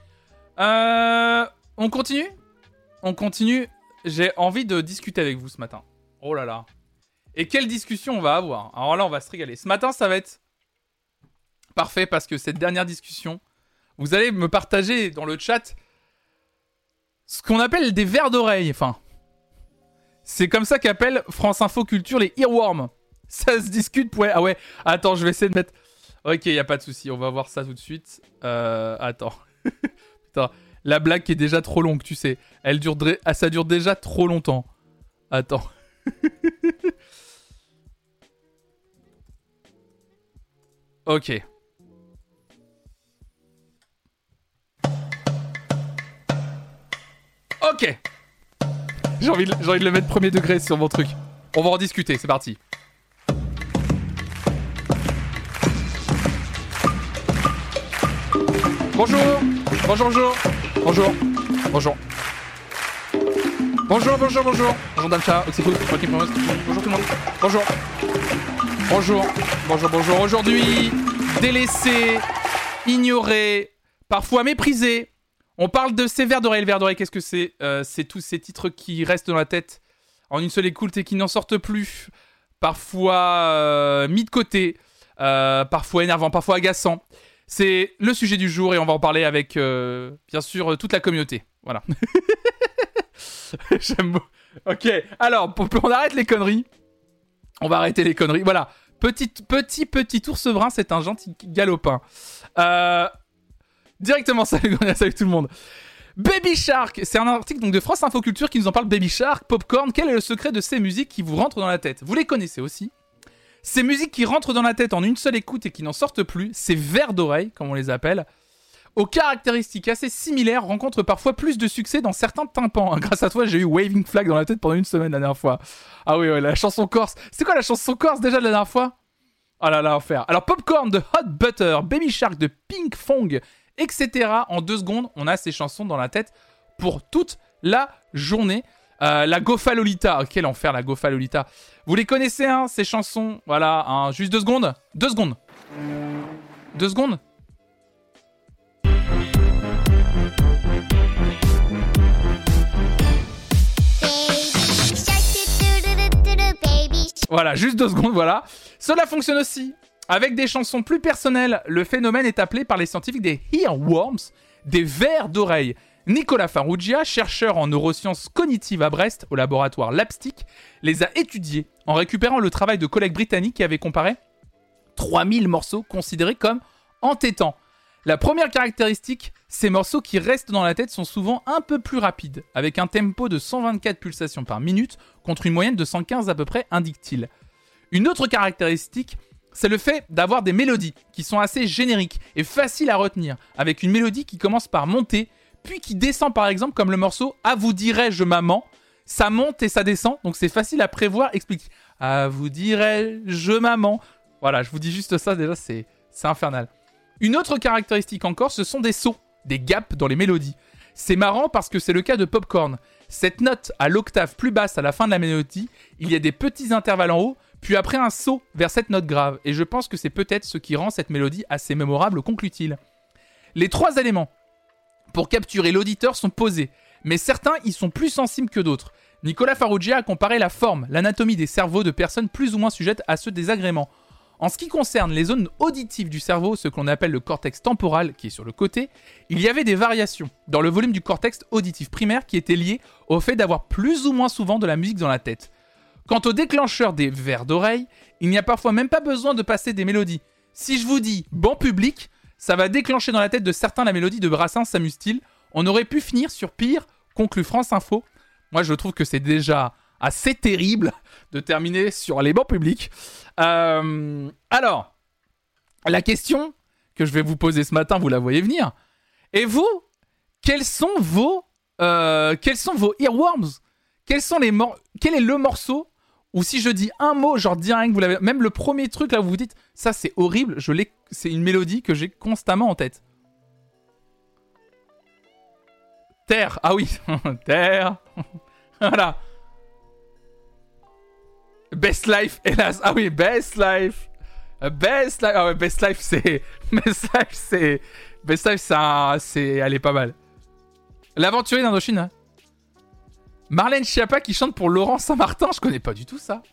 S1: On continue. J'ai envie de discuter avec vous ce matin. Oh là là. Et quelle discussion on va avoir. Alors là, on va se régaler. Ce matin, ça va être parfait parce que cette dernière discussion, vous allez me partager dans le chat ce qu'on appelle des vers d'oreille. Enfin, c'est comme ça qu'appelle France Info Culture les earworms. Ça se discute pour... Ah ouais, attends, je vais essayer de mettre... Ok, y a pas de souci, on va voir ça tout de suite. Attends. Putain, la blague qui est déjà trop longue, tu sais. Ça dure déjà trop longtemps. Attends. Ok. Ok. J'ai envie de le mettre premier degré sur mon truc. On va en discuter, c'est parti. Bonjour. Bonjour, bonjour. Bonjour. Bonjour. Bonjour, bonjour, bonjour. Bonjour Damcha, Oxyfoot, Joaquin Pronos. Bonjour tout le monde. Bonjour. Bonjour. Bonjour, bonjour. Aujourd'hui, délaissé, ignoré, parfois méprisé. On parle de ces vers d'oreille. Le vers d'oreille, qu'est-ce que c'est? C'est tous ces titres qui restent dans la tête en une seule écoute et qui n'en sortent plus. Parfois mis de côté, parfois énervant, parfois agaçant. C'est le sujet du jour et on va en parler avec, bien sûr, toute la communauté. Voilà. J'aime beaucoup. Ok, alors, on arrête les conneries. On va arrêter les conneries. Voilà. Petit ours brun, c'est un gentil galopin. Directement, salut tout le monde. Baby Shark, c'est un article donc de France Info Culture qui nous en parle. Baby Shark, Popcorn, quel est le secret de ces musiques qui vous rentrent dans la tête? Vous les connaissez aussi. Ces musiques qui rentrent dans la tête en une seule écoute et qui n'en sortent plus, ces vers d'oreille, comme on les appelle, aux caractéristiques assez similaires, rencontrent parfois plus de succès dans certains tympans. Grâce à toi, j'ai eu Waving Flag dans la tête pendant une semaine la dernière fois. Ah oui, ouais, la chanson corse. C'est quoi la chanson corse déjà de la dernière fois? Oh là là, enfer. Alors, Popcorn de Hot Butter, Baby Shark de Pink Fong, etc. En 2 secondes, on a ces chansons dans la tête pour toute la journée. La Gofa Lolita, quel enfer la Gofa Lolita. Vous les connaissez, hein, ces chansons? Voilà, hein, juste 2 secondes. 2 secondes. 2 secondes. Voilà, juste 2 secondes, voilà. Cela fonctionne aussi avec des chansons plus personnelles. Le phénomène est appelé par les scientifiques des earworms, des vers d'oreille. Nicolas Farrugia, chercheur en neurosciences cognitives à Brest, au laboratoire Lapstick, les a étudiés en récupérant le travail de collègues britanniques qui avaient comparé 3000 morceaux considérés comme entêtants. La première caractéristique, ces morceaux qui restent dans la tête sont souvent un peu plus rapides, avec un tempo de 124 pulsations par minute contre une moyenne de 115 à peu près, indique-t-il. Une autre caractéristique, c'est le fait d'avoir des mélodies qui sont assez génériques et faciles à retenir, avec une mélodie qui commence par monter, puis qui descend par exemple comme le morceau « À vous dirais-je maman », ça monte et ça descend, donc c'est facile à prévoir, explique « À vous dirais-je maman ». Voilà, je vous dis juste ça, déjà c'est infernal. Une autre caractéristique encore, ce sont des sauts, des gaps dans les mélodies. C'est marrant parce que c'est le cas de Popcorn. Cette note à l'octave plus basse à la fin de la mélodie, il y a des petits intervalles en haut, puis après un saut vers cette note grave. Et je pense que c'est peut-être ce qui rend cette mélodie assez mémorable, conclut-il. Les 3 éléments pour capturer l'auditeur sont posés, mais certains y sont plus sensibles que d'autres. Nicolas Farrugia a comparé la forme, l'anatomie des cerveaux de personnes plus ou moins sujettes à ce désagrément. En ce qui concerne les zones auditives du cerveau, ce qu'on appelle le cortex temporal, qui est sur le côté, il y avait des variations dans le volume du cortex auditif primaire qui étaient liées au fait d'avoir plus ou moins souvent de la musique dans la tête. Quant au déclencheur des vers d'oreille, il n'y a parfois même pas besoin de passer des mélodies. Si je vous dis « banc public », ça va déclencher dans la tête de certains la mélodie de Brassens s'amuse-t-il. On aurait pu finir sur pire, conclut France Info. Moi, je trouve que c'est déjà assez terrible de terminer sur les bancs publics. Alors, la question que je vais vous poser ce matin, vous la voyez venir. Et vous, quels sont vos earworms? Quel est le morceau? Ou si je dis un mot, genre direct, vous l'avez, même le premier truc là où vous vous dites ça c'est horrible, c'est une mélodie que j'ai constamment en tête. Terre, ah oui, Terre, voilà. Best Life, hélas, ah oui, Best Life, ah ouais, Best Life c'est, elle est pas mal. L'aventurier d'Indochine, hein. Marlène Schiappa qui chante pour Laurent Saint-Martin, je connais pas du tout ça.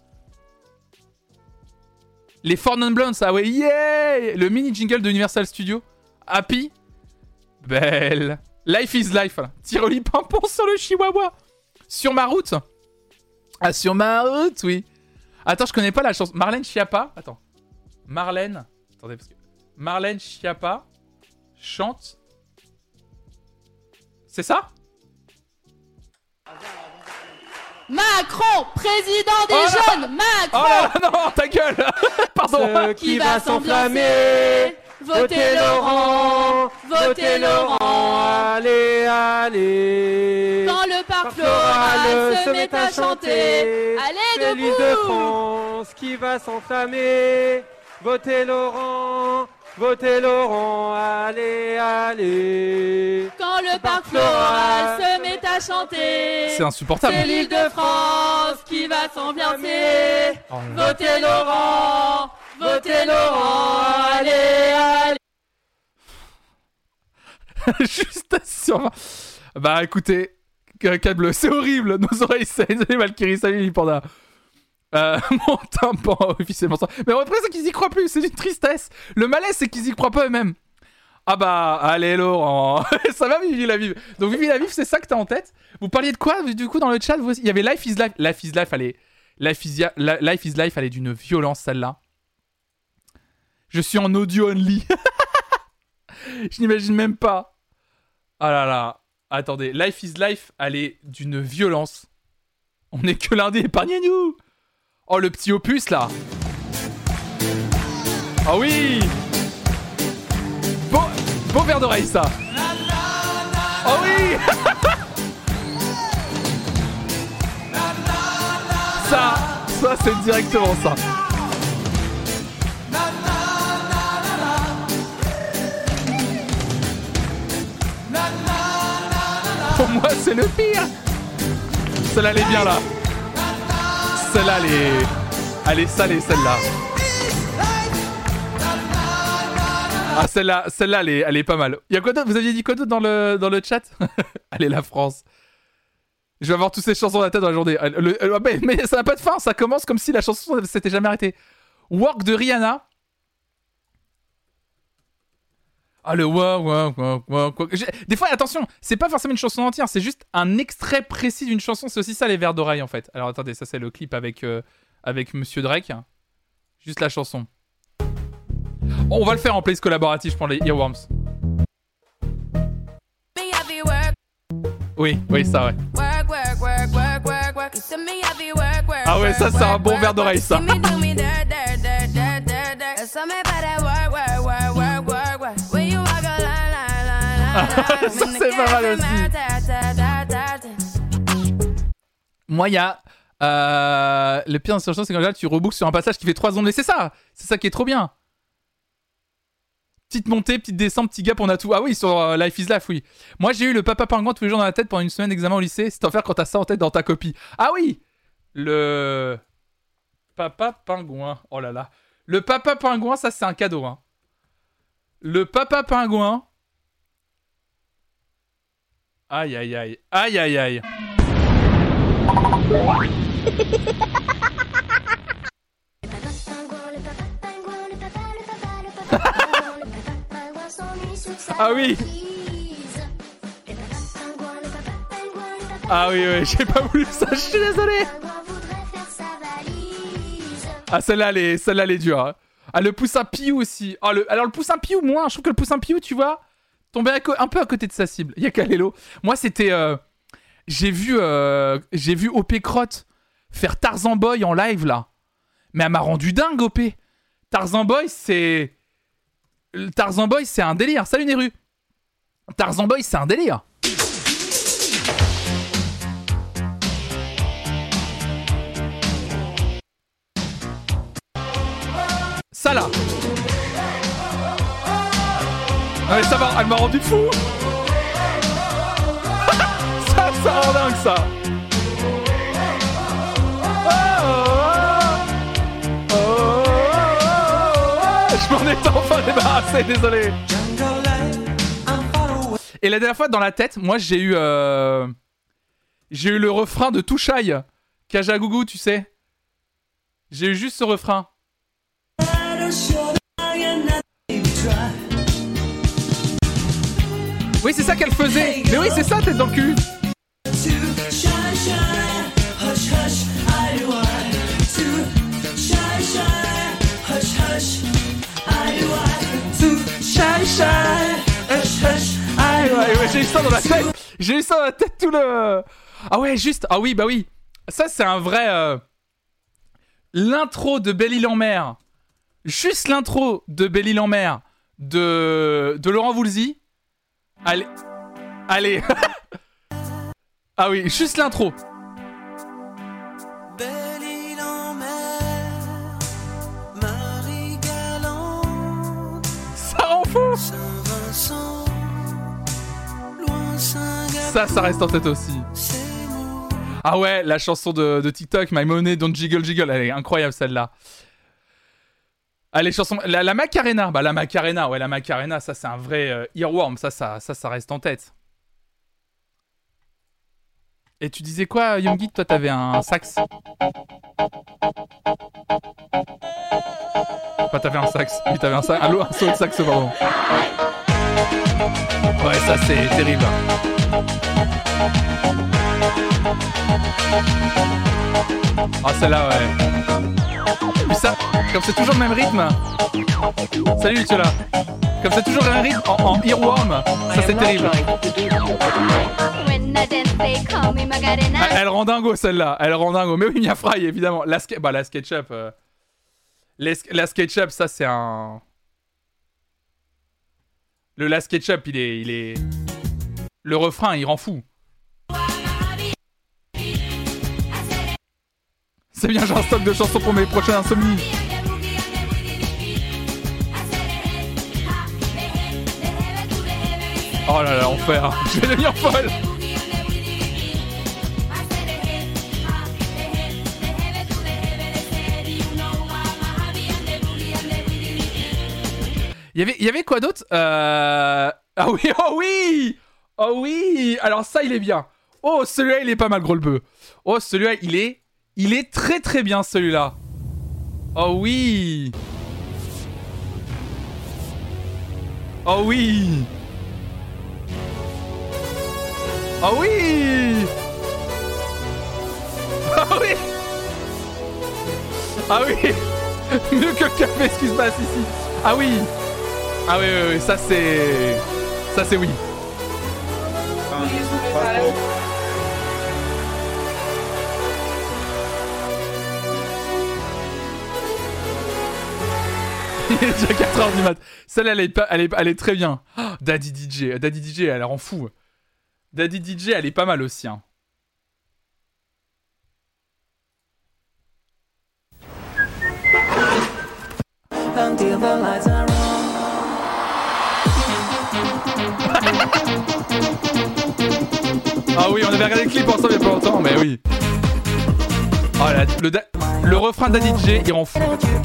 S1: Les Four Non Blondes, ah ouais, yeah. Le mini jingle de Universal Studios. Happy. Belle. Life is Life. Tiroli Pimpon sur le Chihuahua. Sur ma route. Ah, sur ma route, oui. Attends, je connais pas la chanson. Marlène Schiappa. Attends. Marlène. Attendez, parce que. Marlène Schiappa chante. C'est ça?
S7: Macron, président des
S1: Oh là
S7: jeunes,
S1: Oh
S7: Macron,
S1: là là, non, ta gueule. Pardon.
S2: Qui va s'enflammer.
S7: Votez Laurent, votez Laurent.
S2: Allez, allez.
S7: Quand le parc
S2: Floral
S7: floral se met à chanter, allez
S2: C'est l'île de
S7: debout.
S2: France qui va s'enflammer. Votez Laurent, allez, allez.
S7: Quand le parc floral se met à chanter,
S1: C'est insupportable.
S7: c'est l'île de France qui va s'ambiancer.
S1: Oh là là.
S7: Votez Laurent, allez, allez.
S1: Juste sur. Bah écoutez, câble, c'est horrible. Nos oreilles saignent. Salut Valkyrie, salut Lipanda. Mon tympan officiellement ça. Mais après c'est qu'ils y croient plus, c'est une tristesse. Le malaise c'est qu'ils y croient pas eux-mêmes. Ah bah allez Laurent. Ça va Vivi la Vive. Donc Vivi la Vive c'est ça que t'as en tête. Vous parliez de quoi du coup dans le chat? Il y avait Life is Life. Life is Life elle est d'une violence celle-là. Je suis en audio only. Je n'imagine même pas. Ah là là. Attendez, Life is Life elle est d'une violence. On est que lundi, épargnez-nous. Oh, le petit opus, là. Ah oui. Beau verre d'oreille, ça. Oh oui. Ça, c'est directement ça. Pour moi, c'est le pire. Celle-là, elle est bien, là. Celle-là, elle est salée, celle-là. Ah, celle-là, elle est pas mal. Il y a quoi d'autre? Vous aviez dit quoi d'autre dans le chat? Allez, la France. Je vais avoir toutes ces chansons dans la tête dans la journée. Mais ça n'a pas de fin. Ça commence comme si la chanson s'était jamais arrêtée. Work de Rihanna. Ah, le wa. Des fois, attention, c'est pas forcément une chanson entière, c'est juste un extrait précis d'une chanson. C'est aussi ça, les verres d'oreille, en fait. Alors, attendez, ça, c'est le clip avec Monsieur Drake. Juste la chanson. On va le faire en playlist collaboratif, je prends les Earworms. Oui, ça, ouais. Ah ouais, ça, c'est un bon verre d'oreille, ça. Ça, c'est pas mal aussi. Moi, il y a... le pire dans cette chanson, c'est quand là, tu reboucles sur un passage qui fait 3 secondes. Mais c'est ça qui est trop bien. Petite montée, petite descente, petit gap, on a tout. Ah oui, sur Life is Life, oui. Moi, j'ai eu le papa pingouin tous les jours dans la tête pendant une semaine d'examen au lycée. C'est en faire quand t'as ça en tête dans ta copie. Ah oui, le papa pingouin. Oh là là. Le papa pingouin, ça, c'est un cadeau. Hein. Le papa pingouin. Aïe, aïe, aïe. Aïe, aïe, aïe. Ah oui. Ah oui, j'ai pas voulu ça, je suis désolé. Ah, celle-là, elle est dure. Hein. Ah, le poussin Piou aussi. Ah, alors, le poussin Piou, moins. Je trouve que le poussin Piou, tu vois, tombait un peu à côté de sa cible. Il y a Kalelo. Moi, c'était... J'ai vu OP Crotte faire Tarzan Boy en live, là. Mais elle m'a rendu dingue, OP. Tarzan Boy, c'est un délire. Salut Neru. Tarzan Boy, c'est un délire. Ça là. Ah mais ça va, elle m'a rendu fou. Ça rend dingue ça. Je m'en étais enfin débarrassé, désolé. Et la dernière fois dans la tête, moi j'ai eu le refrain de Touchaï, Kajagougou, tu sais. J'ai eu juste ce refrain. Oui, c'est ça qu'elle faisait. Mais oui, c'est ça, tête dans le cul. Ouais, j'ai eu ça dans la tête. J'ai eu ça dans la tête tout le... Ah ouais, juste... Ah oui, bah oui. Ça, c'est un vrai... L'intro de Belle-Île-en-Mer. Juste l'intro de Belle-Île-en-Mer de Laurent Voulzy. Allez. Allez. Ah oui, juste l'intro. Ça rend fou. Ça reste en tête aussi. Ah ouais, la chanson de TikTok, My Money Don't Jiggle Jiggle, elle est incroyable celle-là. Allez, chanson... La Macarena, bah la Macarena, ouais, la Macarena, ça c'est un vrai earworm, ça reste en tête. Et tu disais quoi, Youngit? Toi, t'avais un sax. Enfin, t'avais un sax. Oui, t'avais un sax. Allô, un saut de sax, pardon. Ouais, ça c'est terrible. Ah, celle-là, ouais. Mais ça, comme c'est toujours le même rythme. Salut, tu es là. Comme c'est toujours le même rythme en earworm, ça c'est terrible. Ah, elle rend dingo celle-là, elle rend dingo. Mais oui, Mia Fry, évidemment. La SketchUp. La SketchUp, ça c'est un... La SketchUp, il est... Le refrain, il rend fou. C'est bien, j'ai un stock de chansons pour mes prochaines insomnies. Oh là là, enfer. Je vais devenir folle. Il y avait quoi d'autre? Ah oui, oh oui. Oh oui. Alors ça, il est bien. Oh, celui-là, il est pas mal, gros le bœuf. Oh, celui-là, il est très très bien, celui-là. Oh oui. Oh oui. Oh oui. Ah oui. Ah oui. Mieux que le café, ce qui se passe ici. Ah oui. Ah oui, oui, oui, ça c'est... Ça c'est oui. Il est déjà 4h du mat. Celle-là, elle est très bien. Oh, Daddy DJ, elle rend fou. Daddy DJ, elle est pas mal aussi. Hein. Ah oui, on avait regardé le clip ensemble il y a pas longtemps, mais oui. Oh là, le refrain de Daddy DJ, il rend fou.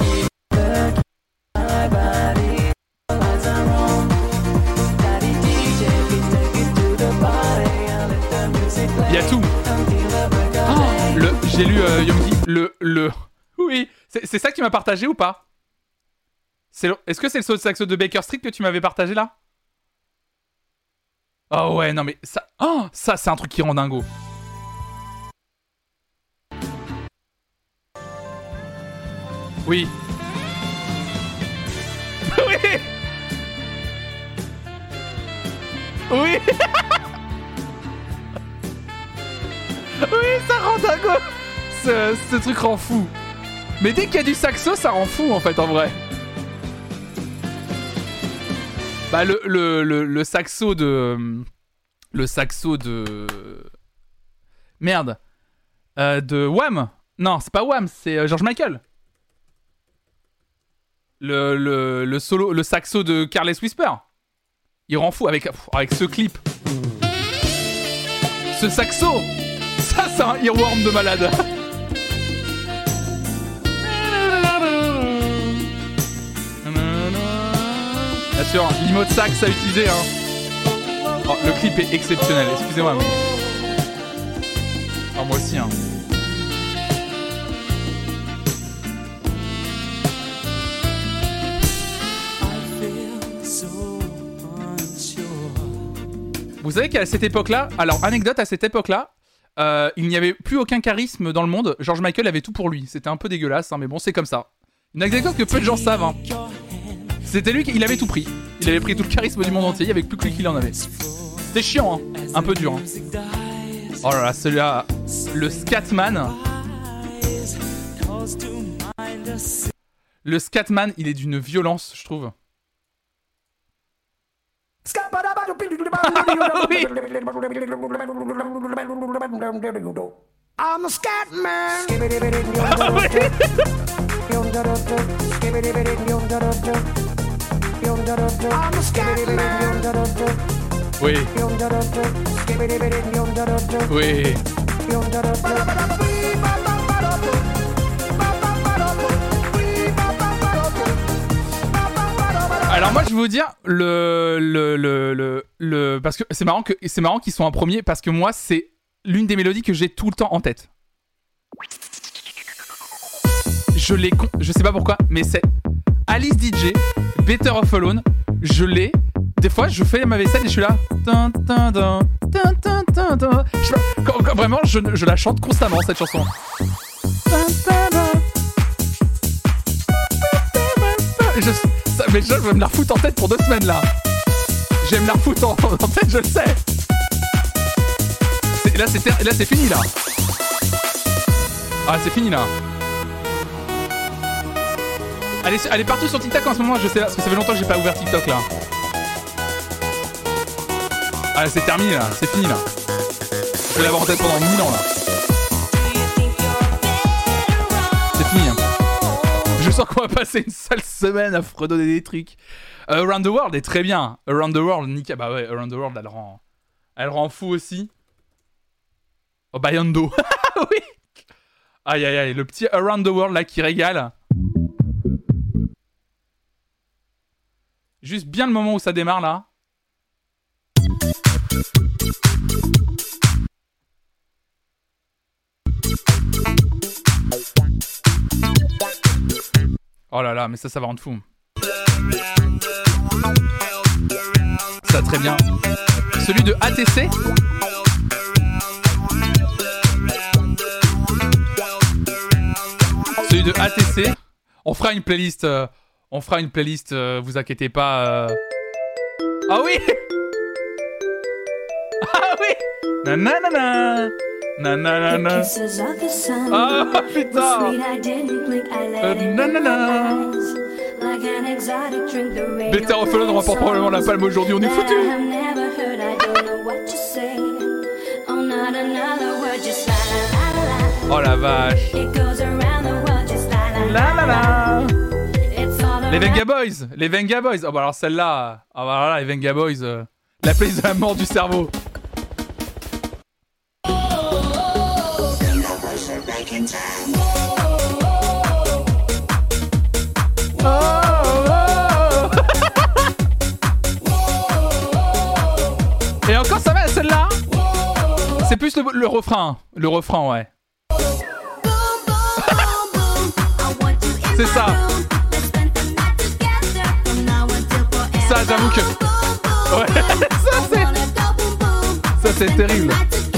S1: Il y a tout. Oh, j'ai lu Youngi. Oui, c'est ça que tu m'as partagé ou pas? Est-ce que c'est le saut de saxo de Baker Street que tu m'avais partagé là? Oh ouais, non mais ça... Oh, ça c'est un truc qui rend dingo. Oui. Oui. Oui. Oui, ça rend dingo. Ce truc rend fou. Mais dès qu'il y a du saxo, ça rend fou en fait, en vrai. Bah le saxo de... Le saxo de... Merde. De Wham. Non, c'est pas Wham, c'est George Michael. Le solo, le saxo de Careless Whisper. Il rend fou avec ce clip. Ce saxo. Ça, c'est un earworm de malade. Bien sûr, l'emo de sax à utiliser. Hein. Oh, le clip est exceptionnel, excusez-moi. Mais... Oh, moi aussi. Hein. Vous savez qu'à cette époque-là, alors anecdote à cette époque-là, il n'y avait plus aucun charisme dans le monde. George Michael avait tout pour lui. C'était un peu dégueulasse, hein, mais bon, c'est comme ça. Une anecdote que peu de gens savent. Hein. C'était lui qui avait tout pris. Il avait pris tout le charisme du monde entier. Il n'y avait plus que lui qui en avait. C'était chiant, hein. Un peu dur. Hein. Oh là là, celui-là, le Scatman. Le Scatman, il est d'une violence, je trouve. Oui.
S6: I'm a scat man.
S1: Oui. Oui. Alors moi je vais vous dire parce que c'est marrant qu'ils soient en premier parce que moi c'est l'une des mélodies que j'ai tout le temps en tête. Je sais pas pourquoi, mais c'est Alice DJ, Better Off Alone. Je l'ai. Des fois, je fais ma vaisselle et je suis là. Vraiment, je la chante constamment cette chanson. Mais je vais me la refoutre en tête pour 2 semaines là. Je vais me la refoutre en tête, je le sais. Là c'est fini là. Ah c'est fini là. Elle est partout sur TikTok en ce moment, je sais là, parce que ça fait longtemps que j'ai pas ouvert TikTok là. Ah c'est terminé là, c'est fini là. Je vais l'avoir en tête pendant 1000 ans là. C'est fini hein. Je sens qu'on va passer une sale semaine à fredonner des trucs. Around the World est très bien. Around the World, nickel. Bah ouais, Around the World, elle rend fou aussi. Oh, Bayando. Oui. Aïe, aïe, aïe. Le petit Around the World, là, qui régale. Juste bien le moment où ça démarre, là. Oh là là, mais ça va rendre fou. Ça, très bien. Celui de ATC. Celui de ATC. On fera une playlist. Vous inquiétez pas. Ah oui. Ah oui. Nanana. Nanana. Ah putain. Nanana. Better Off Alone remporte probablement la palme aujourd'hui, on est foutus. Oh la vache. La la la. Les Venga Boys. Les Venga Boys. Oh bah alors celle-là. Oh bah alors là, les Venga Boys. La playlist de la mort du cerveau. Et encore ça va celle-là. C'est plus le refrain. Le refrain ouais. C'est ça. Ça j'avoue que. Ouais. Ça c'est terrible.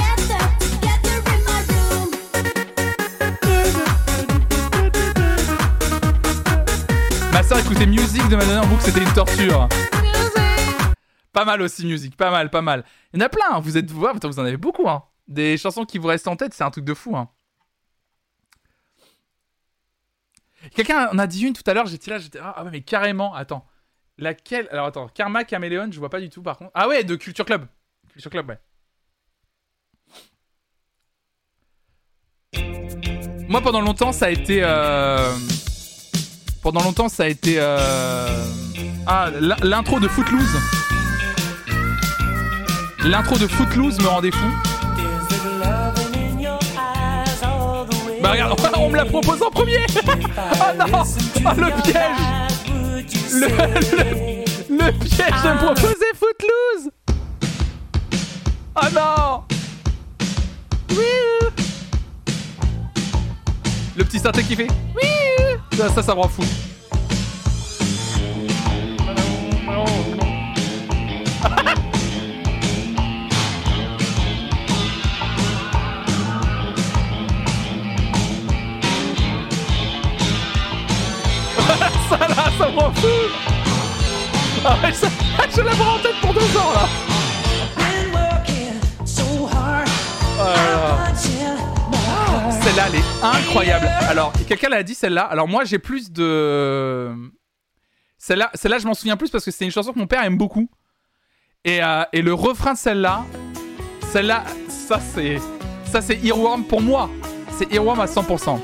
S1: Ma soeur écoutait Music de Madonna en boucle, c'était une torture. Pas mal aussi Music, pas mal. Il y en a plein, vous en avez beaucoup hein. Des chansons qui vous restent en tête, c'est un truc de fou hein. Quelqu'un en a dit une tout à l'heure, j'étais ah ouais mais carrément, attends. Laquelle? Alors attends, Karma Chameleon, je vois pas du tout par contre. Ah ouais, de Culture Club. Culture Club, ouais. Moi pendant longtemps ça a été l'intro de Footloose. L'intro de Footloose me rendait fou. Bah regarde, on me l'a proposé en premier. Oh non. Oh le piège. Le piège de me proposer Footloose. Oh non. Le petit synthé qui fait ça me rend fou. Ça me rend fou. Ah ouais, je l'avais en tête pour 2 ans là. elle est incroyable. Alors, quelqu'un l'a dit celle-là. Alors moi, j'ai plus de... Celle-là, je m'en souviens plus parce que c'est une chanson que mon père aime beaucoup. Et le refrain de celle-là, ça c'est Earworm pour moi. C'est Earworm à 100%.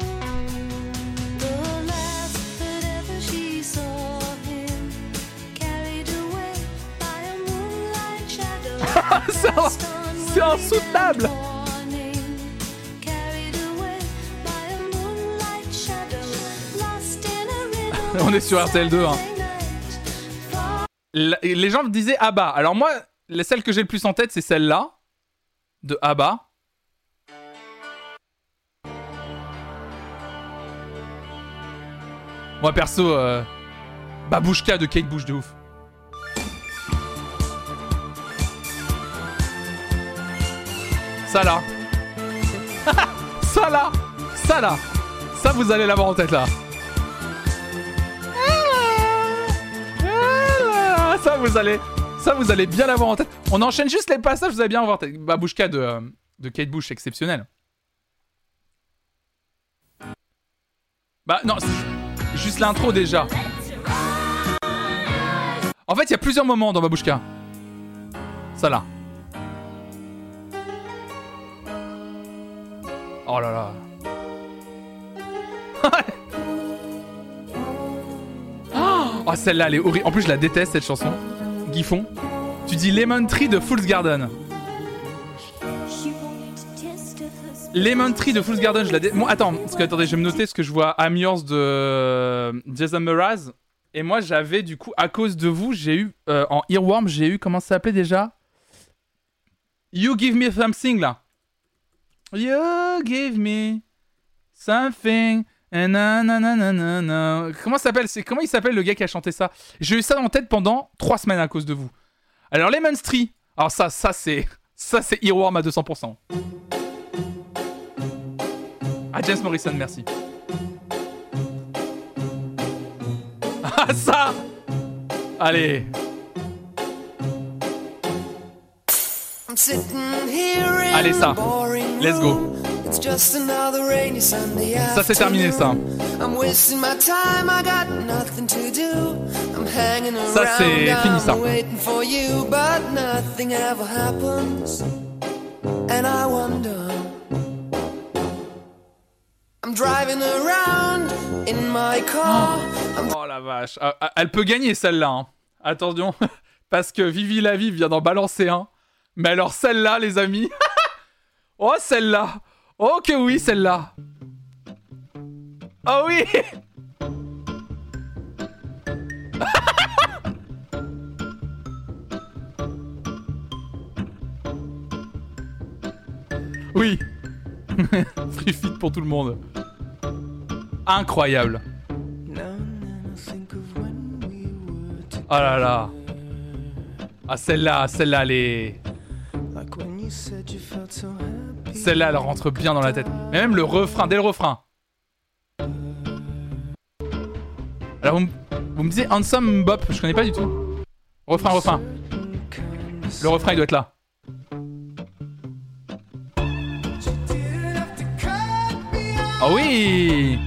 S1: C'est insoutenable. On est sur RTL2. Hein. Les gens me disaient ABBA. Alors moi, celle que j'ai le plus en tête, c'est celle-là. De ABBA. Moi perso, Babouchka de Kate Bush de ouf. Ça là. Ça là. Ça vous allez l'avoir en tête là. Ça vous allez bien l'avoir en tête. On enchaîne juste les passages, vous allez bien avoir en tête. Babouchka de Kate Bush, exceptionnel. Bah non, c'est juste l'intro déjà. En fait, il y a plusieurs moments dans Babouchka. Ça là. Oh là là. Oh, celle-là, elle est horrible. En plus, je la déteste, cette chanson. Guifon. Tu dis Lemon Tree de Fool's Garden. Lemon Tree de Fool's Garden, je la déteste. Bon, attends, parce que, attendez, je vais me noter ce que je vois. I'm Yours de Jason Mraz. Et moi, j'avais, du coup, à cause de vous, j'ai eu, en Earworm, j'ai eu, comment ça s'appelait déjà? You Give Me Something, là. You give me something. Comment il s'appelle le gars qui a chanté ça? J'ai eu ça en tête pendant 3 semaines à cause de vous. Alors Lemon Tree. Alors ça c'est Earworm à 200%. Ah, James Morrison, merci. Ah ça. Allez. Allez ça. Let's go. Ça c'est terminé ça. Ça c'est fini ça. Oh la vache. Elle peut gagner celle-là. Hein. Attention. Parce que Vivi la Vive vient d'en balancer un. Mais alors celle-là les amis. Oh celle-là. Oh que oui, celle-là. Oh oui. Oui. Free fit pour tout le monde. Incroyable. Oh là là. Ah celle-là, elle est... Celle-là, elle rentre bien dans la tête. Mais même le refrain, dès le refrain. Alors, vous me disiez Handsome Bop, je connais pas du tout. Refrain. Le refrain, il doit être là. Oh oui!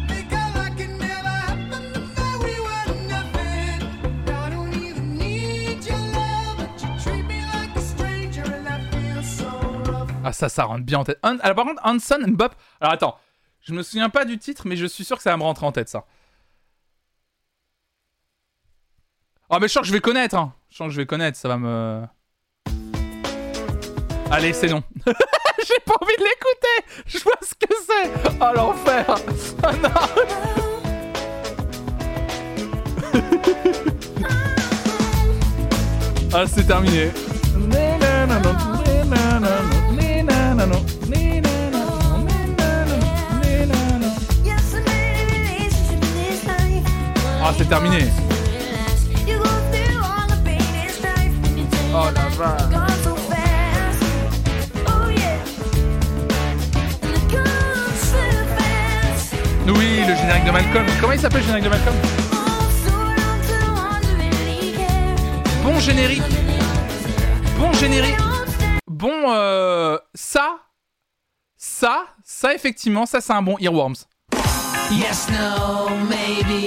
S1: Ah ça rentre bien en tête. Alors par contre, Hanson Bop... Alors attends, je me souviens pas du titre, mais je suis sûr que ça va me rentrer en tête, ça. Oh mais je sens que je vais connaître, hein. Je sens que je vais connaître, ça va me... Allez, c'est non. J'ai pas envie de l'écouter. Je vois ce que c'est. Oh l'enfer. Oh non. Ah c'est terminé. Ah c'est terminé. Oh la vache. Oui, le générique de Malcolm. Comment il s'appelle le générique de Malcolm? Bon générique. Bon générique. Bon, Ça effectivement, ça c'est un bon Earworms.
S8: Yes, no, maybe.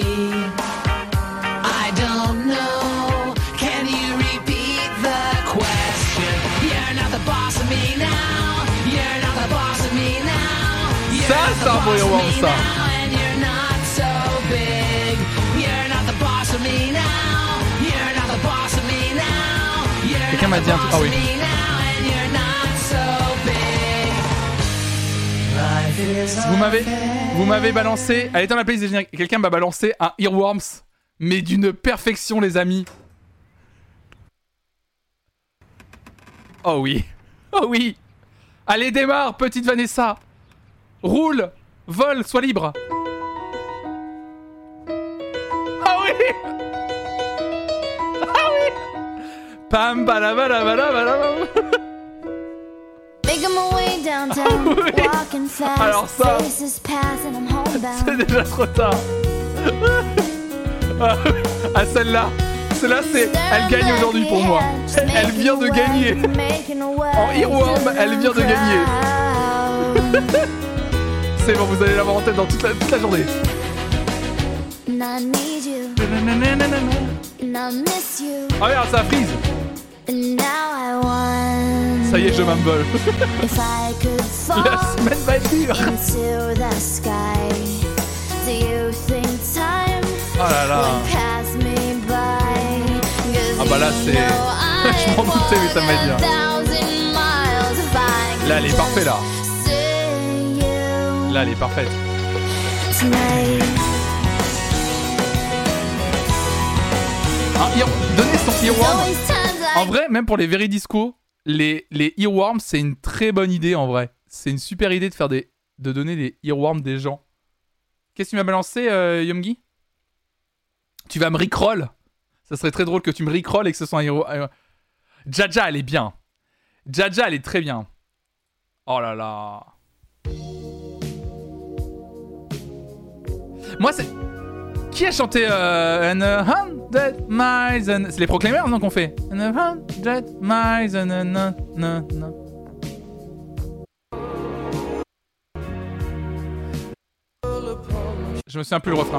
S8: I don't know. Can you repeat the question? You're not the boss of me now. You're not the boss of me now. You're
S1: Ça,
S8: not
S1: c'est
S8: the
S1: un bon
S8: boss of
S1: Earworms,
S8: me
S1: ça.
S8: now, and you're not so big. You're not the boss of me now. You're not the boss of me now. You're
S1: Quelqu'un
S8: not
S1: m'a
S8: the
S1: dit un truc.
S8: boss
S1: Ah
S8: of
S1: oui.
S8: me now, and you're not so big. Life is
S1: Vous m'avez balancé. Allez, dans la playlist des génériques. Quelqu'un m'a balancé un Earworms, mais d'une perfection, les amis. Oh oui. Oh oui. Allez, démarre, petite Vanessa. Roule, vole, sois libre. Ah oui. Ah oui. Pam, balabalabalabala.
S9: Making my way downtown,
S1: Ah oui.
S9: walking fast.
S1: Alors ça,
S9: faces pass and I'm homebound.
S1: c'est déjà trop tard. Ah, celle-là, c'est... Elle gagne aujourd'hui pour moi. Elle vient de gagner. En Earworm, elle vient de gagner. C'est bon, vous allez l'avoir en tête dans toute la journée.
S9: And I need you, and I miss you,
S1: Ah merde, ça freeze.
S9: and now I want.
S1: Ça y est, je m'envole.
S9: If I could fall
S1: La semaine va être dure.
S9: into the sky, do you think time
S1: Oh là là.
S9: would pass me by? 'Cause
S1: Ah bah là,
S9: you
S1: c'est-
S9: know
S1: Je m'en doutais, mais ça m'a dit, hein.
S9: 1,000 miles if I
S1: Là, elle est parfaite, là.
S9: could see you
S1: Là, elle est parfaite.
S9: tonight.
S1: Donnez son Earworm.
S9: Always times
S1: En
S9: like
S1: vrai, même pour les Veridisco, les Earworms, c'est une très bonne idée en vrai. C'est une super idée de donner des Earworms des gens. Qu'est-ce que tu m'as balancé, Yomgi? Tu vas me rickroll? Ça serait très drôle que tu me rickroll et que ce soit un héros. Jaja, elle est bien. Jaja, elle est très bien. Oh là là. Moi, c'est... Qui a chanté And 100 miles and... C'est les Proclaimers, non, qu'on fait And 100 miles and... Non. Je me souviens plus le refrain.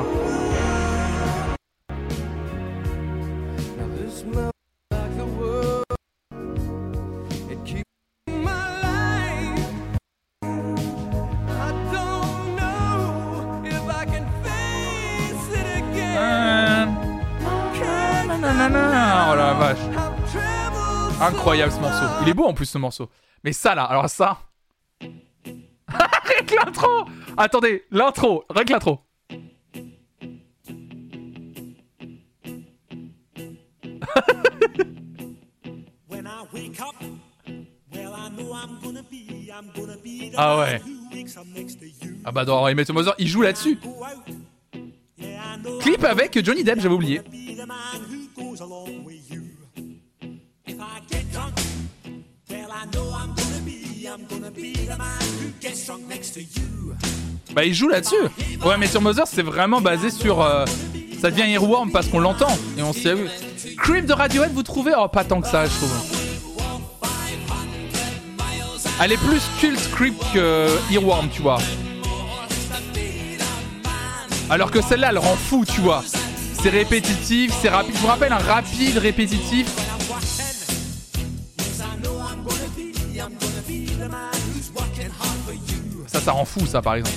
S1: Oh la vache. Incroyable ce morceau. Il est beau en plus ce morceau. Mais ça là, alors ça... Rien que l'intro. Attendez, l'intro, rien que l'intro. Ah ouais. Ah bah dans How I Met Your Mother, il joue là-dessus. Clip avec Johnny Depp, j'avais oublié. Bah il joue là-dessus. Ouais, mais sur Mother c'est vraiment basé sur ça devient Earworm parce qu'on l'entend et on s'y a vu. Creep de Radiohead, vous trouvez? Oh, pas tant que ça, je trouve. Elle est plus cult Creep que Earworm, tu vois. Alors que celle-là, elle rend fou, tu vois. C'est répétitif, c'est rapide. Je vous rappelle, un rapide, répétitif. Ça rend fou, ça, par exemple.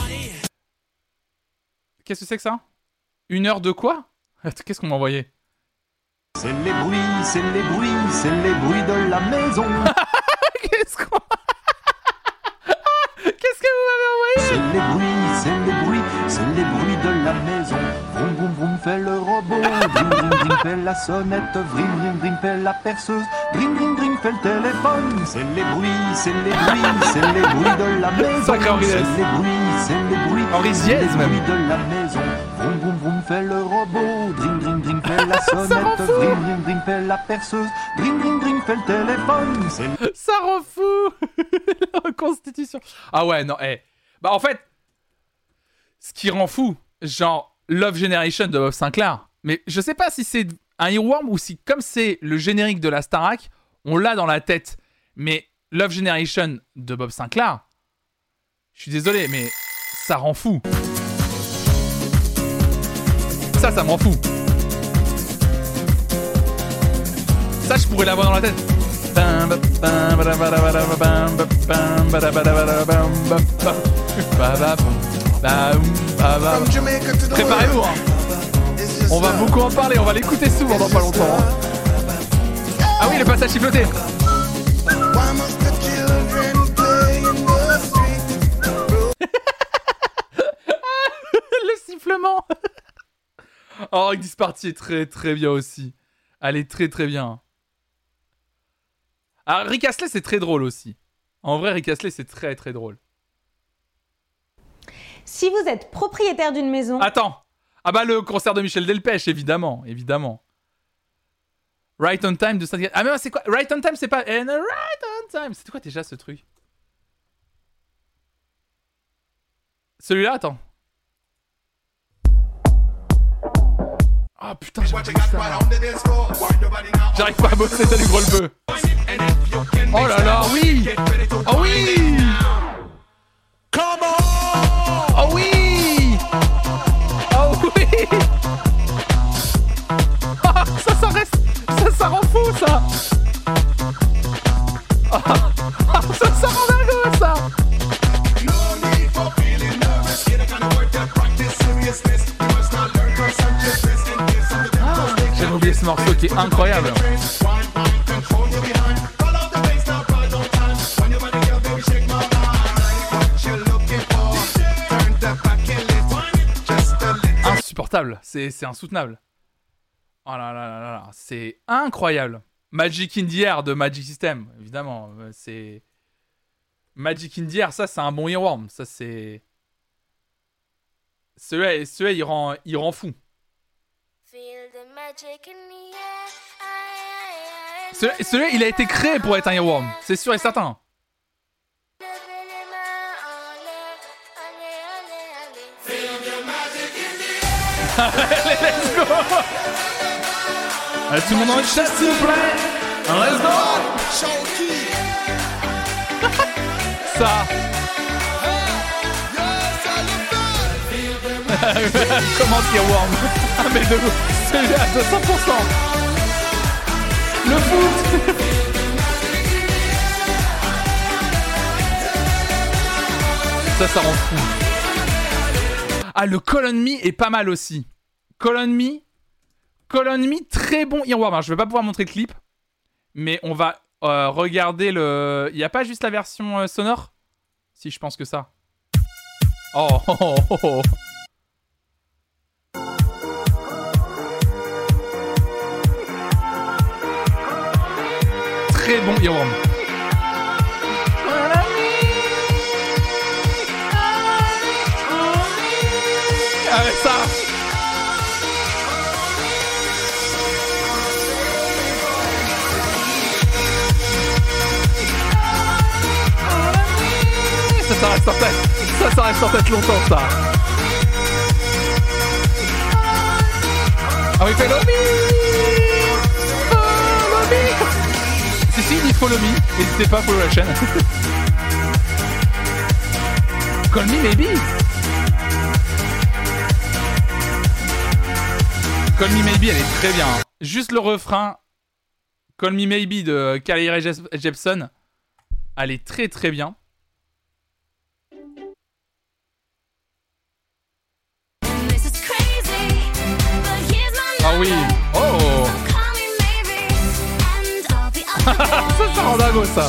S1: Qu'est-ce que c'est que ça? 1 heure de quoi? Qu'est-ce qu'on m'a envoyé?
S10: C'est les bruits, c'est les bruits, c'est les bruits de la maison.
S1: Qu'est-ce qu'on... Qu'est-ce que vous m'avez envoyé?
S10: C'est les bruits, c'est les bruits, c'est les bruits de la maison. Vroom, vroom, vroom, fait le robot. Dring, dring, dring, fait la sonnette. Vring, dring, dring, fait la perceuse. Dring, dring, dring, fait le téléphone. C'est les bruits, c'est les bruits, c'est les bruits de la maison.
S1: Sacré Henri
S10: C'est
S1: Dess.
S10: les bruits, c'est les bruits,
S1: Henri
S10: c'est les
S1: Diez, même.
S10: bruits de la maison. Vroom, vroom, vroom, fait le robot. Dring, dring, dring, fait la sonnette. Dring, dring, dring, fait la perceuse. Dring, dring, dring, fait le téléphone. C'est
S1: Ça rend fou. La reconstitution. Ah ouais, non, Bah en fait, ce qui rend fou, genre Love Generation de Bob Sinclair, mais je sais pas si c'est un Earworm ou si, comme c'est le générique de la Starac, on l'a dans la tête. Mais Love Generation de Bob Sinclair, Je suis désolé, mais ça rend fou. Ça me rend fou. Ça, je pourrais l'avoir dans la tête. Préparez-vous, hein. On va beaucoup en parler, on va l'écouter souvent dans pas longtemps. Hein. Ah oui, le passage siffloté. Le sifflement. Oh, This Party est très très bien aussi. Elle est très très bien. Alors, Rick Astley, c'est très drôle aussi. En vrai, Rick Astley, c'est très très drôle.
S11: Si vous êtes propriétaire d'une maison...
S1: Attends. Ah bah le concert de Michel Delpech, évidemment. Évidemment. Right on Time de Saint-Gall. Ah mais c'est quoi? Right on Time, c'est pas... And right on Time. C'est quoi déjà ce truc? Celui-là, attends. Ah putain, j'arrive pas à bosser, salut gros le bœuf. Oh là là, oui. Oh oui. Oh oui. Oh oui. Ah, ça rend fou ça. Ah, ça rend dingue ça. J'avais oublié ce morceau qui est incroyable. Insupportable, c'est insoutenable. Oh là là là là, c'est incroyable. Magic in the Air de Magic System, évidemment. C'est Magic in the Air, ça c'est un bon earworm. Ça c'est. Celui-là, il rend fou. Celui-là, il a été créé pour être un earworm, c'est sûr et certain. Allez, let's go. Allez, tout le monde dans le chat, s'il vous plaît. Let's go. Ça. Comment earworm? Ah mais de celui-là, 200%. Le foot. Ça rend fou. Ah, le Call on Me est pas mal aussi. Call on Me, très bon earworm. Alors, je vais pas pouvoir montrer le clip, mais on va regarder le... Il y a pas juste la version sonore? Si, je pense que ça. Oh, oh, oh, oh, oh. Très bon earworm. Avec ça. Ça reste en tête. Ça reste en tête longtemps, ça. Ah oui, follow me. Follow me. Si, il dit follow me. N'hésitez pas à follow la chaîne. Call me maybe. Call Me Maybe, elle est très bien. Juste le refrain Call Me Maybe de Carly Rae Jepsen, elle est très très bien. Ah oui. Oh. Ça rend dingo ça.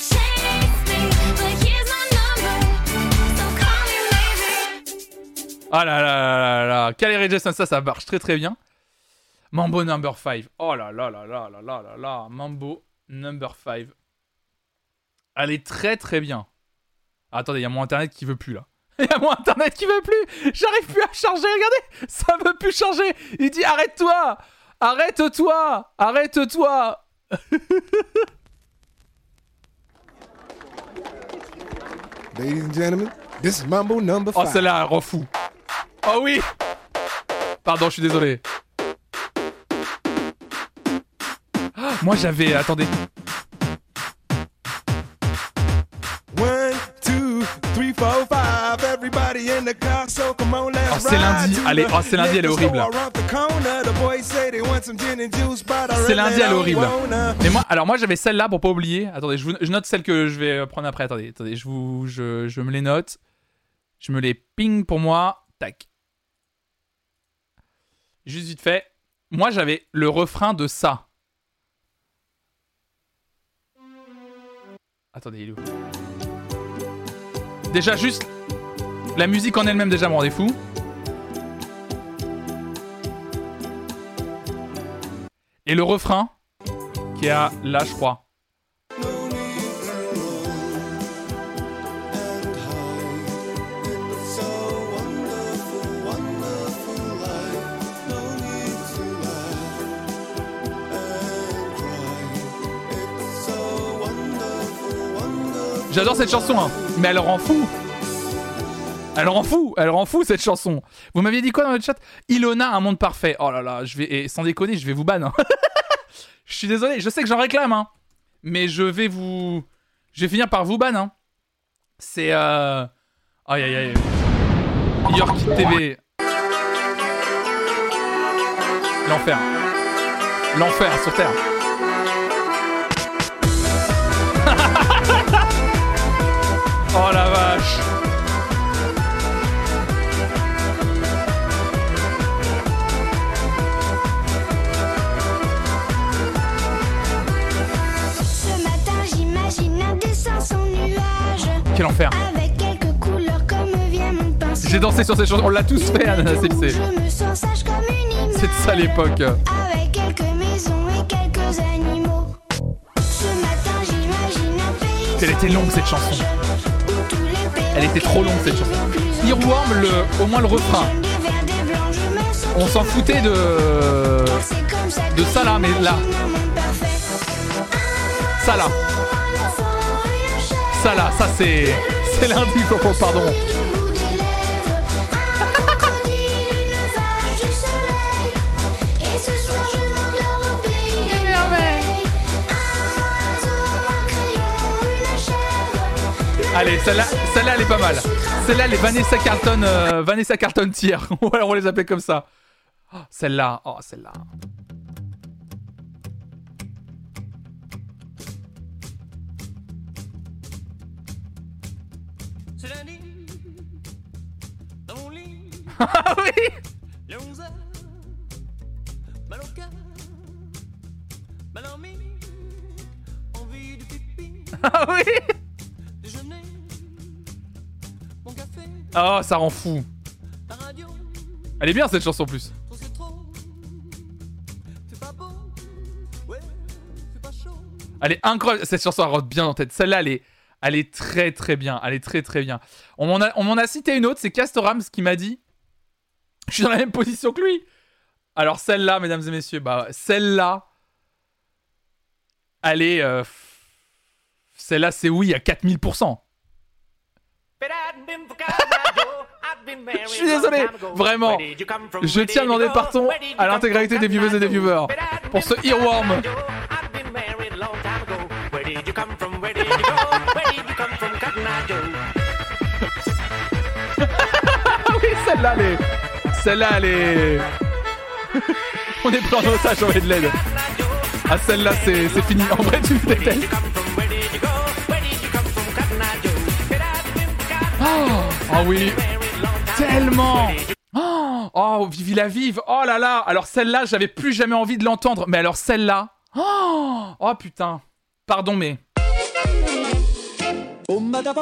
S1: Ah là là là là. Carly Rae Jepsen, ça marche très très bien. Mambo Number 5. Oh là là là là là là là là. Mambo Number 5. Elle est très très bien. Ah, attendez, il y a mon internet qui veut plus là. Il y a mon internet qui veut plus. J'arrive plus à charger. Regardez, ça veut plus charger. Il dit arrête-toi. Arrête-toi. Arrête-toi.
S12: Ladies and gentlemen, this is Mambo Number 5.
S1: Oh, celle-là, elle rend fou. Oh oui. Pardon, je suis désolé. Moi j'avais... Attendez.
S12: 1, 2, 3,
S6: 4, 5. Everybody in the car, so come on, let's
S1: Oh, c'est lundi.
S6: ride.
S1: Allez, oh, c'est lundi, elle est horrible. C'est lundi, elle est horrible. Mais moi j'avais celle-là pour pas oublier. Attendez, je note celle que je vais prendre après. Attendez, je me les note. Je me les ping pour moi. Tac. Juste vite fait. Moi j'avais le refrain de ça. Attendez, il est où? Déjà juste la musique en elle-même déjà me rendait fou. Et le refrain qui est à là, je crois. J'adore cette chanson, hein. Mais elle rend fou. Elle rend fou cette chanson. Vous m'aviez dit quoi dans le chat? Ilona, un monde parfait. Oh là là, et sans déconner, je vais vous ban. Hein. Je suis désolé, je sais que j'en réclame, hein. Mais je vais finir par vous ban, hein. C'est Aïe aïe aïe. York TV. L'enfer. L'enfer sur Terre. Oh la vache.
S9: Ce matin, j'imagine un dessin sans nuage.
S1: Quel enfer.
S9: Avec quelques couleurs comme vient mon pinceau.
S1: J'ai dansé sur cette chanson, on l'a tous fait, Ananas FC.
S9: Je me sens sage comme une image.
S1: C'est de ça l'époque.
S9: Avec quelques maisons et quelques animaux. Ce matin, j'imagine un pays.
S1: Elle était longue cette chanson. Elle était trop longue cette chanson. Earworm, au moins le refrain. On s'en foutait de ça là, mais là. Ça là. Ça là, ça c'est lundi, Coco, pardon. Allez, celle-là elle est pas mal. Celle-là, les Vanessa Carlton tier. Ou alors on les appelait comme ça. Oh, celle-là. Ah oui. Ah oui. Oh, ça rend fou. Elle est bien cette chanson en plus. Elle est incroyable. Cette chanson elle rentre bien en tête. Celle-là, elle est très très bien. Elle est très très bien. On m'en a cité une autre. C'est Castorams qui m'a dit. Je suis dans la même position que lui. Alors celle-là, mesdames et messieurs, bah celle-là, elle est. Celle-là, c'est oui à 4000%. Je suis désolé, vraiment. Je tiens à demander pardon à l'intégralité des viewers et des viewers pour ce Earworm. Oui, celle-là, elle est... On est pris en otage en de l'aide. Ah, celle-là, c'est fini. En vrai, tu me détestes. Oh oui, tellement. Oh, Vivi la vive. Oh là là. Alors celle-là, j'avais plus jamais envie de l'entendre. Mais alors celle-là. Oh putain. Pardon, mais...
S6: Oh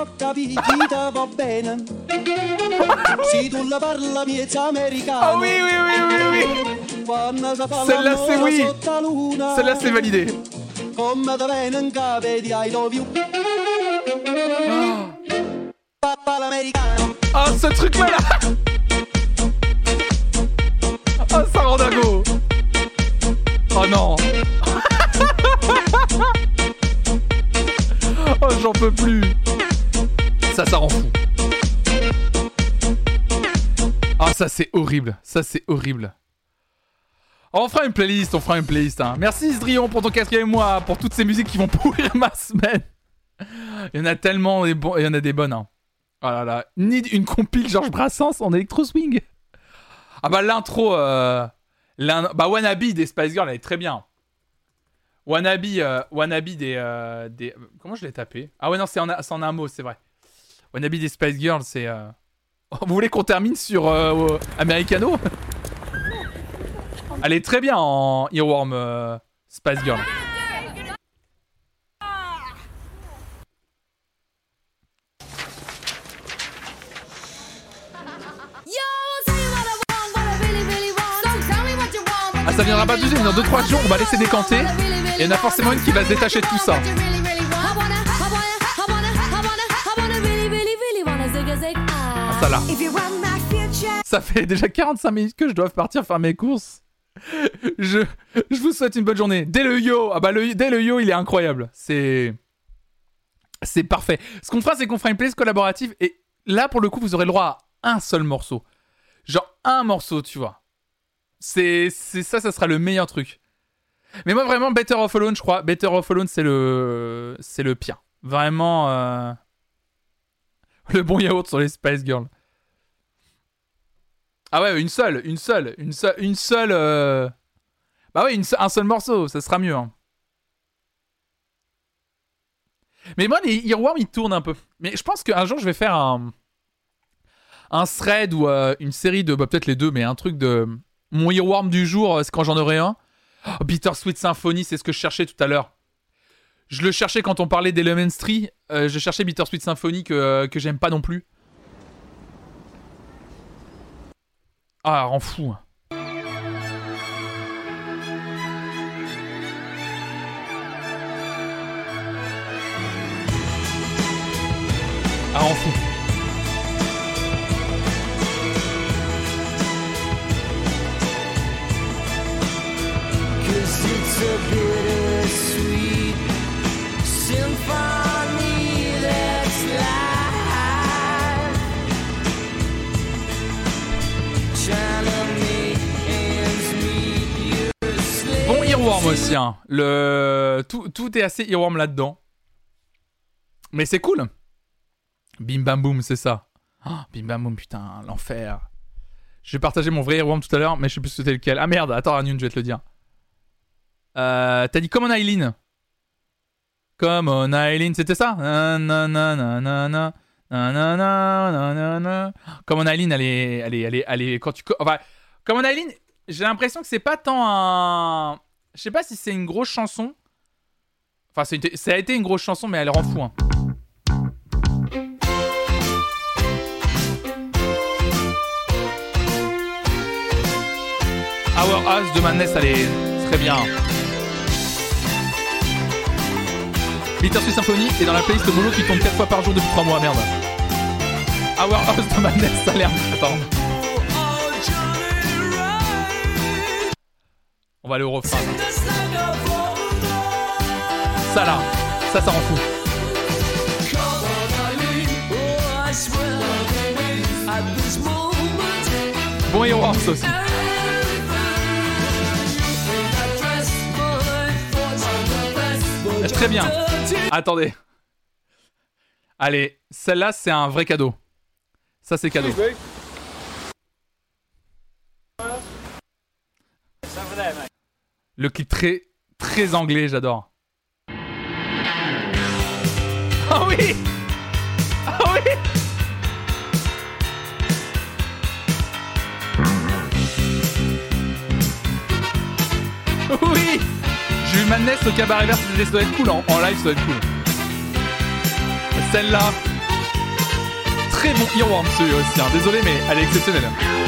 S1: oui. Celle-là, c'est oui. Celle-là, c'est validé. Oh, ce truc-là là. Oh, ça rend dingo. Oh non. Oh, j'en peux plus. Ça rend fou. Oh, ça c'est horrible. On fera une playlist, hein. Merci Isdrion pour ton 4e mois, pour toutes ces musiques qui vont pourrir ma semaine. Il y en a tellement, il y en a des bonnes, hein. Oh là là. Ni une compile Georges Brassens en électro swing. Ah bah l'intro... Bah Wannabe des Spice Girls, elle est très bien. Wannabe des... Comment je l'ai tapé? Ah ouais non, c'est en un mot, c'est vrai. Wannabe des Spice Girls, c'est... Oh, vous voulez qu'on termine sur Americano? Elle est très bien en Earworm Spice Girl. Ah ça viendra pas tout de suite, mais dans 2-3 jours on va laisser décanter. Et il y en a forcément une qui va se détacher de tout ça. Ah, ça là. Ça fait déjà 45 minutes que je dois partir faire mes courses. Je vous souhaite une bonne journée. Dès le yo, ah bah dès le yo il est incroyable. C'est parfait. Ce qu'on fera c'est qu'on fera une playlist collaborative. Et là pour le coup vous aurez le droit à un seul morceau. Genre un morceau tu vois. C'est ça sera le meilleur truc. Mais moi vraiment Better Off Alone je crois. Better Off Alone c'est le pire. Vraiment le bon yaourt sur les Spice Girls. Ah ouais une seule. Bah ouais un seul morceau ça sera mieux hein. Mais moi les Earworms ils tournent un peu. Mais je pense qu'un jour je vais faire un thread ou une série de peut-être les deux mais un truc de mon Earworm du jour c'est quand j'en aurai un. Oh, Bittersweet Symphony c'est ce que je cherchais tout à l'heure. Je le cherchais quand on parlait d'Elementary. Je cherchais Bittersweet Symphony que j'aime pas non plus. Ah, rend fou. Ah, rend fou. Bon Earworm aussi hein. Tout est assez Earworm là-dedans. Mais c'est cool. Bim bam boum, c'est ça. Oh, bim bam boum, putain, l'enfer. J'ai partagé mon vrai Earworm tout à l'heure, mais je sais plus c'était lequel. Ah merde, attends Anion, je vais te le dire. T'as dit Come on Eileen. Come on Eileen, c'était ça? Come on Eileen, elle est quand tu... Enfin, Come on Eileen, j'ai l'impression que c'est pas tant un... Je sais pas si c'est une grosse chanson. Enfin, ça a été une grosse chanson, mais elle rend fou, hein. Our House de Madness, elle est très bien. Bittersweet Symphony est dans la playlist Molo qui tourne 4 fois par jour depuis 3 mois, merde. Our House de Madness, ça a l'air... Attends. On va aller au refrain. Ça là, ça rend fou. Bon Hero House aussi. Très bien. Attendez. Allez, celle-là, c'est un vrai cadeau. Ça, c'est cadeau. Le clip très, très anglais, j'adore. Ah oui! Ah oui! Oui! J'ai eu Madness au cabaret vert, ça doit être cool. En live, ça doit être cool. Celle-là. Très bon Earworm, celui aussi. Hein. Désolé, mais elle est exceptionnelle.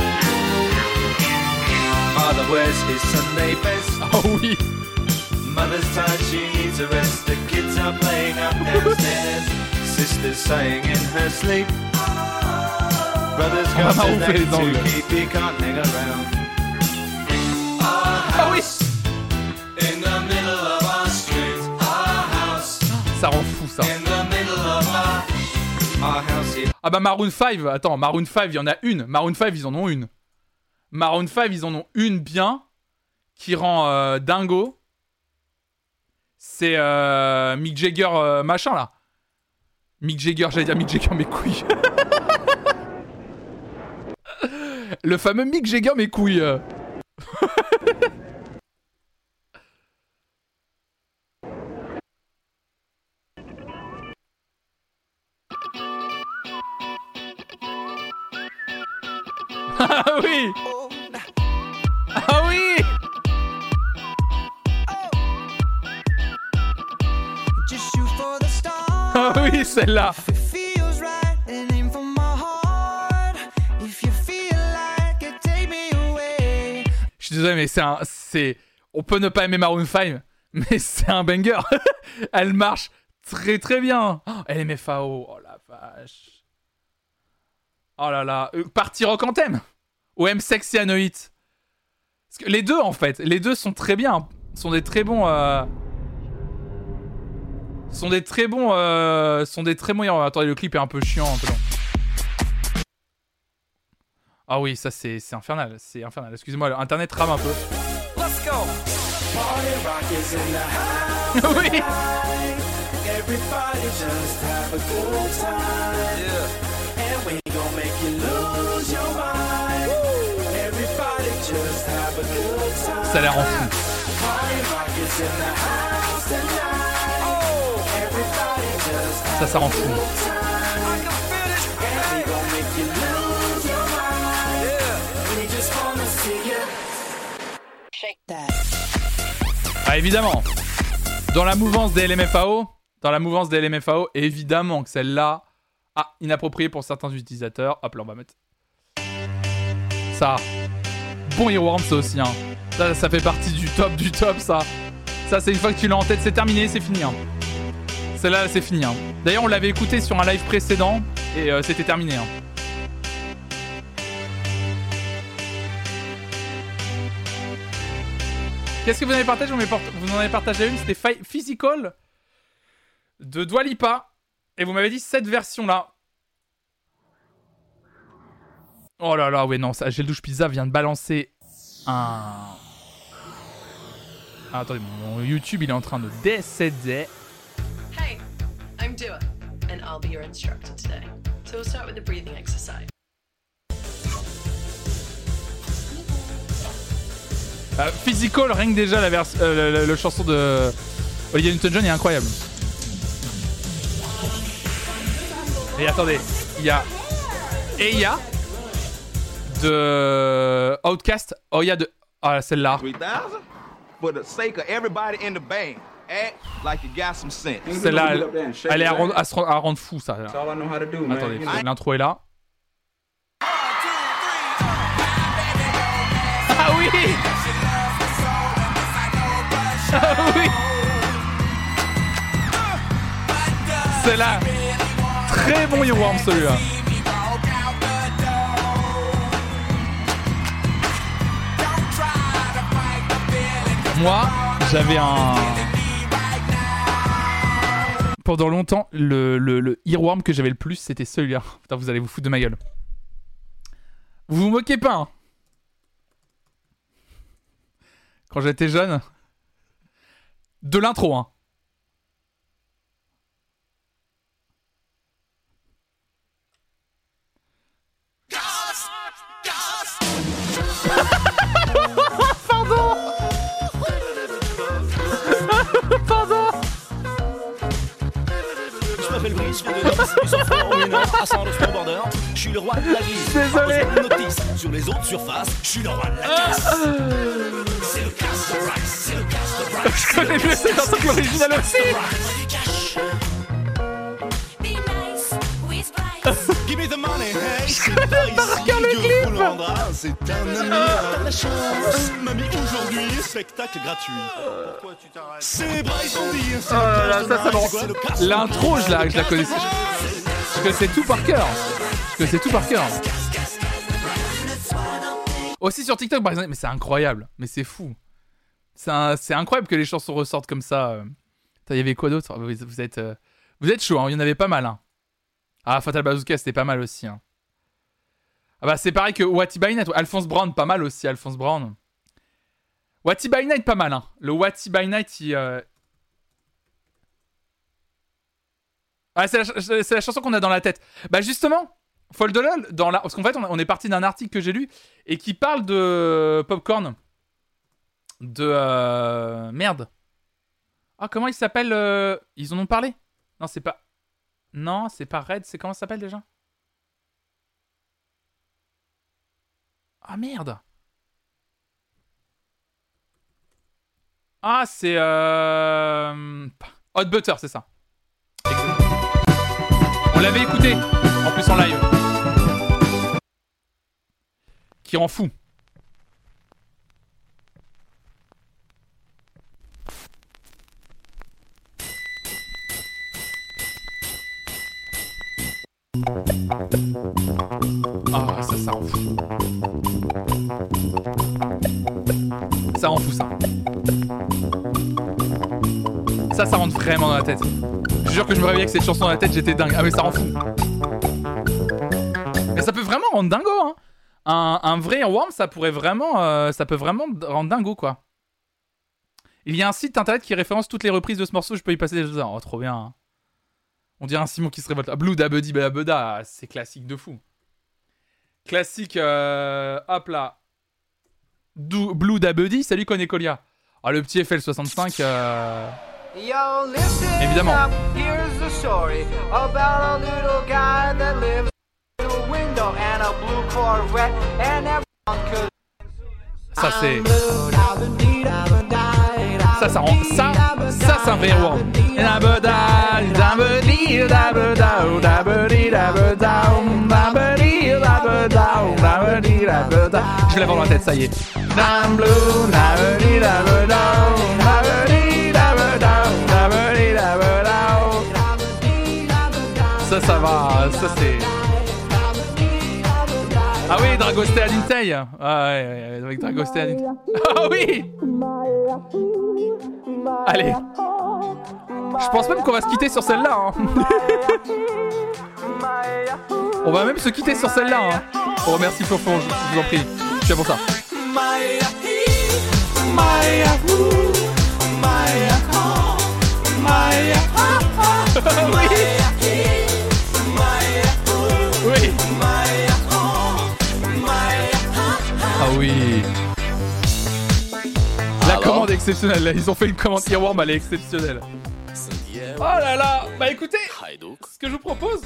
S1: Oh oui! Mother's tired, she needs a rest. The kids are playing up downstairs. Sister's sighing in her sleep. Brothers got to that to keep, he can't hang around. Ah oui! In the middle of our street, our house. Ça rend fou ça. In the middle of our house. Ah bah Maroon 5, attends, Maroon 5, il y en a une. Maroon 5, ils en ont une. Maroon 5, ils en ont une bien qui rend dingo. C'est Mick Jagger machin là. Mick Jagger, j'allais dire Mick Jagger mes couilles. Le fameux Mick Jagger mes couilles. Ah oui. Ah oui. Ah oui, celle-là. Je suis désolé, mais c'est... On peut ne pas aimer Maroon 5, mais c'est un banger. Elle marche très très bien. Oh, LMFAO, oh la vache. Oh là là. Party Rock Anthem ou M Sexy I Know It. Parce que les deux, en fait, les deux sont très bien. Sont des très bons... Sont des très bons... Attendez, le clip est un peu chiant, un peu long. Ah oui, ça c'est infernal, c'est infernal. Excusez-moi, internet rame un peu.
S6: Let's go.
S1: Oui.
S6: Everybody just have a good time. Yeah. And we gon' make you lose your mind. Everybody just have a good time.
S1: Ça a l'air en fou. Ça rend fou. Ah évidemment. Dans la mouvance des LMFAO, évidemment que celle-là, inappropriée pour certains utilisateurs. Hop là, on va mettre ça. Bon Earworm, ça aussi, hein. Ça fait partie du top, ça. Ça, c'est une fois que tu l'as en tête, c'est terminé, c'est fini. Hein. Celle-là, c'est fini. Hein. D'ailleurs, on l'avait écouté sur un live précédent et c'était terminé. Hein. Qu'est-ce que vous en avez partagé? Vous en avez partagé une, c'était Physical de Dua Lipa. Et vous m'avez dit cette version-là. Oh là là, ouais, non, ça, Gel Douche Pizza vient de balancer un... Ah, attendez, mon YouTube, il est en train de décéder.
S13: Hey, I'm Dua, and I'll be your instructor today. So we'll start with the breathing exercise.
S1: Physical, rien que déjà la chanson de Olivia Newton-John est incroyable. Et attendez, il y a Eya de Outkast. Oh, il y a de... Ah, celle-là. Celle-là, elle est à rendre fou, ça. Attendez, l'intro est là. Ah oui! Ah oui! Celle-là, très bon Earworm celui-là. Moi, j'avais un... Pendant longtemps, le Earworm que j'avais le plus, c'était celui-là. Putain, vous allez vous foutre de ma gueule. Vous vous moquez pas, hein? Quand j'étais jeune. De l'intro, hein. Pardon. Pardon.
S14: Je m'appelle Brice, je viens de Nice, et sur fort, on est nord, à Saint-Lô-Border. Je suis le roi de la glisse.
S1: Désolé.
S14: Notice sur les autres surfaces, je suis le roi de la casse. C'est le casse de Rice, c'est le casse de Rice.
S1: Je connais mieux cette chanson que l'original aussi.
S14: Give me the money, hey,
S1: je connais par cœur le clip.
S14: C'est un ami, t'as la chance. Mamie, aujourd'hui, spectacle gratuit. Pourquoi tu t'arrêtes? C'est Bryce, on dit.
S1: Oh là là, ça bon. L'intro, je la connaissais. Je connaissais tout par cœur. Aussi sur TikTok, par exemple. Mais c'est incroyable. Mais c'est fou. C'est incroyable que les chansons ressortent comme ça. Il y avait quoi d'autre? Vous êtes chaud, hein. Il y en avait pas mal, hein. Ah, Fatal Bazooka, c'était pas mal aussi. Hein. Ah bah, c'est pareil que Watty by Night. Alphonse Brown, pas mal aussi, Alphonse Brown. Watty by Night, pas mal. Hein. Le Watty by Night, il... Ah, c'est la chanson qu'on a dans la tête. Bah, justement, Foldelol, parce qu'en fait, on est parti d'un article que j'ai lu et qui parle de Popcorn. Merde. Ah, comment il s'appelle Ils en ont parlé? Non, c'est pas... Non, c'est pas Red, c'est comment ça s'appelle déjà? Ah, merde. Ah, c'est... Hot Butter, c'est ça. On l'avait écouté, en plus en live. Qui rend fou. Ah, ça rend fou. Ça rend fou, ça. Ça rentre vraiment dans la tête. Je jure que je me réveillais avec cette chanson dans la tête, j'étais dingue. Ah mais ça rend fou. Mais ça peut vraiment rendre dingo, hein. Un vrai earworm, ça peut vraiment rendre dingo, quoi. Il y a un site internet qui référence toutes les reprises de ce morceau, je peux y passer des heures. Oh, trop bien. Hein. On dirait un Simon qui se révolte. Ah, Blue Dabudi Bada, c'est classique de fou. Classique, hop là. Blue Dabudi, salut Konekolia. Ah, le petit FL65,
S6: Yo, listen
S1: évidemment.
S6: up, here's the story about a little guy that lives in a window and a blue Corvette and everyone could.
S1: Ça c'est... Ça rend... Ça c'est un vrai earworm. Je l'avais dans la tête, ça y est. Ça va, ça c'est... Ah oui, Dragostea Adintei. Ah ouais, avec Dragostea Adintei. Ah oui. Allez. Je pense même qu'on va se quitter sur celle-là. Hein. On va même se quitter sur celle-là. Hein. Oh merci Fofon, je vous en prie. Je suis là pour ça. Oui. Ah oui. La commande est exceptionnelle. Là. Ils ont fait une commande earworm, elle est exceptionnelle. Oh là là. Bah écoutez, ce que je vous propose,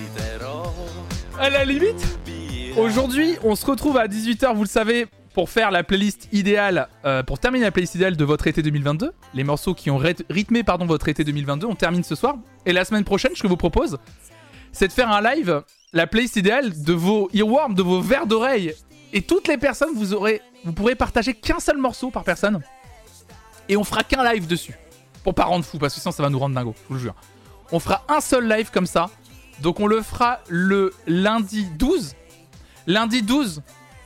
S1: à la limite, aujourd'hui, on se retrouve à 18h, vous le savez, pour faire la playlist idéale, pour terminer la playlist idéale de votre été 2022. Les morceaux qui ont rythmé votre été 2022, on termine ce soir. Et la semaine prochaine, ce que je vous propose, c'est de faire un live, la playlist idéale de vos earworms, de vos verres d'oreille. Et toutes les personnes, vous pourrez partager qu'un seul morceau par personne. Et on fera qu'un live dessus. Pour pas rendre fou, parce que sinon ça va nous rendre dingo, je vous le jure. On fera un seul live comme ça. Donc on le fera le lundi 12. Lundi 12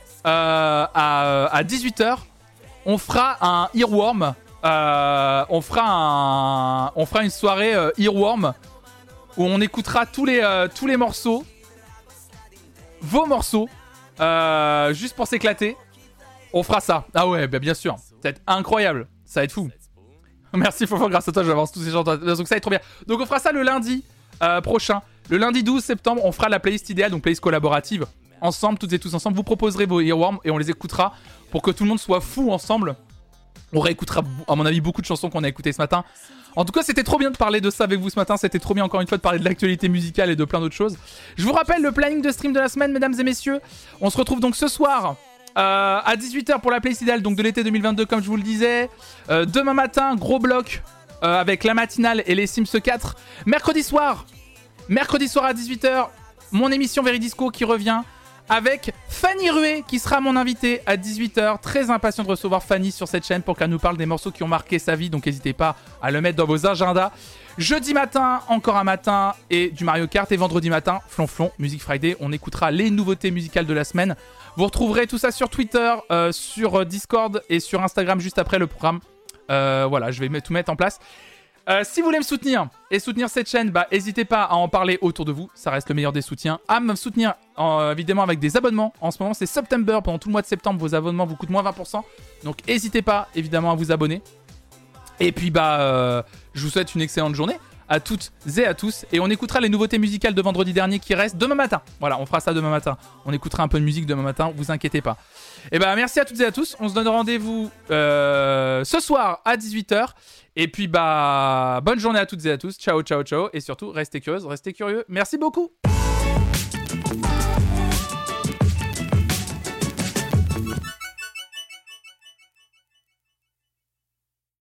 S1: à 18h. On fera un earworm. On fera une soirée earworm où on écoutera tous les morceaux. Vos morceaux. Juste pour s'éclater. On fera ça. Ah ouais, bah bien sûr. Ça va être incroyable. Ça va être fou. Merci Fofo, grâce à toi j'avance tous ces gens. Donc ça va être trop bien. Donc on fera ça le lundi prochain. Le lundi 12 septembre, on fera la playlist idéale, donc playlist collaborative. Ensemble, toutes et tous ensemble. Vous proposerez vos earworms et on les écoutera pour que tout le monde soit fou ensemble. On réécoutera, à mon avis, beaucoup de chansons qu'on a écoutées ce matin. En tout cas, c'était trop bien de parler de ça avec vous ce matin. C'était trop bien, encore une fois, de parler de l'actualité musicale et de plein d'autres choses. Je vous rappelle le planning de stream de la semaine, mesdames et messieurs. On se retrouve donc ce soir à 18h pour la playlist idéale donc de l'été 2022, comme je vous le disais. Demain matin, gros bloc avec la matinale et les Sims 4. Mercredi soir à 18h, mon émission Veridisco qui revient. Avec Fanny Rué qui sera mon invitée à 18h. Très impatient de recevoir Fanny sur cette chaîne pour qu'elle nous parle des morceaux qui ont marqué sa vie. Donc n'hésitez pas à le mettre dans vos agendas. Jeudi matin, encore un matin et du Mario Kart. Et vendredi matin, Flonflon, Music Friday. On écoutera les nouveautés musicales de la semaine. Vous retrouverez tout ça sur Twitter, sur Discord et sur Instagram juste après le programme. Voilà, je vais tout mettre en place. Si vous voulez me soutenir et soutenir cette chaîne, n'hésitez pas à en parler autour de vous. Ça reste le meilleur des soutiens. À me soutenir évidemment avec des abonnements. En ce moment, c'est September. Pendant tout le mois de septembre, vos abonnements vous coûtent moins 20%. Donc, n'hésitez pas évidemment à vous abonner. Et puis, je vous souhaite une excellente journée. à toutes et à tous. Et on écoutera les nouveautés musicales de vendredi dernier qui restent demain matin. Voilà, on fera ça demain matin. On écoutera un peu de musique demain matin, vous inquiétez pas. Et bah merci à toutes et à tous. On se donne rendez-vous ce soir à 18h. Et puis bah bonne journée à toutes et à tous. Ciao, ciao, ciao. Et surtout, restez curieuses, restez curieux. Merci beaucoup.